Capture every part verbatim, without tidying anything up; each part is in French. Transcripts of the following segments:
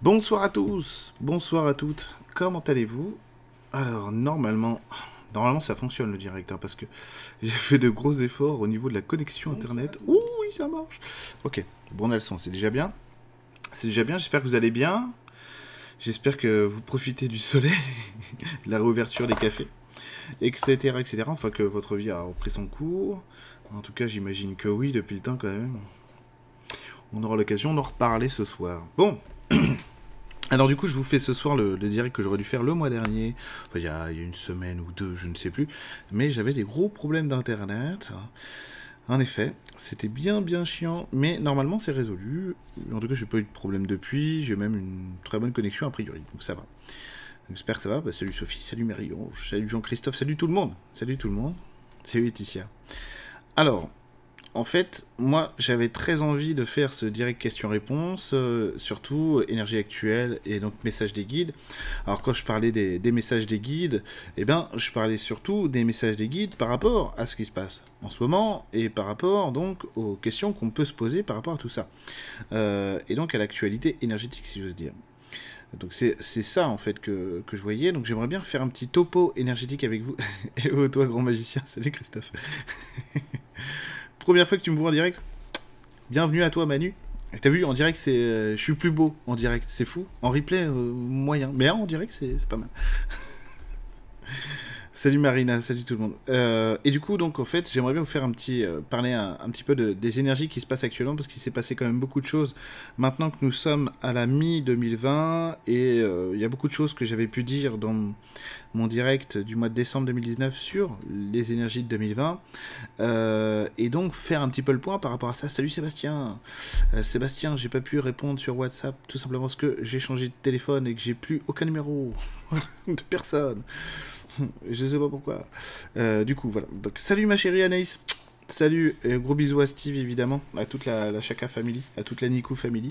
Bonsoir à tous, bonsoir à toutes, comment allez-vous? Alors, normalement, normalement ça fonctionne le direct, hein, parce que j'ai fait de gros efforts au niveau de la connexion internet. Ouh, oui, ça marche. Ok, bon, on a le son, c'est déjà bien. C'est déjà bien, j'espère que vous allez bien. J'espère que vous profitez du soleil, de la réouverture des cafés, et cetera, et cetera. Enfin, que votre vie a repris son cours. En tout cas, j'imagine que oui, depuis le temps quand même. On aura l'occasion d'en reparler ce soir. Bon. Alors du coup, je vous fais ce soir le, le direct que j'aurais dû faire le mois dernier, enfin il y, a, il y a une semaine ou deux, je ne sais plus, mais j'avais des gros problèmes d'internet. En effet, c'était bien bien chiant, mais normalement c'est résolu. En tout cas, j'ai pas eu de problème depuis, j'ai même une très bonne connexion a priori, donc ça va. J'espère que ça va. Bah, salut Sophie, salut Marion, salut Jean-Christophe, salut tout le monde, salut tout le monde, salut Laetitia. Alors, en fait, moi, j'avais très envie de faire ce direct question-réponse, euh, surtout énergie actuelle et donc message des guides. Alors, quand je parlais des, des messages des guides, eh ben, je parlais surtout des messages des guides par rapport à ce qui se passe en ce moment et par rapport donc aux questions qu'on peut se poser par rapport à tout ça. Euh, et donc à l'actualité énergétique, si j'ose dire. Donc c'est ça en fait que, que je voyais. Donc j'aimerais bien faire un petit topo énergétique avec vous. Et oh, toi, grand magicien, salut Christophe. Première fois que tu me vois en direct. Bienvenue à toi Manu. T'as vu, en direct, c'est, euh, je suis plus beau en direct, c'est fou. En replay, euh, moyen. Mais en direct, c'est pas mal. Salut Marina, salut tout le monde. Euh, et du coup, donc en fait, j'aimerais bien vous faire un petit, euh, parler un, un petit peu de, des énergies qui se passent actuellement, parce qu'il s'est passé quand même beaucoup de choses maintenant que nous sommes à la mi deux mille vingt, et euh, il y a beaucoup de choses que j'avais pu dire dans mon direct du mois de décembre deux mille dix-neuf sur les énergies de deux mille vingt, euh, et donc faire un petit peu le point par rapport à ça. Salut Sébastien. Euh, Sébastien, j'ai pas pu répondre sur WhatsApp, tout simplement parce que j'ai changé de téléphone et que j'ai plus aucun numéro de personne. Je sais pas pourquoi. Euh, du coup, voilà. Donc, salut ma chérie Anaïs. Salut. Et gros bisous à Steve, évidemment. À toute la, la Chaka Family. À toute la Niku Family.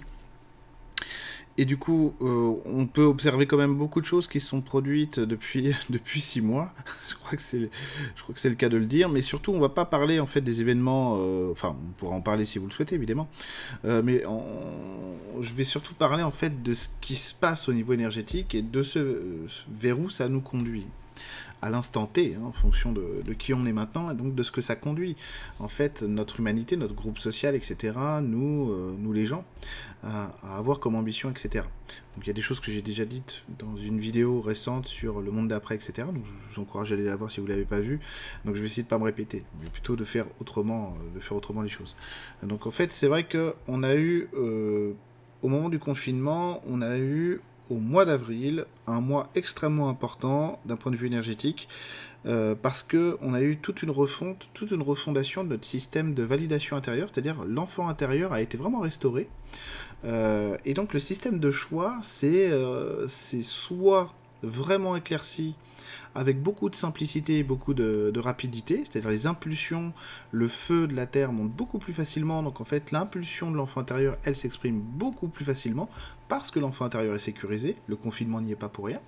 Et du coup, euh, on peut observer quand même beaucoup de choses qui se sont produites depuis, depuis six mois. je crois que c'est, je crois que c'est le cas de le dire. Mais surtout, on va pas parler en fait des événements. Euh, enfin, on pourra en parler si vous le souhaitez, évidemment. Euh, mais on, je vais surtout parler en fait de ce qui se passe au niveau énergétique et de ce euh, vers où ça nous conduit. À l'instant T, hein, en fonction de, de qui on est maintenant, et donc de ce que ça conduit. En fait, notre humanité, notre groupe social, et cetera, nous, euh, nous les gens, à, à avoir comme ambition, et cetera. Donc il y a des choses que j'ai déjà dites dans une vidéo récente sur le monde d'après, et cetera. Donc je vous encourage à aller la voir si vous ne l'avez pas vue. Donc je vais essayer de ne pas me répéter, mais plutôt de faire autrement, de faire autrement les choses. Donc en fait, c'est vrai qu'on a eu, euh, au moment du confinement, on a eu au mois d'avril, un mois extrêmement important d'un point de vue énergétique, euh, parce qu'on a eu toute une refonte, toute une refondation de notre système de validation intérieure, c'est-à-dire l'enfant intérieur a été vraiment restauré, euh, et donc le système de choix, c'est euh, soit vraiment éclairci, avec beaucoup de simplicité et beaucoup de, de rapidité, c'est-à-dire les impulsions, le feu de la Terre monte beaucoup plus facilement, donc en fait l'impulsion de l'enfant intérieur, elle s'exprime beaucoup plus facilement, parce que l'enfant intérieur est sécurisé, le confinement n'y est pas pour rien,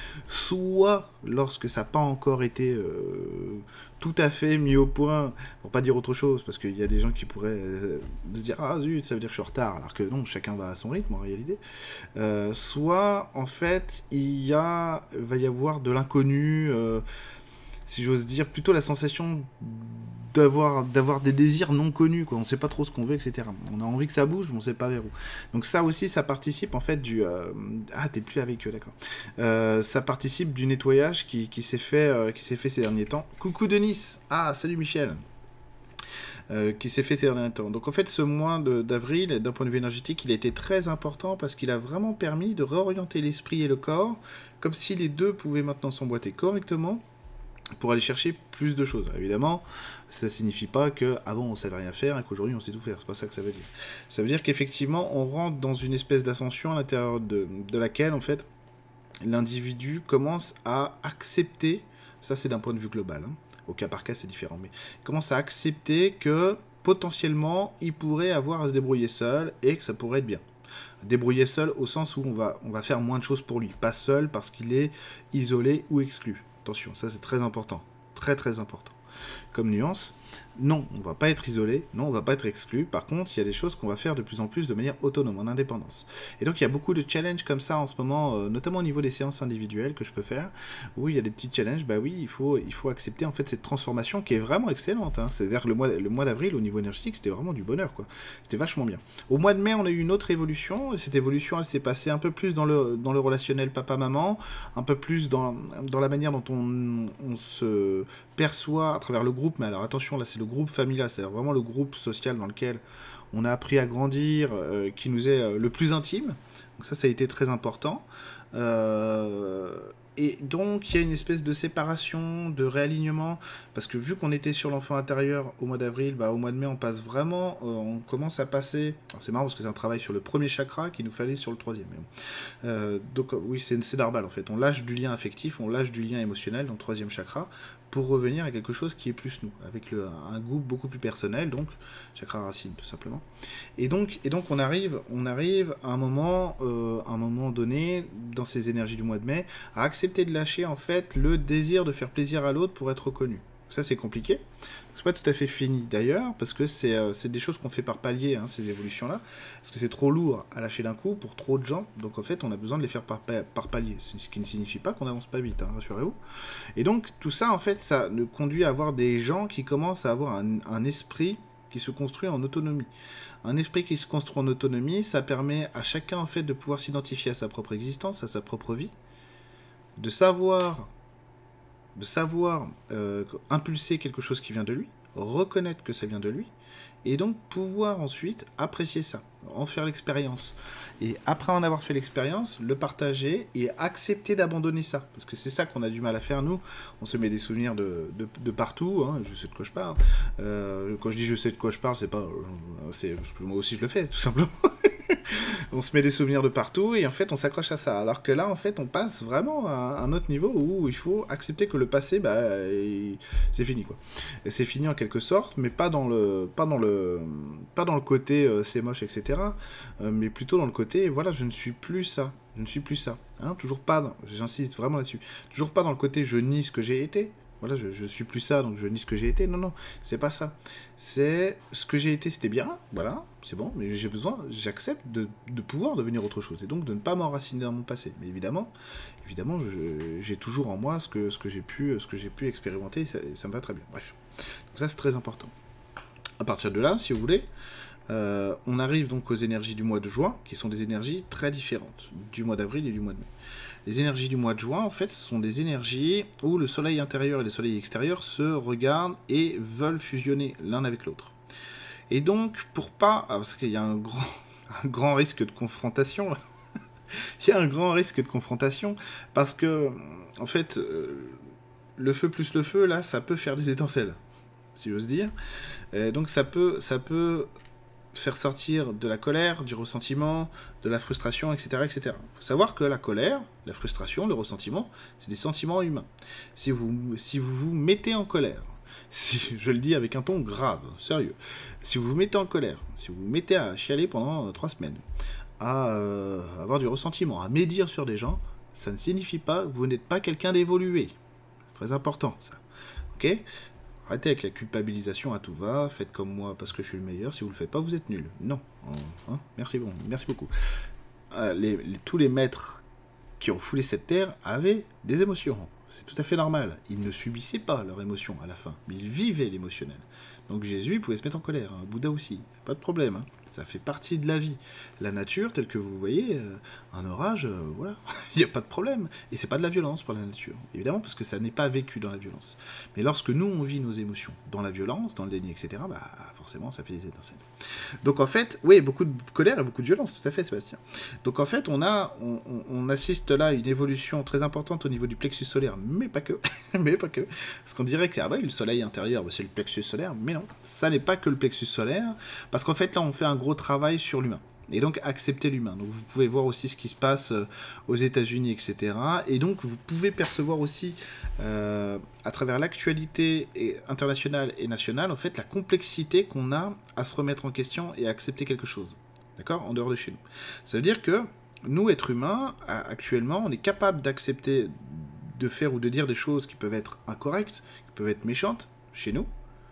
soit lorsque ça n'a pas encore été euh, tout à fait mis au point, pour pas dire autre chose, parce qu'il y a des gens qui pourraient euh, se dire « Ah zut, ça veut dire que je suis en retard », alors que non, chacun va à son rythme en réalité, euh, soit en fait il y a, va y avoir de l'inconnu, euh, si j'ose dire, plutôt la sensation d'avoir d'avoir des désirs non connus, quoi. On ne sait pas trop ce qu'on veut, et cetera. On a envie que ça bouge, mais on ne sait pas vers où. Donc ça aussi, ça participe en fait du... Euh... Ah, t'es plus avec eux, d'accord. Euh, ça participe du nettoyage qui, qui s'est fait, euh, qui s'est fait ces derniers temps. Coucou Denis. Ah, salut Michel. Euh, qui s'est fait ces derniers temps. Donc en fait, ce mois d'avril, d'un point de vue énergétique, il a été très important parce qu'il a vraiment permis de réorienter l'esprit et le corps, comme si les deux pouvaient maintenant s'emboîter correctement, pour aller chercher plus de choses. Évidemment, ça signifie pas qu'avant on savait rien faire et qu'aujourd'hui on sait tout faire. C'est pas ça que ça veut dire. Ça veut dire qu'effectivement on rentre dans une espèce d'ascension à l'intérieur de, de laquelle en fait l'individu commence à accepter, ça c'est d'un point de vue global, hein. Au cas par cas c'est différent, mais il commence à accepter que potentiellement il pourrait avoir à se débrouiller seul et que ça pourrait être bien. Débrouiller seul au sens où on va, on va faire moins de choses pour lui, pas seul parce qu'il est isolé ou exclu. Attention, ça c'est très important, très très important comme nuance. non, on va pas être isolé, non, on va pas être exclu. Par contre, il y a des choses qu'on va faire de plus en plus de manière autonome, en indépendance. Et donc, il y a beaucoup de challenges comme ça en ce moment, euh, notamment au niveau des séances individuelles que je peux faire, où il y a des petits challenges. Bah oui, il faut, il faut accepter en fait cette transformation qui est vraiment excellente. Hein. C'est-à-dire que le mois, le mois d'avril, au niveau énergétique, c'était vraiment du bonheur, quoi. C'était vachement bien. Au mois de mai, on a eu une autre évolution. Et cette évolution, elle s'est passée un peu plus dans le, dans le relationnel papa-maman, un peu plus dans, dans la manière dont on, on se perçoit à travers le groupe. Mais alors attention, là, c'est le groupe familial, c'est-à-dire vraiment le groupe social dans lequel on a appris à grandir, euh, qui nous est euh, le plus intime. Donc ça, ça a été très important. Euh, et donc, il y a une espèce de séparation, de réalignement, parce que vu qu'on était sur l'enfant intérieur au mois d'avril, bah, au mois de mai, on passe vraiment, euh, on commence à passer, c'est marrant parce que c'est un travail sur le premier chakra qu'il nous fallait sur le troisième. Euh, donc oui, c'est normal en fait, on lâche du lien affectif, on lâche du lien émotionnel dans le troisième chakra, pour revenir à quelque chose qui est plus nous, avec le, un goût beaucoup plus personnel, donc chakra racine tout simplement. Et donc, et donc on arrive, on arrive à un moment, euh, à un moment donné, dans ces énergies du mois de mai, à accepter de lâcher en fait le désir de faire plaisir à l'autre pour être reconnu. Ça c'est compliqué. C'est pas tout à fait fini d'ailleurs, parce que c'est euh, des choses qu'on fait par palier, hein, ces évolutions-là, parce que c'est trop lourd à lâcher d'un coup pour trop de gens, donc en fait on a besoin de les faire par, par palier, ce qui ne signifie pas qu'on n'avance pas vite, hein, rassurez-vous. Et donc tout ça en fait, ça nous conduit à avoir des gens qui commencent à avoir un, un esprit qui se construit en autonomie. Un esprit qui se construit en autonomie, ça permet à chacun en fait de pouvoir s'identifier à sa propre existence, à sa propre vie, de savoir de savoir euh, impulser quelque chose qui vient de lui, reconnaître que ça vient de lui, et donc pouvoir ensuite apprécier ça, en faire l'expérience. Et après en avoir fait l'expérience, le partager et accepter d'abandonner ça. Parce que c'est ça qu'on a du mal à faire, nous. On se met des souvenirs de, de, de partout, hein, je sais de quoi je parle. Euh, quand je dis je sais de quoi je parle, c'est pas... c'est moi aussi je le fais, tout simplement. On se met des souvenirs de partout et en fait on s'accroche à ça. Alors que là en fait on passe vraiment à un autre niveau où il faut accepter que le passé, bah, c'est fini quoi. C'est fini en quelque sorte, mais pas dans le, pas dans le, pas dans le côté euh, c'est moche et cetera. Euh, mais plutôt dans le côté voilà je ne suis plus ça, je ne suis plus ça. Hein, toujours pas, j'insiste vraiment là-dessus. Toujours pas dans le côté je nie ce que j'ai été. Voilà, je, je suis plus ça, donc je nie ce que j'ai été. Non, non, c'est pas ça. C'est ce que j'ai été, c'était bien, voilà, c'est bon, mais j'ai besoin, j'accepte de, de pouvoir devenir autre chose, et donc de ne pas m'enraciner dans mon passé. Mais évidemment, évidemment, j'ai toujours en moi ce que, ce que j'ai pu, ce que j'ai pu expérimenter, et ça, et ça me va très bien. Bref, donc ça c'est très important. À partir de là, si vous voulez, euh, on arrive donc aux énergies du mois de juin, qui sont des énergies très différentes du mois d'avril et du mois de mai. Les énergies du mois de juin, en fait, ce sont des énergies où le soleil intérieur et le soleil extérieur se regardent et veulent fusionner l'un avec l'autre. Et donc, pour pas... Parce qu'il y a un grand, un grand risque de confrontation, là. Il y a un grand risque de confrontation, parce que, en fait, euh, le feu plus le feu, là, ça peut faire des étincelles, si j'ose dire. Et donc, ça peut... Ça peut faire sortir de la colère, du ressentiment, de la frustration, et cetera, et cetera. Il faut savoir que la colère, la frustration, le ressentiment, c'est des sentiments humains. Si vous, si vous vous mettez en colère, si, je le dis avec un ton grave, sérieux, si vous vous mettez en colère, si vous vous mettez à chialer pendant trois semaines, à euh, avoir du ressentiment, à médire sur des gens, ça ne signifie pas que vous n'êtes pas quelqu'un d'évolué. C'est très important, ça. Ok ? Arrêtez avec la culpabilisation à tout va, faites comme moi parce que je suis le meilleur, si vous le faites pas, vous êtes nul. Non. Hein, merci, bon, merci beaucoup. Euh, les, les, tous les maîtres qui ont foulé cette terre avaient des émotions. C'est tout à fait normal. Ils ne subissaient pas leurs émotions à la fin, mais ils vivaient l'émotionnel. Donc Jésus pouvait se mettre en colère, hein, Bouddha aussi, pas de problème. Hein. Ça fait partie de la vie. La nature, telle que vous voyez, euh, un orage, euh, voilà, il n'y a pas de problème. Et c'est pas de la violence pour la nature, évidemment, parce que ça n'est pas vécu dans la violence. Mais lorsque nous, on vit nos émotions dans la violence, dans le déni, et cetera, bah, forcément, ça fait des étincelles. Donc en fait, oui, beaucoup de colère et beaucoup de violence, tout à fait, Sébastien. Donc en fait, on, a, on, on assiste là à une évolution très importante au niveau du plexus solaire, mais pas que, mais pas que. Parce qu'on dirait que ah bah, le soleil intérieur, bah, c'est le plexus solaire, mais non, ça n'est pas que le plexus solaire, parce qu'en fait, là, on fait un gros travail sur l'humain. Et donc accepter l'humain. Donc vous pouvez voir aussi ce qui se passe aux États-Unis, et cetera. Et donc vous pouvez percevoir aussi euh, à travers l'actualité internationale et nationale, en fait, la complexité qu'on a à se remettre en question et à accepter quelque chose. D'accord ? En dehors de chez nous. Ça veut dire que nous, êtres humains, actuellement, on est capable d'accepter de faire ou de dire des choses qui peuvent être incorrectes, qui peuvent être méchantes chez nous.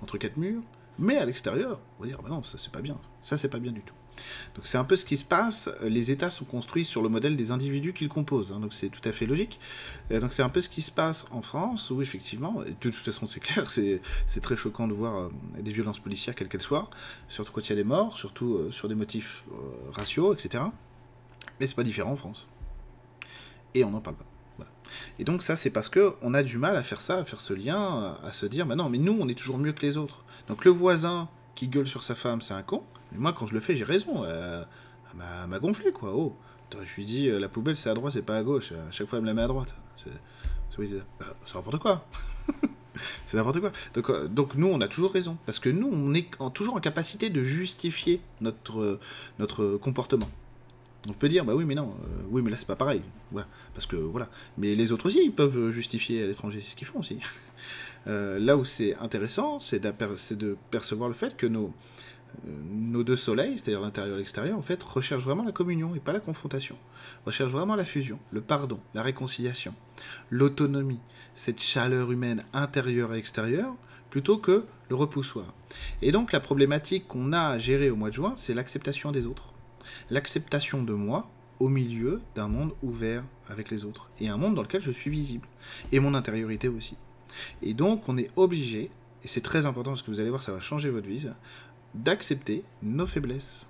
entre quatre murs, mais à l'extérieur, on va dire, bah non, ça c'est pas bien, ça c'est pas bien du tout. Donc c'est un peu ce qui se passe, les États sont construits sur le modèle des individus qu'ils composent, hein, donc c'est tout à fait logique. Et donc c'est un peu ce qui se passe en France, où effectivement, et de toute façon c'est clair, c'est très choquant de voir euh, des violences policières, quelles qu'elles soient, surtout quand il y a des morts, surtout euh, sur des motifs euh, raciaux, et cetera. Mais c'est pas différent en France. Et on n'en parle pas. Voilà. Et donc ça c'est parce qu'on a du mal à faire ça, à faire ce lien, à se dire, bah non, mais nous on est toujours mieux que les autres. Donc le voisin qui gueule sur sa femme, c'est un con. Mais moi, quand je le fais, j'ai raison. Euh, elle m'a gonflé, quoi. Oh, je lui dis, euh, la poubelle, c'est à droite, c'est pas à gauche. À chaque fois, elle me la met à droite. C'est n'importe quoi. C'est n'importe quoi. Donc, euh, donc, nous, on a toujours raison. Parce que nous, on est en, toujours en capacité de justifier notre, euh, notre comportement. On peut dire, bah oui, mais non. Euh, oui, mais là, c'est pas pareil. Voilà. Parce que, voilà. Mais les autres aussi, ils peuvent justifier à l'étranger. C'est ce qu'ils font aussi. Euh, là où c'est intéressant, c'est de percevoir le fait que nos, euh, nos deux soleils, c'est-à-dire l'intérieur et l'extérieur, en fait, recherchent vraiment la communion et pas la confrontation. Recherchent vraiment la fusion, le pardon, la réconciliation, l'autonomie, cette chaleur humaine intérieure et extérieure, plutôt que le repoussoir. Et donc la problématique qu'on a à gérer au mois de juin, c'est l'acceptation des autres. L'acceptation de moi au milieu d'un monde ouvert avec les autres, et un monde dans lequel je suis visible, et mon intériorité aussi. Et donc, on est obligé, et c'est très important parce que vous allez voir, ça va changer votre vie, d'accepter nos faiblesses.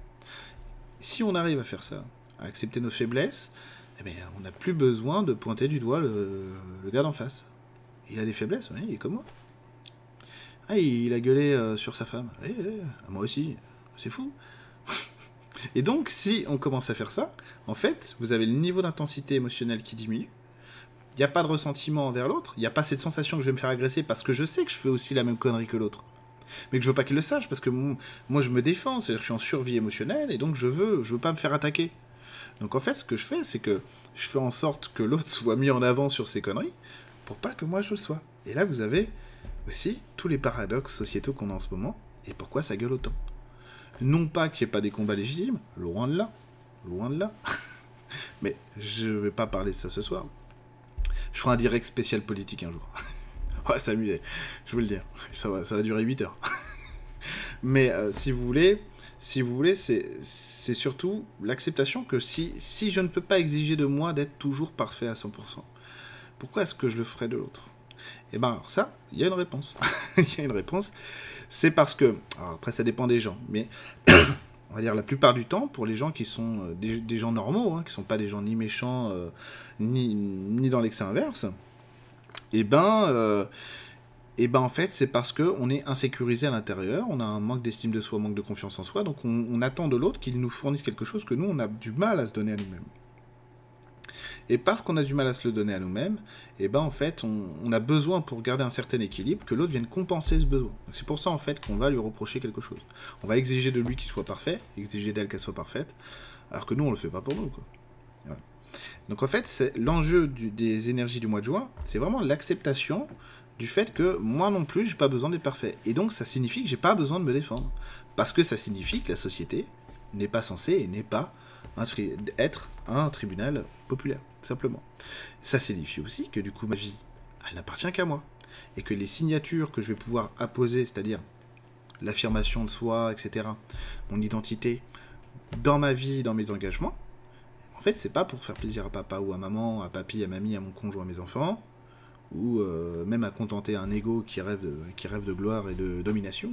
Si on arrive à faire ça, à accepter nos faiblesses, eh bien, on n'a plus besoin de pointer du doigt le, le gars d'en face. Il a des faiblesses, oui, il est comme moi. Ah, il a gueulé euh, sur sa femme. Eh, eh, moi aussi, c'est fou. Et donc, si on commence à faire ça, en fait, vous avez le niveau d'intensité émotionnelle qui diminue. Il n'y a pas de ressentiment envers l'autre, il n'y a pas cette sensation que je vais me faire agresser parce que je sais que je fais aussi la même connerie que l'autre. Mais que je veux pas qu'il le sache parce que mon, moi je me défends, c'est-à-dire que je suis en survie émotionnelle et donc je veux, je veux pas me faire attaquer. Donc en fait ce que je fais c'est que je fais en sorte que l'autre soit mis en avant sur ses conneries pour pas que moi je le sois. Et là vous avez aussi tous les paradoxes sociétaux qu'on a en ce moment et pourquoi ça gueule autant. Non pas qu'il n'y ait pas des combats légitimes, loin de là, loin de là. Mais je vais pas parler de ça ce soir. Je ferai un direct spécial politique un jour. On va s'amuser, je vous le dis. Ça va, ça va durer huit heures. Mais euh, si vous voulez, si vous voulez, c'est surtout l'acceptation que si, si je ne peux pas exiger de moi d'être toujours parfait à cent pour cent, pourquoi est-ce que je le ferais de l'autre? Et bien alors ça, il y a une réponse. Il y a une réponse. C'est parce que, alors après ça dépend des gens, mais on va dire la plupart du temps, pour les gens qui sont euh, des, des gens normaux, hein, qui ne sont pas des gens ni méchants, euh, ni, ni dans l'excès inverse, et ben, euh, et ben en fait, c'est parce qu'on est insécurisé à l'intérieur, on a un manque d'estime de soi, un manque de confiance en soi, donc on, on attend de l'autre qu'il nous fournisse quelque chose que nous, on a du mal à se donner à nous-mêmes. Et parce qu'on a du mal à se le donner à nous-mêmes, et ben en fait, on, on a besoin pour garder un certain équilibre que l'autre vienne compenser ce besoin. C'est pour ça en fait qu'on va lui reprocher quelque chose. On va exiger de lui qu'il soit parfait, exiger d'elle qu'elle soit parfaite, alors que nous on le fait pas pour nous, quoi. Voilà. Donc en fait, l'enjeu des énergies du mois de juin, c'est vraiment l'acceptation du fait que moi non plus, j'ai pas besoin d'être parfait. Et donc ça signifie que j'ai pas besoin de me défendre, parce que ça signifie que la société n'est pas censée et n'est pas un être un tribunal populaire, simplement. Ça signifie aussi que du coup ma vie, elle n'appartient qu'à moi, et que les signatures que je vais pouvoir apposer, c'est-à-dire l'affirmation de soi, et cetera, mon identité, dans ma vie, dans mes engagements, en fait, c'est pas pour faire plaisir à papa ou à maman, à papy, à mamie, à mon conjoint, à mes enfants, ou euh, même à contenter un ego qui rêve de, qui rêve de gloire et de domination,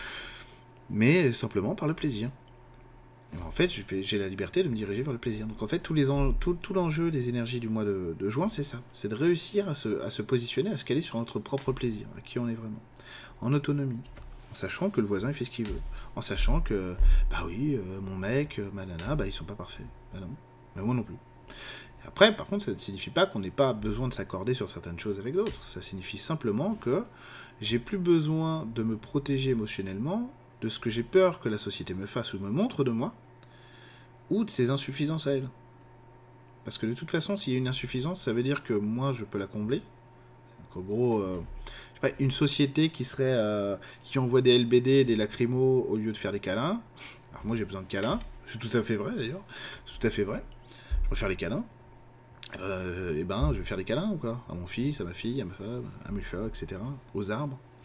mais simplement par le plaisir. Et en fait, j'ai la liberté de me diriger vers le plaisir. Donc en fait, tous les en, tout, tout l'enjeu des énergies du mois de, de juin, c'est ça. C'est de réussir à se, à se positionner, à se caler sur notre propre plaisir, à qui on est vraiment. En autonomie. En sachant que le voisin, il fait ce qu'il veut. En sachant que, bah oui, euh, mon mec, euh, ma nana, bah ils sont pas parfaits. Bah non. Mais moi non plus. Et après, par contre, ça ne signifie pas qu'on n'ait pas besoin de s'accorder sur certaines choses avec d'autres. Ça signifie simplement que j'ai plus besoin de me protéger émotionnellement de ce que j'ai peur que la société me fasse ou me montre de moi, ou de ses insuffisances à elle. Parce que de toute façon, s'il y a une insuffisance, ça veut dire que moi, je peux la combler. Donc, en gros, euh, je sais pas, une société qui serait euh, qui envoie des L B D, des lacrymos au lieu de faire des câlins. Alors moi, j'ai besoin de câlins. C'est tout à fait vrai, d'ailleurs. C'est tout à fait vrai. Je préfère les câlins. Euh, et ben, je vais faire des câlins, quoi. À mon fils, à ma fille, à ma femme, à mes chats, et cetera. Aux arbres.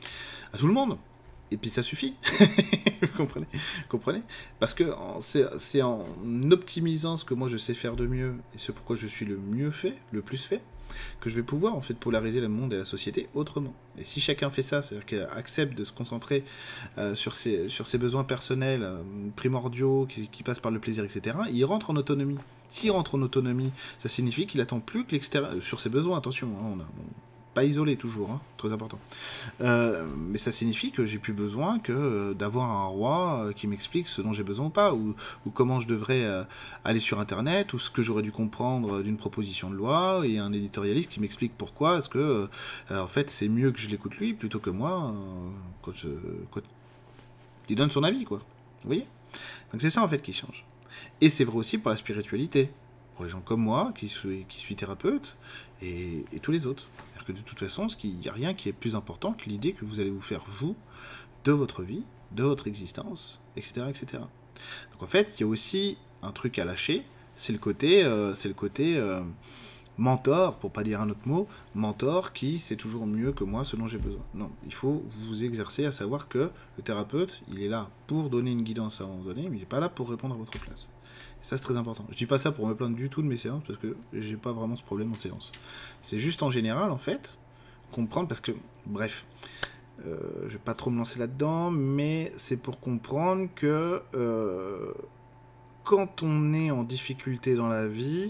à tout le monde. Et puis ça suffit. Vous comprenez, Vous comprenez Parce que c'est en optimisant ce que moi je sais faire de mieux, et ce pourquoi je suis le mieux fait, le plus fait, que je vais pouvoir en fait polariser le monde et la société autrement. Et si chacun fait ça, c'est-à-dire qu'il accepte de se concentrer euh, sur, ses, sur ses besoins personnels euh, primordiaux, qui, qui passent par le plaisir, et cetera, il rentre en autonomie. S'il rentre en autonomie, ça signifie qu'il attend plus que l'extérieur, sur ses besoins, attention, hein, on a... On, pas isolé toujours, hein, très important. Euh, mais ça signifie que j'ai plus besoin que euh, d'avoir un roi euh, qui m'explique ce dont j'ai besoin ou pas, ou, ou comment je devrais euh, aller sur Internet, ou ce que j'aurais dû comprendre d'une proposition de loi, et un éditorialiste qui m'explique pourquoi est-ce que, euh, en fait, c'est mieux que je l'écoute lui plutôt que moi, euh, quand, je, quand il donne son avis, quoi. Vous voyez? Donc c'est ça, en fait, qui change. Et c'est vrai aussi pour la spiritualité, pour les gens comme moi, qui suis, qui suis thérapeute, et, et tous les autres. Que de toute façon, il n'y a rien qui est plus important que l'idée que vous allez vous faire, vous, de votre vie, de votre existence, et cetera, et cetera. Donc en fait, il y a aussi un truc à lâcher, c'est le côté, euh, c'est le côté euh, mentor, pour pas dire un autre mot, mentor qui sait toujours mieux que moi ce dont j'ai besoin. Non, il faut vous exercer à savoir que le thérapeute, il est là pour donner une guidance à un moment donné, mais il n'est pas là pour répondre à votre place. Et ça, c'est très important. Je dis pas ça pour me plaindre du tout de mes séances, parce que j'ai pas vraiment ce problème en séance. C'est juste en général, en fait, comprendre, parce que, bref, euh, je vais pas trop me lancer là-dedans, mais c'est pour comprendre que euh, quand on est en difficulté dans la vie,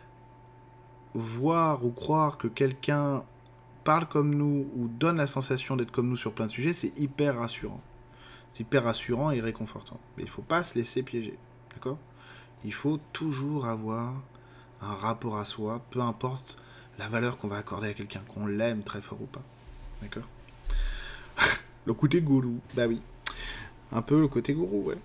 voir ou croire que quelqu'un parle comme nous, ou donne la sensation d'être comme nous sur plein de sujets, c'est hyper rassurant. C'est hyper rassurant et réconfortant. Mais il faut pas se laisser piéger, d'accord ? Il faut toujours avoir un rapport à soi, peu importe la valeur qu'on va accorder à quelqu'un, qu'on l'aime très fort ou pas. D'accord? Le côté gourou, bah oui. Un peu le côté gourou, ouais.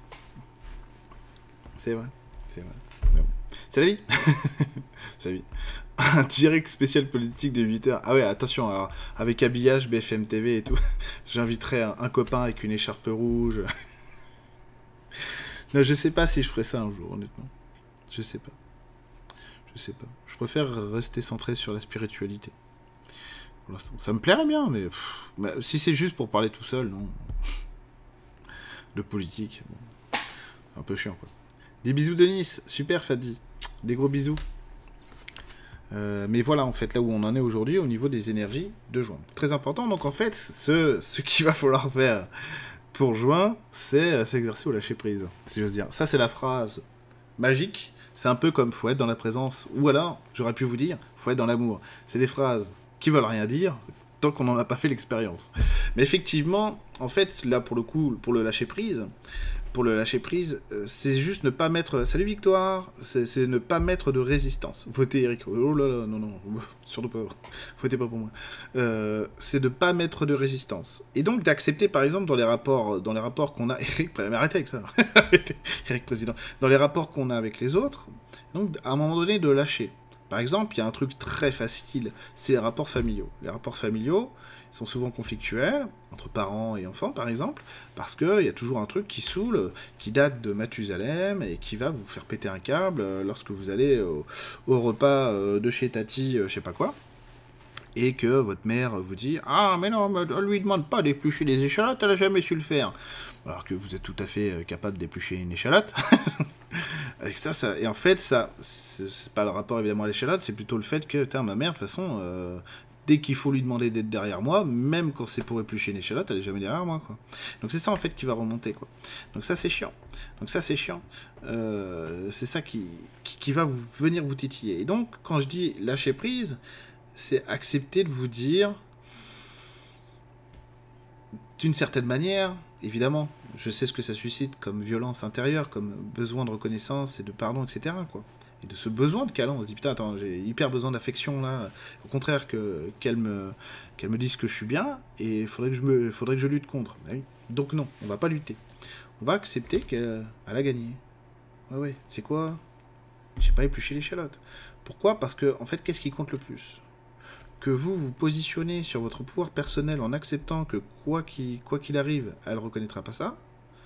C'est vrai, c'est vrai. Bon. C'est la vie. C'est la vie. Un direct spécial politique de huit heures. Ah ouais, attention, alors, avec habillage, B F M T V et tout, j'inviterai un, un copain avec une écharpe rouge. Non, je sais pas si je ferai ça un jour, honnêtement. Je sais pas. Je sais pas. Je préfère rester centré sur la spiritualité. Pour l'instant. Ça me plairait bien, mais... Pff, bah, si c'est juste pour parler tout seul, non. De politique, bon. Un peu chiant, quoi. Des bisous de Nice. Super, Fadi. Des gros bisous. Euh, mais voilà, en fait, là où on en est aujourd'hui, au niveau des énergies de juin. Très important. Donc, en fait, ce, ce qu'il va falloir faire... pour juin, c'est s'exercer au lâcher prise, si j'ose dire. Ça, c'est la phrase magique. C'est un peu comme faut être dans la présence, ou alors, j'aurais pu vous dire, faut être dans l'amour. C'est des phrases qui veulent rien dire, tant qu'on n'en a pas fait l'expérience. Mais effectivement, en fait, là, pour le coup, pour le lâcher prise, pour le lâcher prise, c'est juste ne pas mettre... Salut Victoire, c'est ne pas mettre de résistance. Votez Eric. Oh là là, non, non, surtout pas. Votez pas pour moi. Euh, c'est de ne pas mettre de résistance. Et donc d'accepter, par exemple, dans les rapports, dans les rapports qu'on a... Eric, mais arrêtez avec ça. Eric Président. Dans les rapports qu'on a avec les autres, donc à un moment donné, de lâcher. Par exemple, il y a un truc très facile, c'est les rapports familiaux. Les rapports familiaux sont souvent conflictuels, entre parents et enfants par exemple, parce qu'il y a toujours un truc qui saoule, qui date de Mathusalem, et qui va vous faire péter un câble lorsque vous allez au, au repas de chez Tati, je sais pas quoi, et que votre mère vous dit « Ah, mais non, on lui demande pas d'éplucher les échalotes, elle a jamais su le faire !» Alors que vous êtes tout à fait capable d'éplucher une échalote. Avec ça, ça, et en fait, ça, c'est pas le rapport évidemment à l'échalote, c'est plutôt le fait que, putain, ma mère, de toute façon, euh, dès qu'il faut lui demander d'être derrière moi, même quand c'est pour éplucher une échalote, elle est jamais derrière moi, quoi. Donc c'est ça, en fait, qui va remonter, quoi. Donc ça, c'est chiant. Donc ça, c'est chiant. Euh, c'est ça qui, qui, qui va vous, venir vous titiller. Et donc, quand je dis lâcher prise, c'est accepter de vous dire, d'une certaine manière, évidemment, je sais ce que ça suscite comme violence intérieure, comme besoin de reconnaissance et de pardon, et cetera, quoi. Et de ce besoin de câlin, on se dit, putain, attends, j'ai hyper besoin d'affection, là. Au contraire, que, qu'elle me, qu'elle me dise que je suis bien, et il faudrait que je me, faudrait que je lutte contre. Ah oui. Donc non, on va pas lutter. On va accepter qu'elle a gagné. Ouais, ouais, c'est quoi? J'ai pas épluché l'échalote. Pourquoi? Parce que, en fait, qu'est-ce qui compte le plus? Que vous vous positionnez sur votre pouvoir personnel en acceptant que quoi qu'il quoi qu'il arrive, elle ne reconnaîtra pas ça,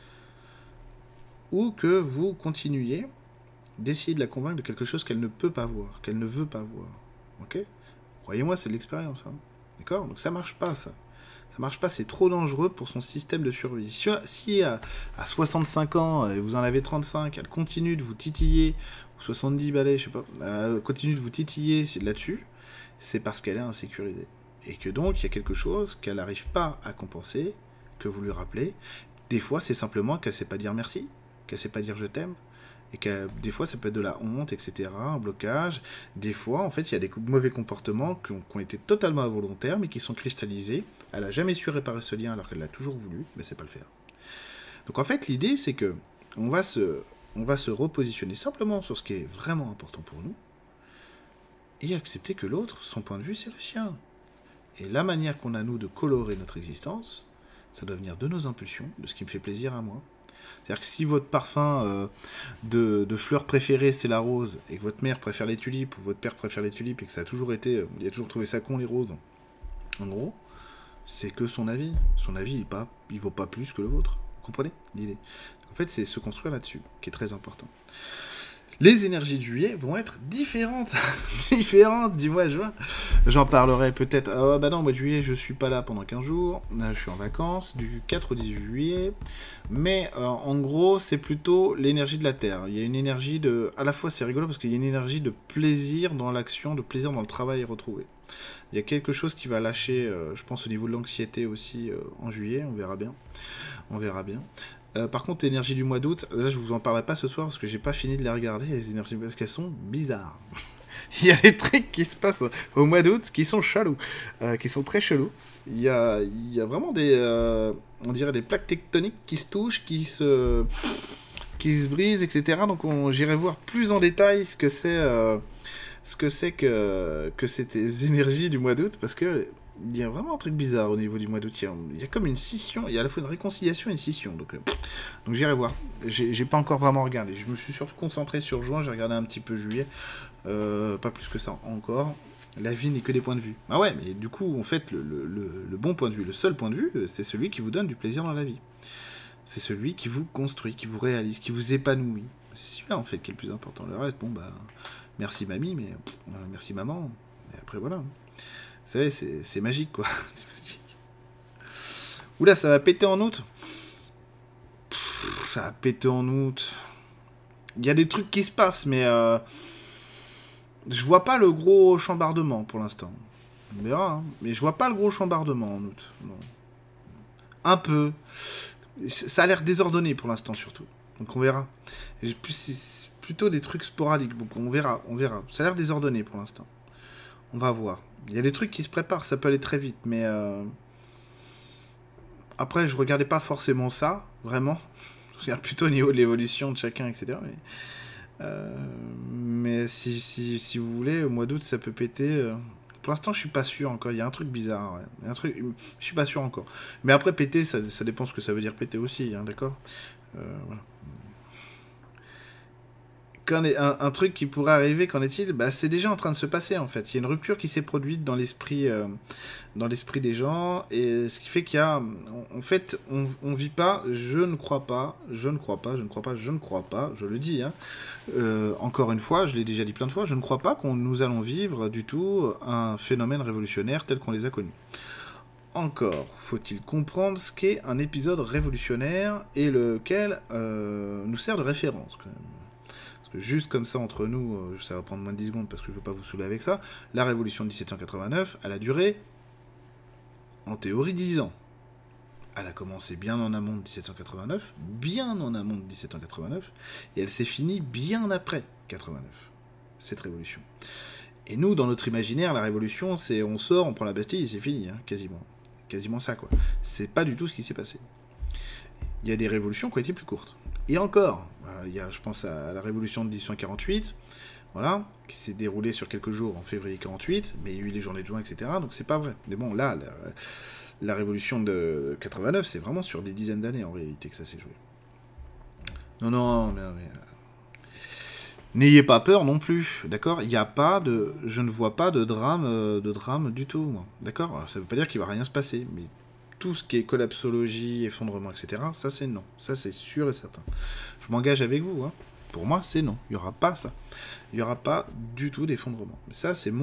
ou que vous continuiez d'essayer de la convaincre de quelque chose qu'elle ne peut pas voir, qu'elle ne veut pas voir. Ok? Croyez-moi, c'est de l'expérience. Hein. D'accord? Donc ça marche pas, ça. Ça marche pas, c'est trop dangereux pour son système de survie. Si, si à, à soixante-cinq ans, et vous en avez trente-cinq, elle continue de vous titiller, ou soixante-dix balais, je sais pas, elle continue de vous titiller là-dessus, c'est parce qu'elle est insécurisée. Et que donc, il y a quelque chose qu'elle n'arrive pas à compenser, que vous lui rappelez. Des fois, c'est simplement qu'elle sait pas dire merci, qu'elle sait pas dire je t'aime, et que des fois ça peut être de la honte, et cetera, un blocage. Des fois, en fait, il y a des mauvais comportements qui ont, qui ont été totalement involontaires, mais qui sont cristallisés. Elle n'a jamais su réparer ce lien alors qu'elle l'a toujours voulu, mais c'est pas le faire. Donc en fait, l'idée, c'est que on va se, on va se repositionner simplement sur ce qui est vraiment important pour nous, et accepter que l'autre, son point de vue, c'est le sien. Et la manière qu'on a, nous, de colorer notre existence, ça doit venir de nos impulsions, de ce qui me fait plaisir à moi. C'est-à-dire que si votre parfum euh, de, de fleurs préférée c'est la rose, et que votre mère préfère les tulipes, ou votre père préfère les tulipes, et que ça a toujours été, euh, il a toujours trouvé ça con les roses, en gros, c'est que son avis. Son avis, il, pas, il vaut pas plus que le vôtre. Vous comprenez l'idée? En fait, c'est se construire là-dessus, qui est très important. Les énergies de juillet vont être différentes, différentes du mois de juin. J'en parlerai peut-être... Ah bah non, au mois de juillet, je suis pas là pendant quinze jours. Je suis en vacances, du quatre au dix-huit juillet. Mais euh, en gros, c'est plutôt l'énergie de la Terre. Il y a une énergie de... À la fois, c'est rigolo parce qu'il y a une énergie de plaisir dans l'action, de plaisir dans le travail retrouvé. Il y a quelque chose qui va lâcher, euh, je pense, au niveau de l'anxiété aussi, euh, en juillet. On verra bien. On verra bien. Euh, par contre, l'énergie du mois d'août, là je vous en parlerai pas ce soir parce que j'ai pas fini de les regarder, les énergies, parce qu'elles sont bizarres. Il y a des trucs qui se passent au mois d'août qui sont chelous, euh, qui sont très chelous. Il y a, il y a vraiment des, euh, on dirait des plaques tectoniques qui se touchent, qui se, qui se brisent, et cetera. Donc j'irai voir plus en détail ce que c'est, euh, ce que c'est que, que ces énergies du mois d'août, parce que il y a vraiment un truc bizarre au niveau du mois d'août. Il, il y a comme une scission, il y a à la fois une réconciliation et une scission. Donc, euh, donc j'irai voir. J'ai, j'ai pas encore vraiment regardé. Je me suis surtout concentré sur juin, j'ai regardé un petit peu juillet. Euh, pas plus que ça encore. La vie n'est que des points de vue. Ah ouais, mais du coup, en fait, le, le, le, le bon point de vue, le seul point de vue, c'est celui qui vous donne du plaisir dans la vie. C'est celui qui vous construit, qui vous réalise, qui vous épanouit. C'est celui-là, en fait, qui est le plus important. Le reste, bon, bah, merci mamie, mais euh, merci maman. Et après, voilà. Vous savez, c'est, c'est magique, quoi. C'est magique. Oula, ça va péter en août. Pff, ça va péter en août. Il y a des trucs qui se passent, mais euh, je vois pas le gros chambardement pour l'instant. On verra, hein. Mais je vois pas le gros chambardement en août. Non. Un peu. Ça a l'air désordonné pour l'instant, surtout. Donc on verra. Et plus, c'est plutôt des trucs sporadiques. Donc on verra, on verra. Ça a l'air désordonné pour l'instant. On va voir. Il y a des trucs qui se préparent, ça peut aller très vite, mais... Euh... Après, je regardais pas forcément ça, vraiment. Je regarde plutôt au niveau de l'évolution de chacun, et cetera. Mais, euh... mais si, si, si vous voulez, au mois d'août, ça peut péter... Euh... Pour l'instant, je suis pas sûr encore. Il y a un truc bizarre, ouais. Il y a un truc... Je suis pas sûr encore. Mais après, péter, ça, ça dépend ce que ça veut dire péter aussi, hein, d'accord euh, voilà. Qu'en est, un, un truc qui pourrait arriver, qu'en est-il? Bah, c'est déjà en train de se passer, en fait. Il y a une rupture qui s'est produite dans l'esprit, euh, dans l'esprit des gens, et ce qui fait qu'il y a... En, en fait, on ne vit pas, je ne crois pas, je ne crois pas, je ne crois pas, je ne crois pas, je le dis, hein. Euh, encore une fois, je l'ai déjà dit plein de fois, je ne crois pas qu'on nous allons vivre du tout un phénomène révolutionnaire tel qu'on les a connus. Encore faut-il comprendre ce qu'est un épisode révolutionnaire, et lequel euh, nous sert de référence, quand même. Juste comme ça, entre nous, ça va prendre moins de dix secondes parce que je ne veux pas vous saouler avec ça, la révolution de dix-sept cent quatre-vingt-neuf, elle a duré, en théorie, dix ans. Elle a commencé bien en amont de dix-sept cent quatre-vingt-neuf, bien en amont de dix-sept cent quatre-vingt-neuf, et elle s'est finie bien après quatre-vingt-neuf, cette révolution. Et nous, dans notre imaginaire, la révolution, c'est on sort, on prend la Bastille, et c'est fini, hein, quasiment. Quasiment ça, quoi. C'est pas du tout ce qui s'est passé. Il y a des révolutions qui ont été plus courtes. Et encore, il y a, je pense à la révolution de dix-huit cent quarante-huit, voilà, qui s'est déroulée sur quelques jours en février quarante-huit, mais il y a eu les journées de juin, et cetera. Donc c'est pas vrai. Mais bon, là, la, la révolution de quatre-vingt-neuf, c'est vraiment sur des dizaines d'années en réalité que ça s'est joué. Non, non, mais... mais euh... n'ayez pas peur non plus, d'accord? Il n'y a pas de... Je ne vois pas de drame, euh, de drame du tout, moi. D'accord? Ça ne veut pas dire qu'il va rien se passer, mais... tout ce qui est collapsologie, effondrement, et cetera, ça c'est non. Ça c'est sûr et certain. Je m'engage avec vous, hein. Pour moi c'est non. Il n'y aura pas ça. Il n'y aura pas du tout d'effondrement. Ça c'est mon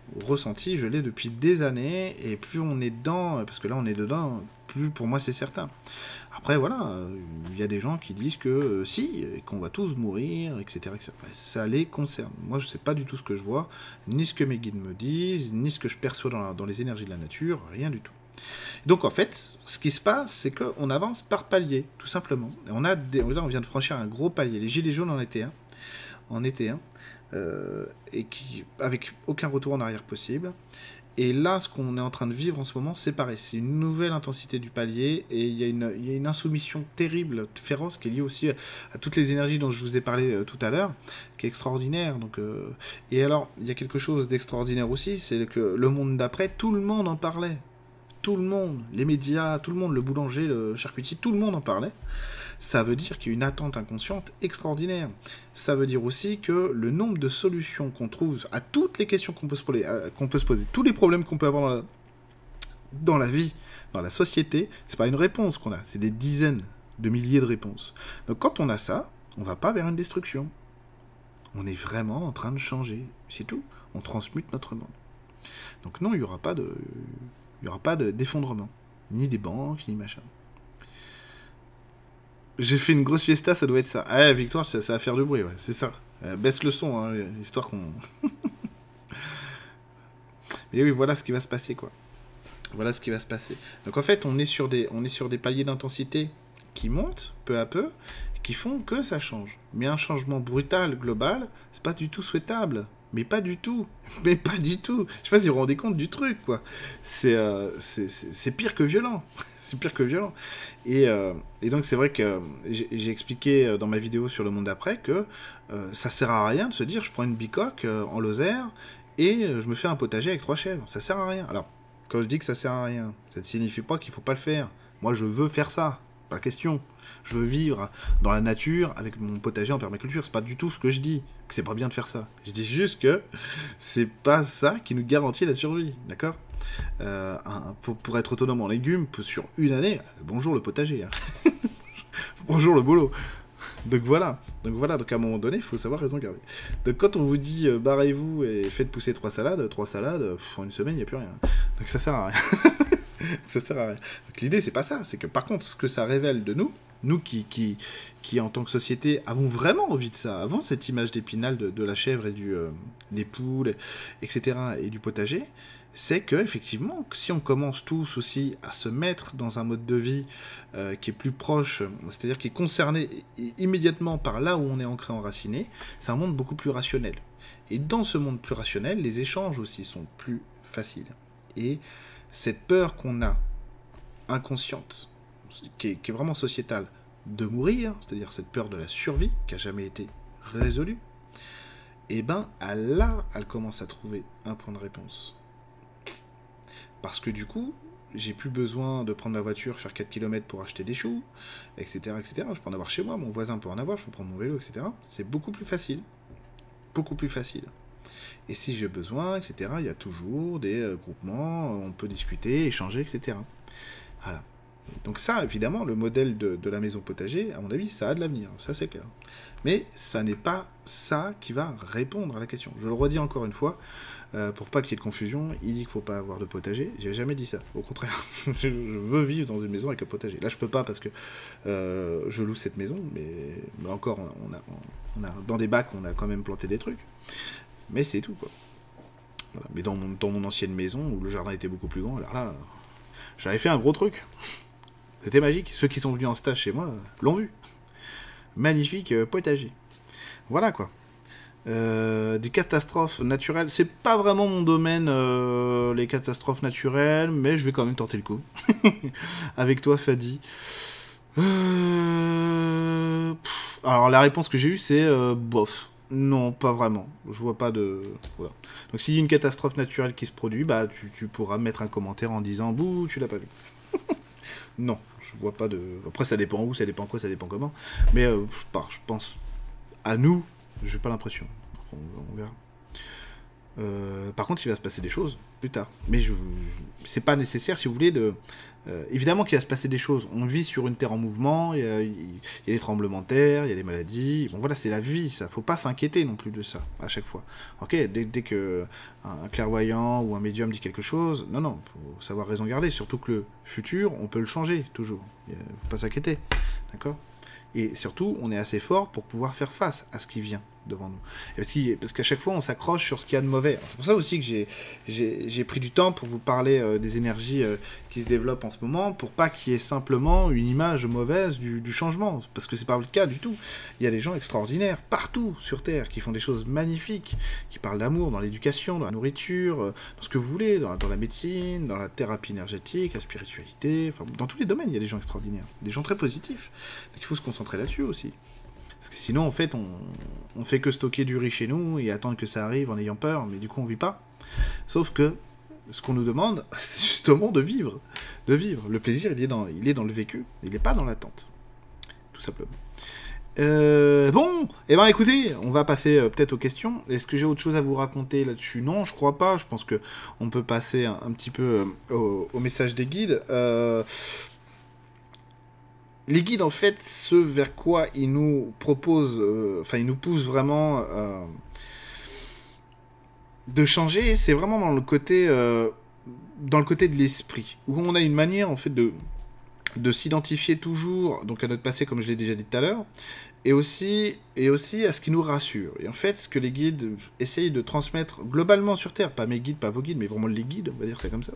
ressenti, je l'ai depuis des années, et plus on est dedans, parce que là on est dedans, plus pour moi c'est certain. Après voilà, il y a des gens qui disent que euh, si, et qu'on va tous mourir, et cetera, et cetera. Ça les concerne. Moi je sais pas du tout ce que je vois, ni ce que mes guides me disent, ni ce que je perçois dans, la, dans les énergies de la nature, rien du tout. Donc en fait, ce qui se passe, c'est qu'on avance par paliers, tout simplement. Et on a des, là on vient de franchir un gros palier. Les gilets jaunes en étaient un, en étaient un, euh, et qui, avec aucun retour en arrière possible. Et là, ce qu'on est en train de vivre en ce moment, c'est pareil. C'est une nouvelle intensité du palier, et il y a une, il y a une insoumission terrible, féroce, qui est liée aussi à toutes les énergies dont je vous ai parlé euh, tout à l'heure, qui est extraordinaire. Donc, euh... Et alors, il y a quelque chose d'extraordinaire aussi, c'est que le monde d'après, tout le monde en parlait. Tout le monde, les médias, tout le monde, le boulanger, le charcutier, tout le monde en parlait. Ça veut dire qu'il y a une attente inconsciente extraordinaire. Ça veut dire aussi que le nombre de solutions qu'on trouve à toutes les questions qu'on peut se poser, euh, qu'on peut se poser, tous les problèmes qu'on peut avoir dans la, dans la vie, dans la société, c'est pas une réponse qu'on a, c'est des dizaines de milliers de réponses. Donc quand on a ça, on va pas vers une destruction. On est vraiment en train de changer, c'est tout. On transmute notre monde. Donc non, il n'y aura pas de... Il n'y aura pas d'effondrement. Ni des banques, ni machin. J'ai fait une grosse fiesta, ça doit être ça. Ah, Victoire, ça, ça va faire du bruit, ouais, c'est ça. Euh, baisse le son, hein, histoire qu'on... Mais oui, voilà ce qui va se passer, quoi. Voilà ce qui va se passer. Donc en fait, on est sur des, on est sur des paliers d'intensité qui montent, peu à peu, qui font que ça change. Mais un changement brutal, global, c'est pas du tout souhaitable. Mais pas du tout. Mais pas du tout. Je sais pas si vous vous rendez compte du truc, quoi. C'est euh, c'est pire que violent. C'est pire que violent. Et, euh, et donc, c'est vrai que euh, j'ai expliqué dans ma vidéo sur le monde d'après que euh, ça sert à rien de se dire je prends une bicoque euh, en Lozère et je me fais un potager avec trois chèvres. Ça sert à rien. Alors, quand je dis que ça sert à rien, ça ne signifie pas qu'il faut pas le faire. Moi, je veux faire ça. Pas la question. Je veux vivre dans la nature avec mon potager en permaculture. C'est pas du tout ce que je dis, que c'est pas bien de faire ça. Je dis juste que c'est pas ça qui nous garantit la survie, d'accord euh, pour, pour être autonome en légumes sur une année, bonjour le potager. Hein. Bonjour le boulot. Donc voilà, donc voilà, donc à un moment donné, il faut savoir raison garder. Donc quand on vous dit euh, barrez-vous et faites pousser trois salades, trois salades, pff, en une semaine, il n'y a plus rien. Donc ça sert à rien. Ça sert à rien. Donc l'idée, c'est pas ça, c'est que par contre, ce que ça révèle de nous, nous qui, qui, qui en tant que société, avons vraiment envie de ça, avons cette image d'Épinal de, de la chèvre et du, euh, des poules, et cetera, et du potager, c'est que effectivement, si on commence tous aussi à se mettre dans un mode de vie euh, qui est plus proche, c'est-à-dire qui est concerné immédiatement par là où on est ancré, enraciné, c'est un monde beaucoup plus rationnel. Et dans ce monde plus rationnel, les échanges aussi sont plus faciles. Et cette peur qu'on a, inconsciente, qui est, qui est vraiment sociétale, de mourir, c'est-à-dire cette peur de la survie, qui n'a jamais été résolue, et ben là, elle commence à trouver un point de réponse. Parce que du coup, j'ai plus besoin de prendre ma voiture, faire quatre kilomètres pour acheter des choux, et cetera, et cetera. Je peux en avoir chez moi, mon voisin peut en avoir, je peux prendre mon vélo, et cetera. C'est beaucoup plus facile. Beaucoup plus facile. Et si j'ai besoin, et cetera, il y a toujours des euh, groupements, on peut discuter, échanger, et cetera. Voilà. Donc ça, évidemment, le modèle de, de la maison potager, à mon avis, ça a de l'avenir, ça c'est clair. Mais ça n'est pas ça qui va répondre à la question. Je le redis encore une fois, euh, pour pas qu'il y ait de confusion, il dit qu'il ne faut pas avoir de potager. J'ai jamais dit ça, au contraire. je veux vivre dans une maison avec un potager. Là, je peux pas parce que euh, je loue cette maison, mais, mais encore, on a, on a, dans des bacs, on a quand même planté des trucs. Mais c'est tout, quoi. Voilà. Mais dans mon, dans mon ancienne maison, où le jardin était beaucoup plus grand, alors là, j'avais fait un gros truc. C'était magique. Ceux qui sont venus en stage chez moi euh, l'ont vu. Magnifique euh, potager. Voilà, quoi. Euh, des catastrophes naturelles, c'est pas vraiment mon domaine, euh, les catastrophes naturelles, mais je vais quand même tenter le coup. Avec toi, Fadi. Euh... Pff, alors, la réponse que j'ai eue, c'est euh, bof. Non, pas vraiment. Je vois pas de... Voilà. Donc, s'il y a une catastrophe naturelle qui se produit, bah, tu, tu pourras mettre un commentaire en disant « Bouh, tu l'as pas vu ». Non, je vois pas de... Après, ça dépend où, ça dépend quoi, ça dépend comment. Mais euh, je, pars, je pense à nous, j'ai pas l'impression. On, on verra. Euh, par contre, il va se passer des choses plus tard. Mais je... c'est pas nécessaire, si vous voulez, de... Euh, évidemment qu'il va se passer des choses. On vit sur une terre en mouvement, il y a, il y a des tremblements de terre, il y a des maladies. Bon, voilà, c'est la vie, ça. Faut pas s'inquiéter non plus de ça, à chaque fois. Ok, dès, dès que un clairvoyant ou un médium dit quelque chose, non, non, faut savoir raison garder. Surtout que le futur, on peut le changer, toujours. Il faut pas s'inquiéter, d'accord ? Et surtout, on est assez fort pour pouvoir faire face à ce qui vient devant nous. Et parce, parce qu'à chaque fois, on s'accroche sur ce qu'il y a de mauvais. C'est pour ça aussi que j'ai, j'ai, j'ai pris du temps pour vous parler euh, des énergies euh, qui se développent en ce moment, pour pas qu'il y ait simplement une image mauvaise du, du changement. Parce que c'est pas le cas du tout. Il y a des gens extraordinaires, partout sur Terre, qui font des choses magnifiques, qui parlent d'amour dans l'éducation, dans la nourriture, euh, dans ce que vous voulez, dans, dans la médecine, dans la thérapie énergétique, la spiritualité, enfin, dans tous les domaines, il y a des gens extraordinaires. Des gens très positifs. Donc il faut se concentrer là-dessus aussi. Parce que sinon, en fait, on, on fait que stocker du riz chez nous et attendre que ça arrive en ayant peur, mais du coup, on vit pas. Sauf que ce qu'on nous demande, c'est justement de vivre. De vivre. Le plaisir, il est dans, il est dans le vécu, il n'est pas dans l'attente. Tout simplement. Euh, bon, eh ben écoutez, on va passer euh, peut-être aux questions. Est-ce que j'ai autre chose à vous raconter là-dessus? Non, je crois pas. Je pense que on peut passer un, un petit peu euh, au, au message des guides. Euh... Les guides, en fait, ce vers quoi ils nous proposent, euh, enfin, ils nous poussent vraiment euh, de changer, c'est vraiment dans le côté, euh, dans le côté de l'esprit, où on a une manière, en fait, de, de s'identifier toujours, donc à notre passé, comme je l'ai déjà dit tout à l'heure, et aussi, et aussi à ce qui nous rassure. Et en fait, ce que les guides essayent de transmettre globalement sur Terre, pas mes guides, pas vos guides, mais vraiment les guides, on va dire ça comme ça,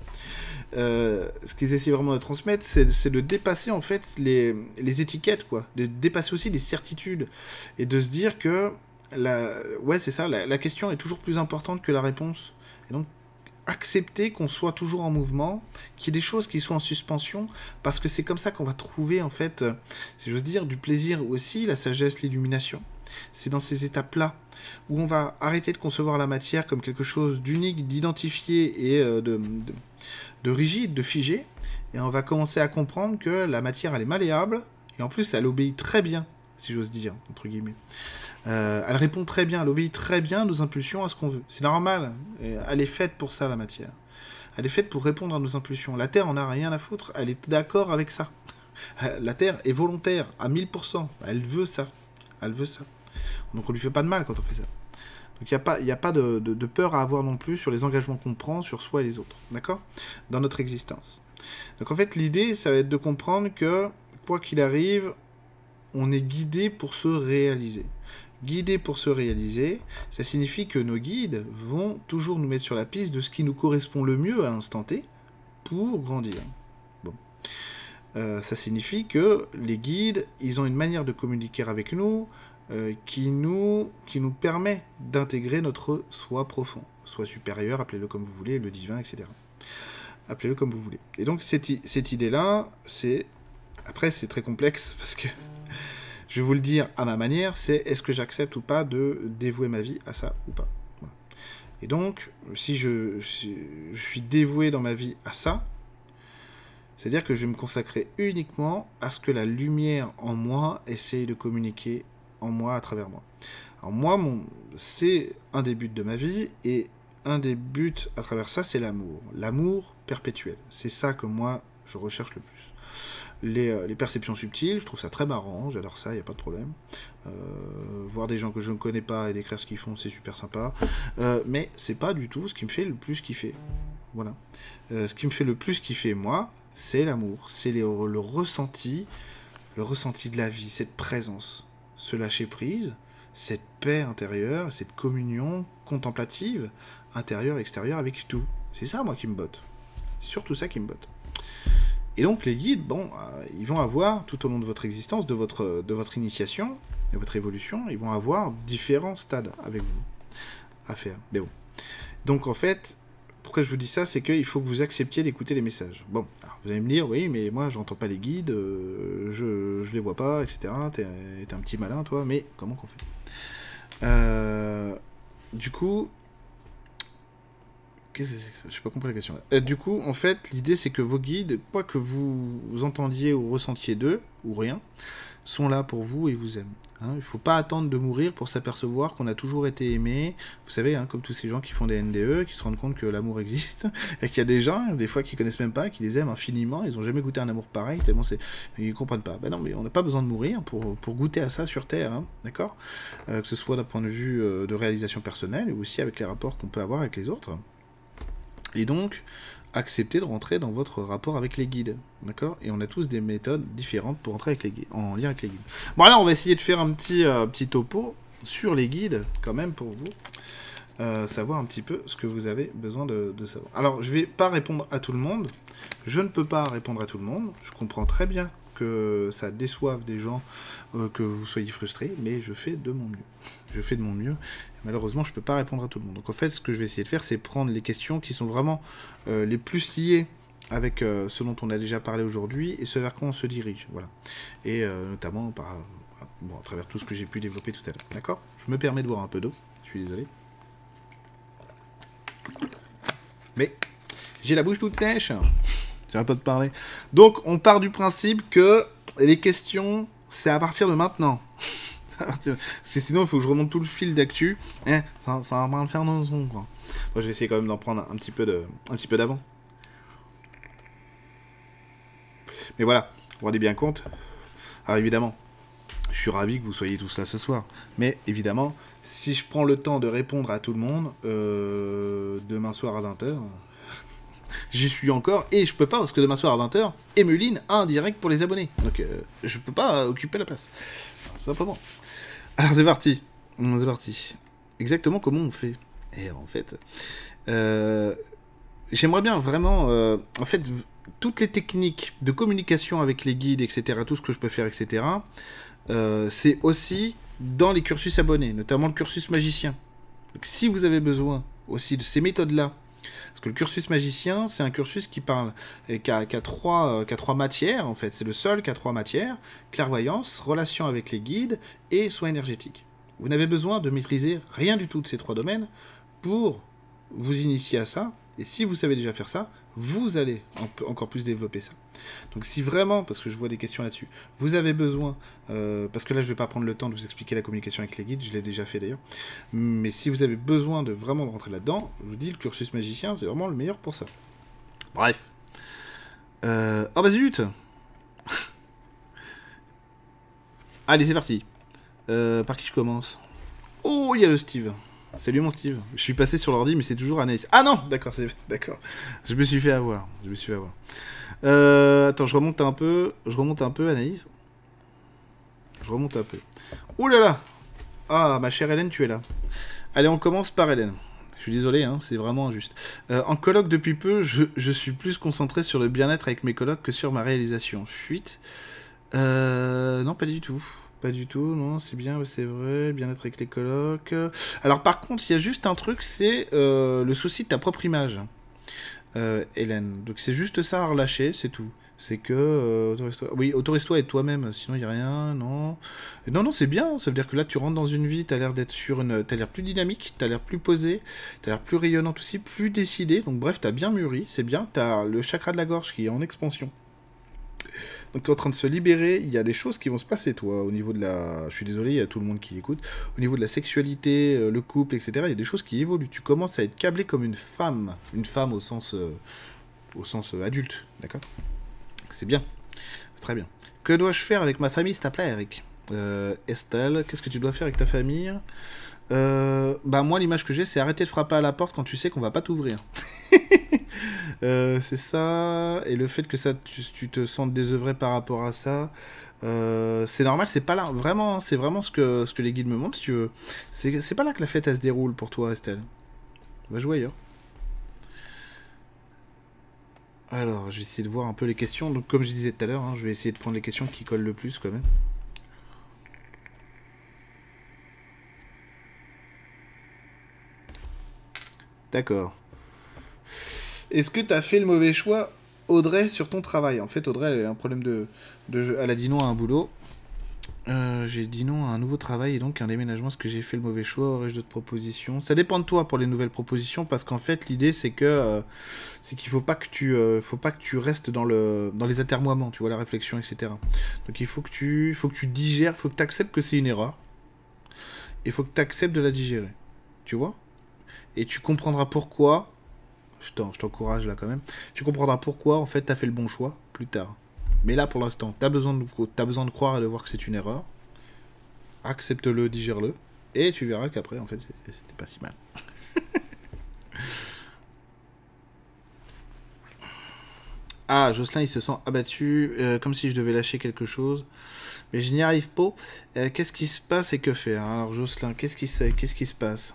euh, ce qu'ils essayent vraiment de transmettre, c'est, c'est de dépasser en fait les, les étiquettes, quoi, de dépasser aussi les certitudes, et de se dire que, la, ouais, c'est ça, la, la question est toujours plus importante que la réponse. Et donc, accepter qu'on soit toujours en mouvement, qu'il y ait des choses qui soient en suspension, parce que c'est comme ça qu'on va trouver, en fait, euh, si j'ose dire, du plaisir aussi, la sagesse, l'illumination. C'est dans ces étapes-là où on va arrêter de concevoir la matière comme quelque chose d'unique, d'identifié et euh, de, de, de rigide, de figé, et on va commencer à comprendre que la matière, elle est malléable, et en plus, elle obéit très bien, si j'ose dire, entre guillemets. Euh, elle répond très bien, elle obéit très bien à nos impulsions, à ce qu'on veut. C'est normal, elle est faite pour ça, la matière. Elle est faite pour répondre à nos impulsions. La Terre en a rien à foutre, elle est d'accord avec ça. La Terre est volontaire, à mille pour cent. Elle veut ça. Elle veut ça. Donc on lui fait pas de mal quand on fait ça. Donc il n'y a pas, y a pas de, de, de peur à avoir non plus sur les engagements qu'on prend sur soi et les autres. D'accord ? Dans notre existence. Donc en fait, l'idée, ça va être de comprendre que, quoi qu'il arrive, on est guidé pour se réaliser. Guidés pour se réaliser, ça signifie que nos guides vont toujours nous mettre sur la piste de ce qui nous correspond le mieux à l'instant T pour grandir. Bon. Euh, ça signifie que les guides, ils ont une manière de communiquer avec nous euh, qui, nous qui nous permet d'intégrer notre soi profond, soi supérieur, appelez-le comme vous voulez, le divin, et cetera. Appelez-le comme vous voulez. Et donc cette, cette idée-là, c'est... Après, c'est très complexe parce que... Je vais vous le dire à ma manière, c'est est-ce que j'accepte ou pas de dévouer ma vie à ça ou pas. Voilà. Et donc, si je, si je suis dévoué dans ma vie à ça, c'est-à-dire que je vais me consacrer uniquement à ce que la lumière en moi essaye de communiquer en moi à travers moi. Alors moi, mon, c'est un des buts de ma vie, et un des buts à travers ça, c'est l'amour. L'amour perpétuel. C'est ça que moi, je recherche le plus. Les, euh, les perceptions subtiles, je trouve ça très marrant, j'adore ça, il n'y a pas de problème. Euh, voir des gens que je ne connais pas et décrire ce qu'ils font, c'est super sympa. Euh, mais c'est pas du tout ce qui me fait le plus kiffer. Voilà. Euh, ce qui me fait le plus kiffer, moi, c'est l'amour, c'est les, le ressenti, le ressenti de la vie, cette présence, ce lâcher prise, cette paix intérieure, cette communion contemplative, intérieure, extérieure, avec tout. C'est ça, moi, qui me botte. C'est surtout ça qui me botte. Et donc les guides, bon, euh, ils vont avoir, tout au long de votre existence, de votre, de votre initiation, de votre évolution, ils vont avoir différents stades avec vous à faire. Mais bon. Donc en fait, pourquoi je vous dis ça, c'est qu'il faut que vous acceptiez d'écouter les messages. Bon, alors, vous allez me dire, oui, mais moi j'entends pas les guides, euh, je, je les vois pas, et cetera. T'es, t'es un petit malin, toi, mais comment qu'on fait euh, Du coup... Qu'est-ce que c'est que ça? J'ai pas compris la question. Euh, du coup, en fait, l'idée c'est que vos guides, quoi que vous, vous entendiez ou ressentiez d'eux, ou rien, sont là pour vous et vous aiment. Hein, il ne faut pas attendre de mourir pour s'apercevoir qu'on a toujours été aimé. Vous savez, hein, comme tous ces gens qui font des N D E, qui se rendent compte que l'amour existe, et qu'il y a des gens, des fois, qui connaissent même pas, qui les aiment infiniment, ils n'ont jamais goûté un amour pareil, tellement c'est... Ils comprennent pas. Ben non, mais on n'a pas besoin de mourir pour, pour goûter à ça sur Terre, hein, d'accord, euh, que ce soit d'un point de vue euh, de réalisation personnelle, ou aussi avec les rapports qu'on peut avoir avec les autres. Et donc, accepter de rentrer dans votre rapport avec les guides, d'accord? Et on a tous des méthodes différentes pour rentrer avec les guides, en lien avec les guides. Bon, alors on va essayer de faire un petit, euh, petit topo sur les guides, quand même, pour vous, euh, savoir un petit peu ce que vous avez besoin de, de savoir. Alors, je vais pas répondre à tout le monde, je ne peux pas répondre à tout le monde, je comprends très bien que ça déçoive des gens, euh, que vous soyez frustrés, mais je fais de mon mieux. Je fais de mon mieux. Malheureusement, je ne peux pas répondre à tout le monde. Donc en fait, ce que je vais essayer de faire, c'est prendre les questions qui sont vraiment euh, les plus liées avec euh, ce dont on a déjà parlé aujourd'hui et ce vers quoi on se dirige. Voilà. Et euh, notamment par, euh, bon, à travers tout ce que j'ai pu développer tout à l'heure. D'accord? Je me permets de boire un peu d'eau. Je suis désolé. Mais j'ai la bouche toute sèche. J'arrête pas de parler. Donc, on part du principe que les questions, c'est à partir de maintenant. Parce que sinon, il faut que je remonte tout le fil d'actu. Eh, ça, ça va mal le faire dans le son, quoi. Moi, je vais essayer quand même d'en prendre un petit peu de, un petit peu d'avant. Mais voilà, vous vous rendez bien compte. Alors évidemment, je suis ravi que vous soyez tous là ce soir. Mais évidemment, si je prends le temps de répondre à tout le monde, euh, demain soir à vingt heures... J'y suis encore, et je peux pas, parce que demain soir à vingt heures, Emeline a un direct pour les abonnés. Donc, euh, je peux pas euh, occuper la place. Tout simplement. Alors, c'est parti. C'est parti. Exactement comment on fait. Et en fait, euh, j'aimerais bien vraiment, euh, en fait, toutes les techniques de communication avec les guides, et cetera, tout ce que je peux faire, et cetera, euh, c'est aussi dans les cursus abonnés, notamment le cursus magicien. Donc, si vous avez besoin aussi de ces méthodes-là, parce que le cursus magicien, c'est un cursus qui parle, qui a, qui a, trois, qui a trois matières, en fait. C'est le seul qui a trois matières: clairvoyance, relation avec les guides et soins énergétiques. Vous n'avez besoin de maîtriser rien du tout de ces trois domaines pour vous initier à ça. Et si vous savez déjà faire ça, vous allez en, encore plus développer ça. Donc si vraiment, parce que je vois des questions là-dessus, vous avez besoin, euh, parce que là je ne vais pas prendre le temps de vous expliquer la communication avec les guides, je l'ai déjà fait d'ailleurs, mais si vous avez besoin de vraiment de rentrer là-dedans, je vous dis, le cursus magicien, c'est vraiment le meilleur pour ça. Bref. Euh... Oh bah zut. Allez, c'est parti. Euh, par qui je commence? Oh, il y a le Steve. Salut mon Steve. Je suis passé sur l'ordi, mais c'est toujours Anaïs. Ah non, d'accord, c'est d'accord. Je me suis fait avoir. Je me suis fait avoir. Euh, attends, je remonte un peu. Je remonte un peu, Anaïs. Je remonte un peu. Ouh là là. Ah, ma chère Hélène, tu es là. Allez, on commence par Hélène. Je suis désolé, hein, c'est vraiment injuste. Euh, en coloc depuis peu, je, je suis plus concentré sur le bien-être avec mes colocs que sur ma réalisation. Fuite. Euh, non, pas du tout. Pas du tout, non, c'est bien, c'est vrai, bien-être avec les colocs. Alors par contre, il y a juste un truc, c'est euh, le souci de ta propre image, euh, Hélène. Donc c'est juste ça à relâcher, c'est tout. C'est que, euh, autorise-toi. Oui, autorise-toi et toi-même, sinon il n'y a rien, non. Et non, non, c'est bien, ça veut dire que là tu rentres dans une vie, t'as l'air d'être sur une... T'as l'air plus dynamique, t'as l'air plus posé, t'as l'air plus rayonnante aussi, plus décidé, donc bref, t'as bien mûri, c'est bien, t'as le chakra de la gorge qui est en expansion. Donc tu es en train de se libérer, il y a des choses qui vont se passer, toi, au niveau de la... Je suis désolé, il y a tout le monde qui écoute. Au niveau de la sexualité, euh, le couple, et cetera, il y a des choses qui évoluent. Tu commences à être câblé comme une femme. Une femme au sens, euh, au sens euh, adulte, d'accord? C'est bien, c'est très bien. Que dois-je faire avec ma famille, s'il te plaît, Eric? euh, Estelle, qu'est-ce que tu dois faire avec ta famille? euh, Bah moi, l'image que j'ai, c'est arrêter de frapper à la porte quand tu sais qu'on va pas t'ouvrir. Euh, c'est ça, et le fait que ça, tu, tu te sentes désœuvré par rapport à ça, euh, c'est normal, c'est pas là, vraiment, c'est vraiment ce que, ce que les guides me montrent, si tu veux. C'est, c'est pas là que la fête, elle se déroule pour toi, Estelle. Va jouer ailleurs. Alors, je vais essayer de voir un peu les questions, donc comme je disais tout à l'heure, hein, je vais essayer de prendre les questions qui collent le plus, quand même. D'accord. Est-ce que tu as fait le mauvais choix, Audrey, sur ton travail? En fait, Audrey, elle a un problème de, de jeu. Elle a dit non à un boulot. Euh, j'ai dit non à un nouveau travail et donc un déménagement. Est-ce que j'ai fait le mauvais choix? Aurais-je d'autres propositions? Ça dépend de toi pour les nouvelles propositions parce qu'en fait l'idée c'est que euh, c'est qu'il faut pas que tu euh, faut pas que tu restes dans le dans les atermoiements, tu vois, la réflexion, et cetera. Donc il faut que tu faut que tu digères, il faut que tu acceptes que c'est une erreur. Il faut que tu acceptes de la digérer, tu vois. Et tu comprendras pourquoi. Je t'en- je t'encourage là quand même. Tu comprendras pourquoi en fait t'as fait le bon choix plus tard. Mais là pour l'instant, t'as besoin de t'as besoin de croire et de voir que c'est une erreur. Accepte-le, digère-le, et tu verras qu'après, en fait, c'était pas si mal. Ah, Jocelyn, il se sent abattu, euh, comme si je devais lâcher quelque chose. Mais je n'y arrive pas. Euh, qu'est-ce qui se passe et que faire? Alors, Jocelyn, qu'est-ce qui, se- qu'est-ce qui se passe?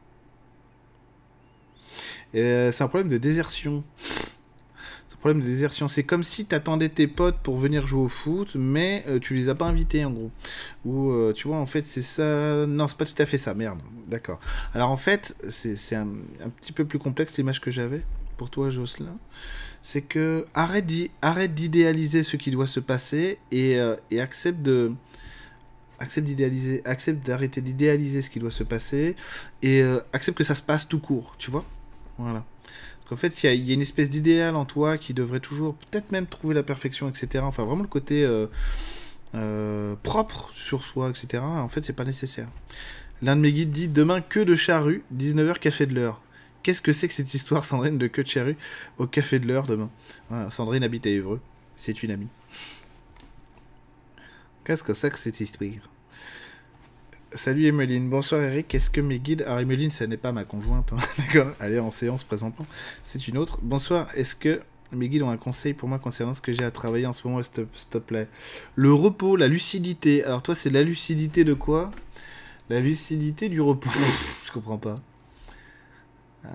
Euh, C'est un problème de désertion. C'est un problème de désertion. C'est comme si t'attendais tes potes pour venir jouer au foot, mais euh, tu les as pas invités, en gros. Ou, euh, tu vois, en fait, c'est ça... Non, c'est pas tout à fait ça, merde. D'accord. Alors, en fait, c'est c'est un, un petit peu plus complexe, l'image que j'avais pour toi, Jocelyn. C'est que arrête d'i- arrête d'idéaliser ce qui doit se passer et, euh, et accepte de accepte d'idéaliser accepte d'arrêter d'idéaliser ce qui doit se passer et euh, accepte que ça se passe tout court, tu vois. Voilà. Qu'en fait il y, a- il y a une espèce d'idéal en toi qui devrait toujours peut-être même trouver la perfection, etc. Enfin vraiment le côté euh, euh, propre sur soi, etc. En fait c'est pas nécessaire. L'un de mes guides dit demain queue de charrue, dix-neuf heures café de l'heure. Qu'est-ce que c'est que cette histoire, Sandrine, de queue de charrue au café de l'heure demain? Voilà, Sandrine habite à Évreux. C'est une amie. Qu'est-ce que c'est que cette histoire? Salut Emeline, bonsoir Eric, est-ce que mes guides... Alors Emeline, ça n'est pas ma conjointe, hein. D'accord. Elle est en séance présentement, c'est une autre. Bonsoir, est-ce que mes guides ont un conseil pour moi concernant ce que j'ai à travailler en ce moment, s'il te plaît? Le repos, la lucidité. Alors toi, c'est la lucidité de quoi? La lucidité du repos. Je comprends pas. Euh,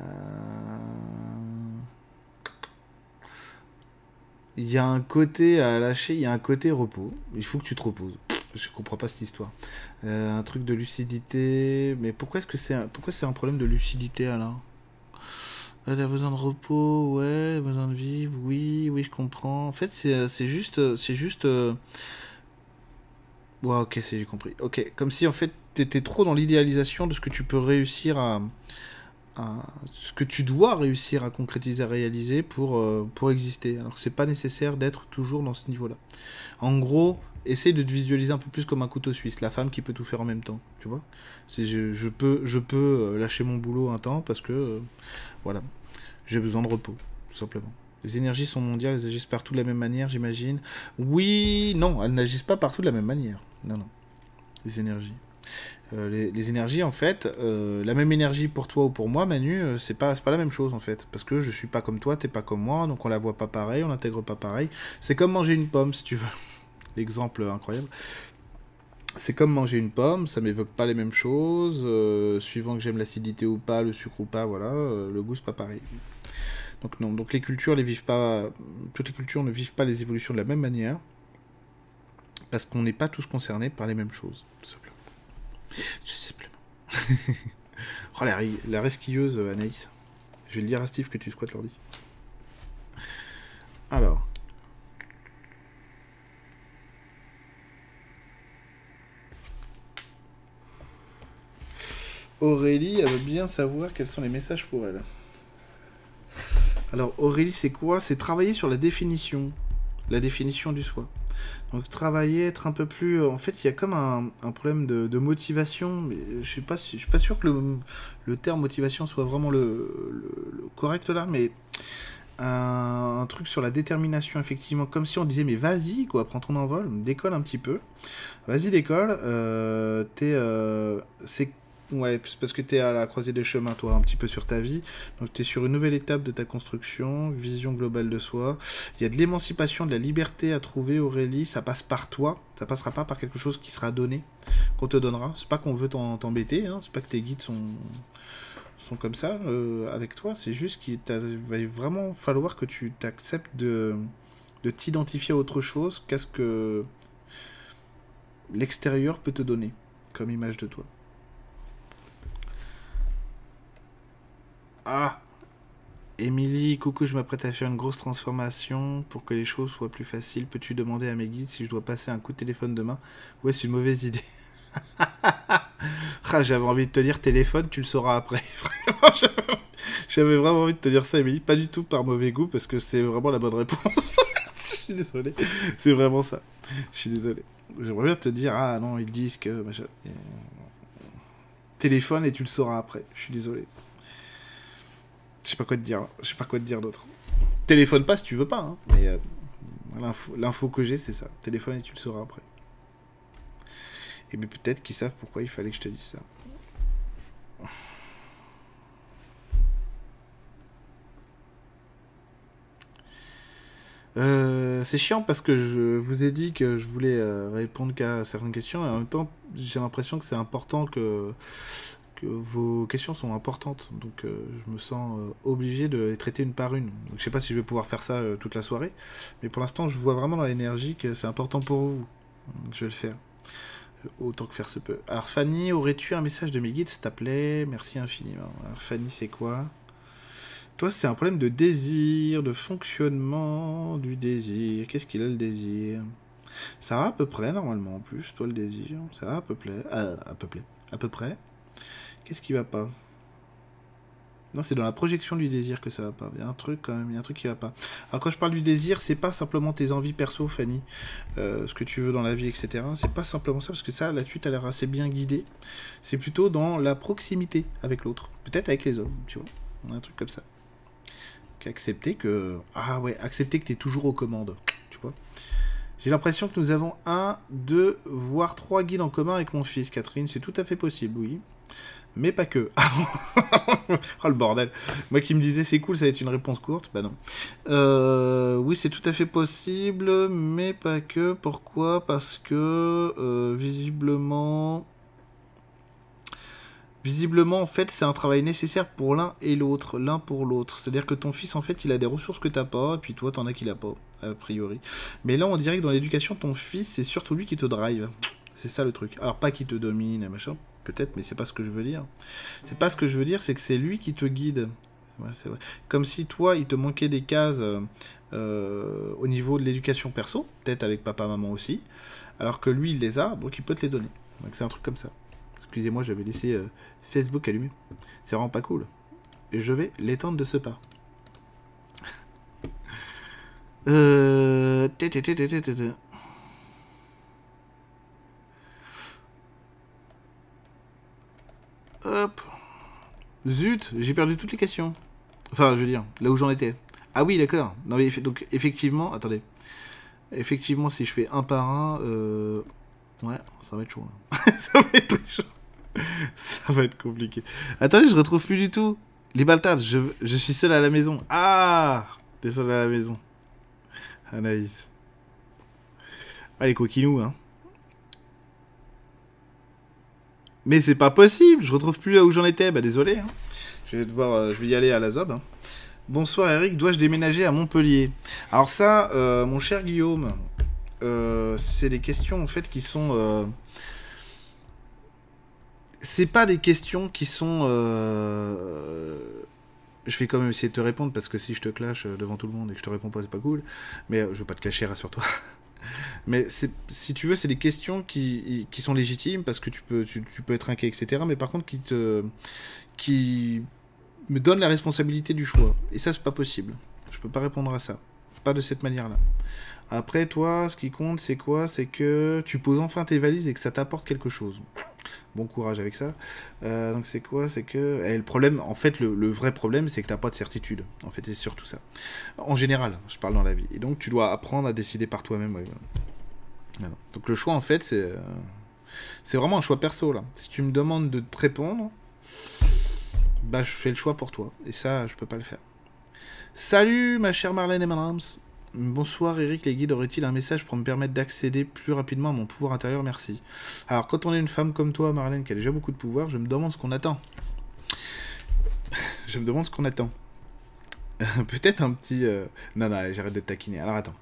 Il y a un côté à lâcher, il y a un côté repos. Il faut que tu te reposes. Je comprends pas cette histoire. Euh, un truc de lucidité. Mais pourquoi est-ce que c'est un... pourquoi c'est un problème de lucidité, Alain? Ah, t'as besoin de repos, ouais, besoin de vivre, oui, oui, je comprends. En fait, c'est euh, c'est juste, euh, c'est juste. euh, Ouais, ok, c'est j'ai compris. Ok, comme si en fait t'étais trop dans l'idéalisation de ce que tu peux réussir à, à- ce que tu dois réussir à concrétiser, à réaliser pour euh, pour exister. Alors que c'est pas nécessaire d'être toujours dans ce niveau-là. En gros, essaye de te visualiser un peu plus comme un couteau suisse, la femme qui peut tout faire en même temps, tu vois. C'est je, je peux je peux euh, lâcher mon boulot un temps parce que euh, voilà, j'ai besoin de repos, tout simplement. Les énergies sont mondiales, elles agissent partout de la même manière, j'imagine. Oui, non, elles n'agissent pas partout de la même manière. Non, non, les énergies. Euh, les, les énergies, en fait, euh, la même énergie pour toi ou pour moi, Manu, euh, c'est pas, c'est pas la même chose, en fait. Parce que je suis pas comme toi, t'es pas comme moi, donc on la voit pas pareil, on l'intègre pas pareil. C'est comme manger une pomme, si tu veux. L'exemple incroyable. C'est comme manger une pomme, ça m'évoque pas les mêmes choses. Euh, suivant que j'aime l'acidité ou pas, le sucre ou pas, voilà, euh, le goût c'est pas pareil. Donc non, donc les cultures les vivent pas, toutes les cultures ne vivent pas les évolutions de la même manière, parce qu'on n'est pas tous concernés par les mêmes choses, tout simplement. Tout simplement. Oh la, la resquilleuse euh, Anaïs. Je vais le dire à Steve que tu squattes l'ordi. Alors. Aurélie, elle veut bien savoir quels sont les messages pour elle. Alors Aurélie, c'est quoi? C'est travailler sur la définition. La définition du soi. Donc travailler, être un peu plus... En fait, il y a comme un, un problème de, de motivation. Mais je suis pas, je suis pas sûr que le, le terme motivation soit vraiment le, le, le correct là, mais un, un truc sur la détermination, effectivement. Comme si on disait, mais vas-y, quoi, prends ton envol, décolle un petit peu. Vas-y, décolle. Euh, t'es, euh, c'est Ouais, c'est parce que tu es à la croisée des chemins, toi, un petit peu sur ta vie. Donc, tu es sur une nouvelle étape de ta construction, vision globale de soi. Il y a de l'émancipation, de la liberté à trouver, Aurélie. Ça passe par toi. Ça passera pas par quelque chose qui sera donné, qu'on te donnera. C'est pas qu'on veut t'en- t'embêter. Hein. C'est pas que tes guides sont, sont comme ça euh, avec toi. C'est juste qu'il t'a- va vraiment falloir que tu t'acceptes de, de t'identifier à autre chose qu'à ce que l'extérieur peut te donner comme image de toi. Ah, Émilie, coucou, je m'apprête à faire une grosse transformation pour que les choses soient plus faciles. Peux-tu demander à mes guides si je dois passer un coup de téléphone demain? Ouais, c'est une mauvaise idée. Ah, j'avais envie de te dire téléphone, tu le sauras après. J'avais vraiment envie de te dire ça, Émilie. Pas du tout par mauvais goût, parce que c'est vraiment la bonne réponse. Je suis désolé. C'est vraiment ça. Je suis désolé. J'aimerais bien te dire, ah non, ils disent que... machin. Téléphone et tu le sauras après. Je suis désolé. Je sais pas quoi te dire. Je sais pas quoi te dire d'autre. Téléphone pas si tu veux pas. Hein. Mais euh, l'info que j'ai, c'est ça. Téléphone et tu le sauras après. Et bien peut-être qu'ils savent pourquoi il fallait que je te dise ça. Euh, c'est chiant parce que je vous ai dit que je voulais euh, répondre qu'à certaines questions et en même temps j'ai l'impression que c'est important que, que vos questions sont importantes, donc euh, je me sens euh, obligé de les traiter une par une. Donc je sais pas si je vais pouvoir faire ça euh, toute la soirée, mais pour l'instant je vois vraiment dans l'énergie que c'est important pour vous. Donc, je vais le faire autant que faire se peut. Alors Fanny, aurais-tu un message de mes guides s'il te plaît? Merci infiniment. Alors Fanny, c'est quoi? Toi, c'est un problème de désir, de fonctionnement du désir. Qu'est-ce qu'il a, le désir? Ça va à peu près, normalement, en plus, toi, le désir. Ça va à peu près. Ah, à peu près. À peu près. Qu'est-ce qui va pas? Non, c'est dans la projection du désir que ça va pas. Il y a un truc, quand même, il y a un truc qui va pas. Alors, quand je parle du désir, c'est pas simplement tes envies perso, Fanny. Euh, ce que tu veux dans la vie, et cetera. C'est pas simplement ça, parce que ça, là-dessus, t'as l'air assez bien guidé. C'est plutôt dans la proximité avec l'autre. Peut-être avec les hommes, tu vois. On a un truc comme ça. Accepter que... Ah ouais, accepter que tu es toujours aux commandes, tu vois. J'ai l'impression que nous avons un, deux, voire trois guides en commun avec mon fils, Catherine. C'est tout à fait possible, oui. Mais pas que. Oh le bordel. Moi qui me disais c'est cool, ça va être une réponse courte. Bah non. Euh, oui, c'est tout à fait possible, mais pas que. Pourquoi? Parce que, euh, visiblement... Visiblement, en fait, c'est un travail nécessaire pour l'un et l'autre, l'un pour l'autre. C'est-à-dire que ton fils, en fait, il a des ressources que t'as pas, et puis toi, t'en as qu'il a pas, a priori. Mais là, on dirait que dans l'éducation, ton fils, c'est surtout lui qui te drive. C'est ça le truc. Alors, pas qui te domine, machin, peut-être, mais c'est pas ce que je veux dire. C'est pas ce que je veux dire, c'est que c'est lui qui te guide. Ouais, c'est vrai. Comme si toi, il te manquait des cases euh, au niveau de l'éducation perso, peut-être avec papa, maman aussi, alors que lui, il les a, donc il peut te les donner. Donc c'est un truc comme ça. Excusez-moi, j'avais laissé euh, Facebook allumé. C'est vraiment pas cool. Et je vais l'éteindre de ce pas. euh... Hop. Zut, j'ai perdu toutes les questions. Enfin, je veux dire, là où j'en étais. Ah oui, d'accord. Non, mais donc, effectivement... Attendez. Effectivement, si je fais un par un... Euh... Ouais, ça va être chaud. Là. Ça va être très chaud. Ça va être compliqué. Attendez, je retrouve plus du tout. Les baltades, je, je suis seul à la maison. Ah, t'es seul à la maison. Anaïs. Ah, les coquinous, hein. Mais c'est pas possible, je retrouve plus là où j'en étais. Bah désolé, hein. Je vais devoir, euh, je vais y aller à la zob. Hein. Bonsoir Eric, dois-je déménager à Montpellier? Alors ça, euh, mon cher Guillaume, euh, c'est des questions en fait qui sont... Euh, c'est pas des questions qui sont... Euh... Je vais quand même essayer de te répondre, parce que si je te clash devant tout le monde et que je te réponds pas, c'est pas cool. Mais euh, je veux pas te clasher, rassure-toi. Mais si tu veux, c'est des questions qui, qui sont légitimes, parce que tu peux, tu, tu peux être inquiet, et cetera. Mais par contre, qui te... qui me donnent la responsabilité du choix. Et ça, c'est pas possible. Je peux pas répondre à ça. Pas de cette manière-là. Après, toi, ce qui compte, c'est quoi? C'est que tu poses enfin tes valises et que ça t'apporte quelque chose. Bon courage avec ça. Euh, donc c'est quoi? C'est que... Et le problème, en fait, le, le vrai problème, c'est que t'as pas de certitude. En fait, c'est surtout ça. En général, je parle dans la vie. Et donc, tu dois apprendre à décider par toi-même. Ouais, voilà. Donc le choix, en fait, c'est... Euh... C'est vraiment un choix perso, là. Si tu me demandes de te répondre, bah, je fais le choix pour toi. Et ça, je peux pas le faire. Salut, ma chère Marlène et Madame. Bonsoir Eric, les guides auraient-ils un message pour me permettre d'accéder plus rapidement à mon pouvoir intérieur? Merci. Alors, quand on est une femme comme toi, Marlène, qui a déjà beaucoup de pouvoir, je me demande ce qu'on attend. je me demande ce qu'on attend. Peut-être un petit... Euh... Non, non, allez, j'arrête de te taquiner. Alors, attends.